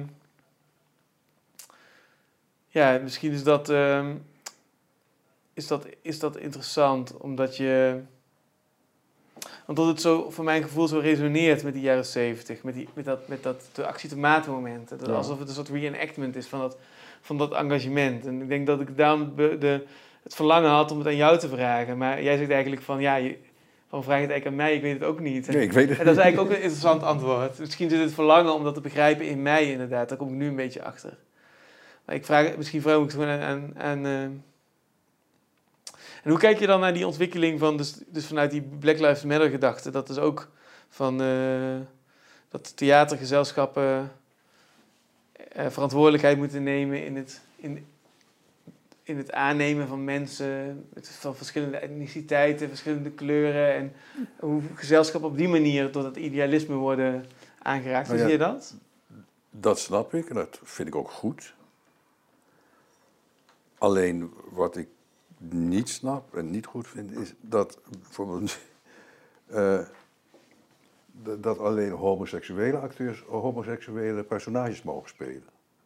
ja, misschien is dat... Uh, Is dat, is dat interessant, omdat je... Omdat het zo, voor mijn gevoel, zo resoneert met die jaren zeventig. Met, die, met, dat, met dat, de actie-tomatenmomenten. Dat, ja. Alsof het een soort reenactment is van dat, van dat engagement. En ik denk dat ik daarom de, de, het verlangen had om het aan jou te vragen. Maar jij zegt eigenlijk van, ja, je, van vraag het eigenlijk aan mij, ik weet het ook niet. En, nee, ik weet het en dat is eigenlijk ook een interessant antwoord. Misschien zit het verlangen om dat te begrijpen in mij inderdaad. Daar kom ik nu een beetje achter. Maar ik vraag, misschien vraag ik het gewoon aan... aan, aan uh, En hoe kijk je dan naar die ontwikkeling van, dus, dus vanuit die Black Lives Matter gedachte, dat is ook van, uh, dat theatergezelschappen uh, verantwoordelijkheid moeten nemen in het, in, in het aannemen van mensen van verschillende etniciteiten, verschillende kleuren en hoe gezelschappen op die manier door dat idealisme worden aangeraakt. Hoe nou zie ja, je dat? Dat snap ik en dat vind ik ook goed. Alleen wat ik niet snap en niet goed vind, is dat bijvoorbeeld uh, dat alleen homoseksuele acteurs homoseksuele personages mogen spelen.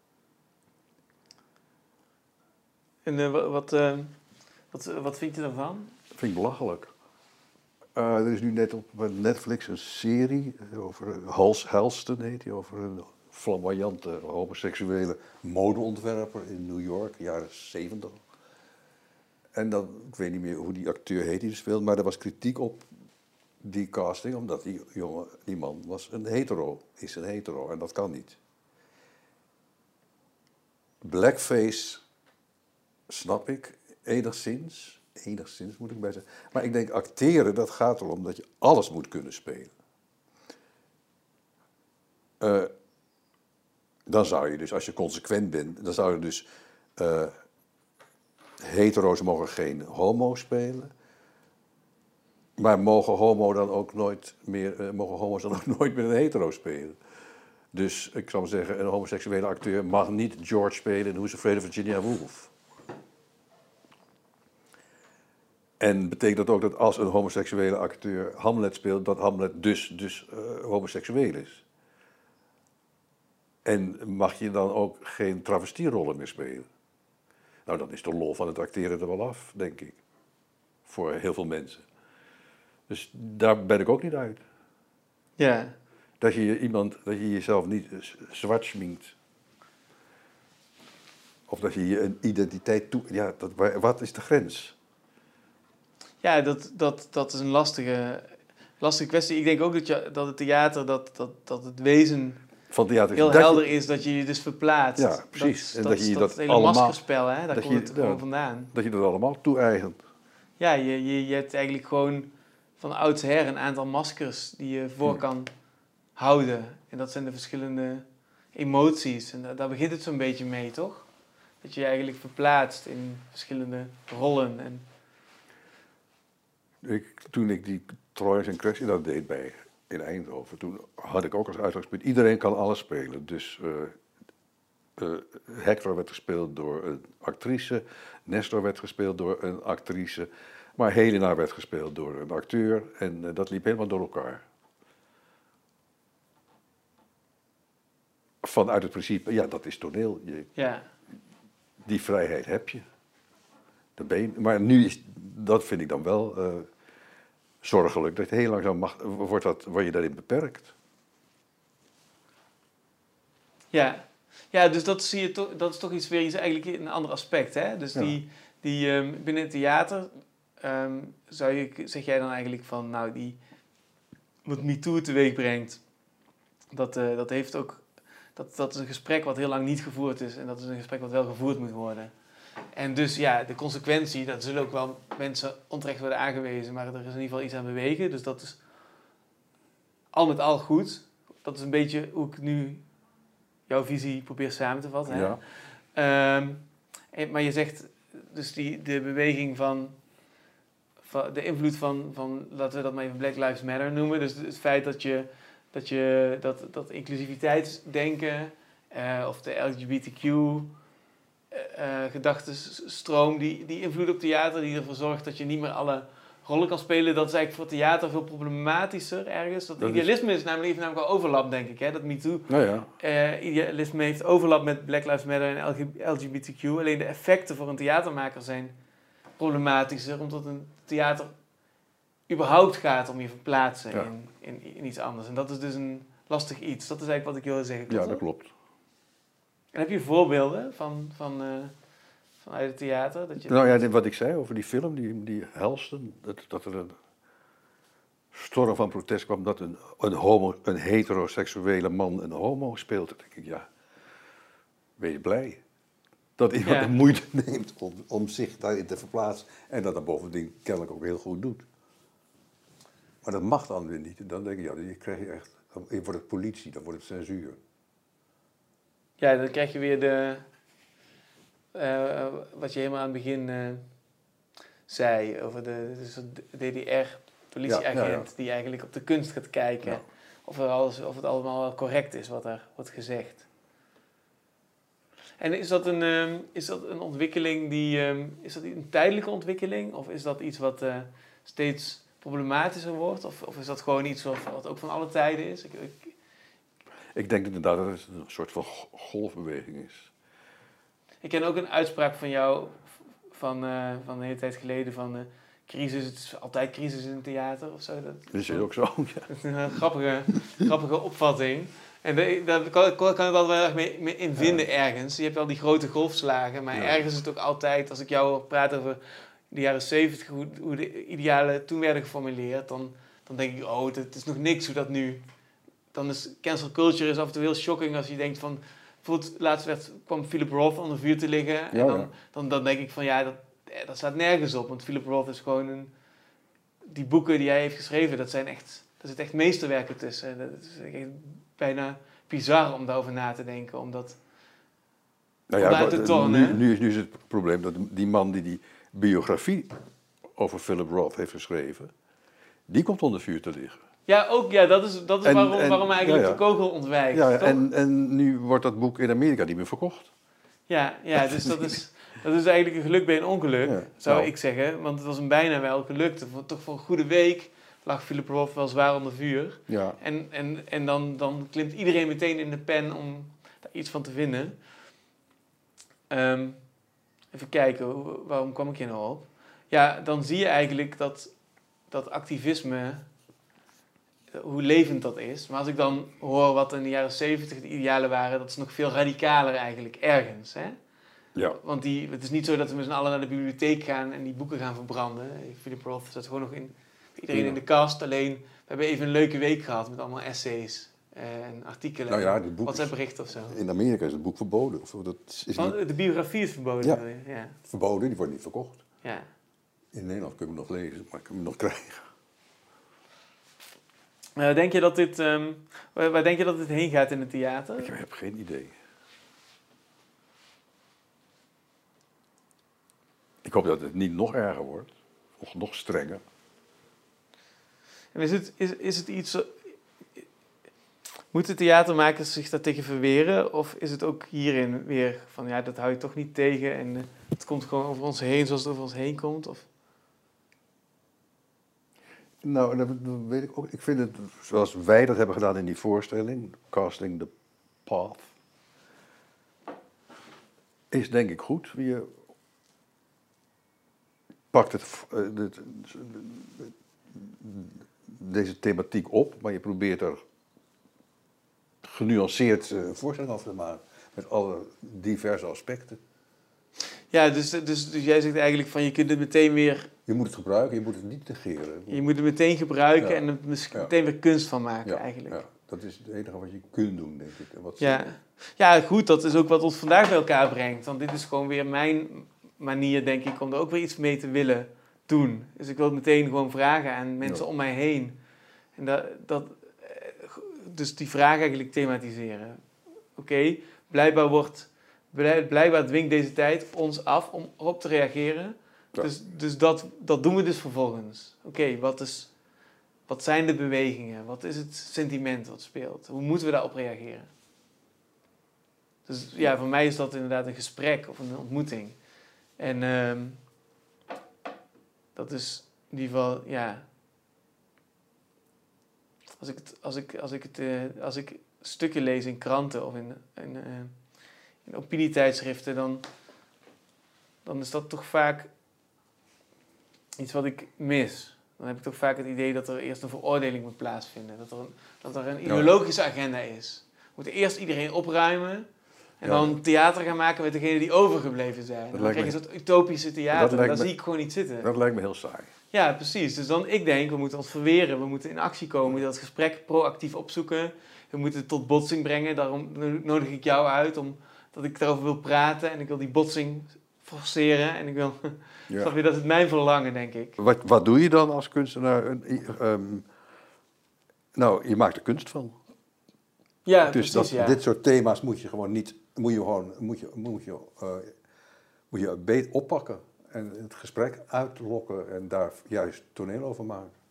En uh, wat, uh, wat, wat vind je daarvan? Dat vind ik belachelijk. Uh, er is nu net op Netflix een serie over Hals Helston, heet die, over een flamboyante homoseksuele modeontwerper in New York, jaren zeventig. En dan, ik weet niet meer hoe die acteur heet die er speelt, maar er was kritiek op die casting, omdat die jongen, die man was een hetero, is een hetero en dat kan niet. Blackface snap ik enigszins, enigszins moet ik bij zeggen. Maar ik denk acteren, dat gaat erom dat je alles moet kunnen spelen. Uh, dan zou je dus, als je consequent bent, dan zou je dus uh, hetero's mogen geen homo spelen. Maar mogen homo dan ook nooit meer, uh, mogen homo's dan ook nooit meer een hetero spelen. Dus ik zou maar zeggen, een homoseksuele acteur mag niet George spelen in Who's Afraid of Virginia Woolf. En betekent dat ook dat als een homoseksuele acteur Hamlet speelt, dat Hamlet dus, dus uh, homoseksueel is? En mag je dan ook geen travestierollen meer spelen? Nou, dan is de lol van het acteren er wel af, denk ik. Voor heel veel mensen. Dus daar ben ik ook niet uit. Ja. Dat je iemand, dat je jezelf niet zwart schminkt. Of dat je je een identiteit toe... Ja, dat, wat is de grens? Ja, dat, dat, dat is een lastige, lastige kwestie. Ik denk ook dat, je, dat het theater, dat, dat, dat het wezen van theater heel dat helder je, is, dat je je dus verplaatst. Ja, precies. Dat, en dat, dat je dat, dat, dat hele allemaal, maskerspel, hè? Daar dat komt je, het ja, gewoon vandaan. Dat je dat allemaal toe-eigent. Ja, je, je, je hebt eigenlijk gewoon van oudsher een aantal maskers die je voor Hmm. kan houden. En dat zijn de verschillende emoties. En daar, daar begint het zo'n beetje mee, toch? Dat je je eigenlijk verplaatst in verschillende rollen. En... Ik, toen ik die Troyes en Cressy dat deed bij, in Eindhoven, toen had ik ook als uitgangspunt, iedereen kan alles spelen. Dus uh, uh, Hector werd gespeeld door een actrice, Nestor werd gespeeld door een actrice, maar Helena werd gespeeld door een acteur en uh, dat liep helemaal door elkaar. Vanuit het principe, ja, dat is toneel. Je, Ja. Die vrijheid heb je. De been, maar nu is, dat vind ik dan wel uh, zorgelijk, dat heel langzaam mag, wordt dat, word je daarin beperkt. Ja. Ja, dus dat zie je toch, dat is toch iets weer iets, eigenlijk een ander aspect, hè? Dus Ja. die, die um, binnen het theater um, zou je, zeg jij dan eigenlijk van, nou, die wat MeToo teweeg brengt, dat, uh, dat heeft ook, dat, dat is een gesprek wat heel lang niet gevoerd is en dat is een gesprek wat wel gevoerd moet worden. En dus ja, de consequentie, dat zullen ook wel mensen onterecht worden aangewezen, maar er is in ieder geval iets aan bewegen. Dus dat is al met al goed. Dat is een beetje hoe ik nu jouw visie probeer samen te vatten. Hè? Ja. Um, en, maar je zegt dus die, de beweging van, van de invloed van, van, laten we dat maar even Black Lives Matter noemen. Dus het feit dat je dat, je, dat, dat inclusiviteitsdenken uh, of de L G B T Q... Uh, gedachtenstroom, die, die invloed op theater, die ervoor zorgt dat je niet meer alle rollen kan spelen, dat is eigenlijk voor theater veel problematischer ergens. Dat, dat idealisme is, is namelijk, heeft namelijk wel overlap, denk ik. Hè? Dat MeToo, nou ja. uh, idealisme heeft overlap met Black Lives Matter en L G B T Q. Alleen de effecten voor een theatermaker zijn problematischer, omdat een theater überhaupt gaat om je verplaatsen ja. in, in, in iets anders. En dat is dus een lastig iets. Dat is eigenlijk wat ik wilde zeggen. Klopt ja, dat klopt. En heb je voorbeelden van, van, uh, vanuit het theater? Dat je nou ja, wat ik zei over die film, die, die Helston, dat, dat er een storm van protest kwam dat een, een, homo, een heteroseksuele man een homo speelt. Dan denk ik, ja, ben je blij dat iemand ja. de moeite neemt om, om zich daarin te verplaatsen en dat dat bovendien kennelijk ook heel goed doet. Maar dat mag dan weer niet. Dan denk ik, ja, je krijg je echt, dan wordt het politie, dan wordt het censuur. Ja, dan krijg je weer de, uh, wat je helemaal aan het begin uh, zei, over de, dus de D D R-politieagent ja, ja, ja. die eigenlijk op de kunst gaat kijken ja. of, er alles, of het allemaal correct is wat er wordt gezegd. En is dat een, um, is dat een ontwikkeling die... Um, is dat een tijdelijke ontwikkeling? Of is dat iets wat uh, steeds problematischer wordt? Of, of is dat gewoon iets wat, wat ook van alle tijden is? Ik, ik... ik denk inderdaad dat het een soort van golfbeweging is. Ik ken ook een uitspraak van jou van, uh, van een hele tijd geleden van... Uh, crisis, het is altijd crisis in het theater of zo. Dat, dat is ook zo, ja. Een grappige, grappige opvatting. En de, daar kan, kan ik wel wel erg mee, mee in vinden ja. ergens. Je hebt wel die grote golfslagen, maar ja. ergens is het ook altijd... Als ik jou hoor praten over de jaren zeventig, hoe, hoe de idealen toen werden geformuleerd... Dan, dan denk ik, oh, het is nog niks hoe dat nu... Dan is cancel culture is af en toe heel shocking als je denkt van... Bijvoorbeeld, laatst werd, kwam Philip Roth onder vuur te liggen. Ja, en dan, ja. dan, dan denk ik van, ja, dat, dat staat nergens op. Want Philip Roth is gewoon een... Die boeken die hij heeft geschreven, dat zijn echt... Er zitten echt meesterwerken tussen. Dat is echt bijna bizar om daarover na te denken. Omdat... Nou ja, te tonen, nu, nu, nu is het probleem dat die man die die biografie over Philip Roth heeft geschreven... Die komt onder vuur te liggen. Ja, ook, ja, dat is, dat is en, waarom, en, waarom hij eigenlijk ja, ja. de kogel ontwijkt. Ja, ja. En, en nu wordt dat boek in Amerika niet meer verkocht. Ja, ja dus dat is, dat is eigenlijk een geluk bij een ongeluk, ja, zou nou. ik zeggen. Want het was hem bijna wel gelukt. Toch voor een goede week lag Philip Roth wel zwaar onder vuur. Ja. En, en, en dan, dan klimt iedereen meteen in de pen om daar iets van te vinden. Um, even kijken, waarom kwam ik hier nou op? Ja, dan zie je eigenlijk dat, dat activisme... hoe levend dat is. Maar als ik dan hoor wat in de jaren zeventig de idealen waren... dat is nog veel radicaler eigenlijk, ergens. Hè? Ja. Want die, het is niet zo dat we met z'n allen naar de bibliotheek gaan... en die boeken gaan verbranden. Philip Roth zat gewoon nog in, iedereen ja. in de kast. Alleen, we hebben even een leuke week gehad met allemaal essays... en artikelen, nou ja, boek wat zijn berichten of zo. In Amerika is het boek verboden. Of dat is Want niet... De biografie is verboden. Ja. ja, verboden, die wordt niet verkocht. Ja. In Nederland kun je hem nog lezen, maar kun je hem nog krijgen. Uh, denk je dat dit, um, waar, waar denk je dat dit heen gaat in het theater? Ik heb geen idee. Ik hoop dat het niet nog erger wordt, of nog strenger. En is het, is, is het iets... Moeten theatermakers zich daartegen verweren? Of is het ook hierin weer van, ja, dat hou je toch niet tegen en uh, het komt gewoon over ons heen zoals het over ons heen komt? Of... Nou, dat weet ik ook. Ik vind het, zoals wij dat hebben gedaan in die voorstelling, Casting the Path, is denk ik goed. Je pakt het, het, deze thematiek op, maar je probeert er genuanceerd een voorstelling over te maken, met alle diverse aspecten. Ja, dus, dus, dus jij zegt eigenlijk van je kunt het meteen weer... Je moet het gebruiken, je moet het niet negeren. Je moet het meteen gebruiken ja. en er misschien ja. meteen weer kunst van maken ja. eigenlijk. Ja, dat is het enige wat je kunt doen, denk ik. En wat ja. ja, goed, dat is ook wat ons vandaag bij elkaar brengt. Want dit is gewoon weer mijn manier, denk ik, om er ook weer iets mee te willen doen. Dus ik wil het meteen gewoon vragen aan mensen ja. om mij heen. En dat, dat, dus die vraag eigenlijk thematiseren. Oké, okay, blijkbaar wordt... Blijkbaar dwingt deze tijd ons af om erop te reageren. Ja. Dus, dus dat, dat doen we dus vervolgens. Oké, okay, wat is, wat zijn de bewegingen? Wat is het sentiment wat speelt? Hoe moeten we daarop reageren? Dus ja, voor mij is dat inderdaad een gesprek of een ontmoeting. En um, dat is in ieder geval, ja... Als ik, het, als, ik, als, ik het, uh, als ik stukken lees in kranten of in... in uh, in opinietijdschriften, dan, dan is dat toch vaak iets wat ik mis. Dan heb ik toch vaak het idee dat er eerst een veroordeling moet plaatsvinden. Dat er een, dat er een ideologische agenda is. We moeten eerst iedereen opruimen en ja. dan theater gaan maken met degenen die overgebleven zijn. Dat dan krijg je een soort utopische theater. Daar me, zie ik gewoon niet zitten. Dat lijkt me heel saai. Ja, precies. Dus dan, ik denk, we moeten ons verweren. We moeten in actie komen. We moeten dat gesprek proactief opzoeken. We moeten het tot botsing brengen. Daarom nodig ik jou uit om... dat ik daarover wil praten en ik wil die botsing forceren en ik wil... Ja. Snap je, dat is mijn verlangen, denk ik. Wat, wat doe je dan als kunstenaar? Um, nou, je maakt er kunst van. Ja, dus precies, dat, ja. Dit soort thema's moet je gewoon niet... moet je gewoon moet je, moet je, uh, moet je beet oppakken en het gesprek uitlokken en daar juist toneel over maken.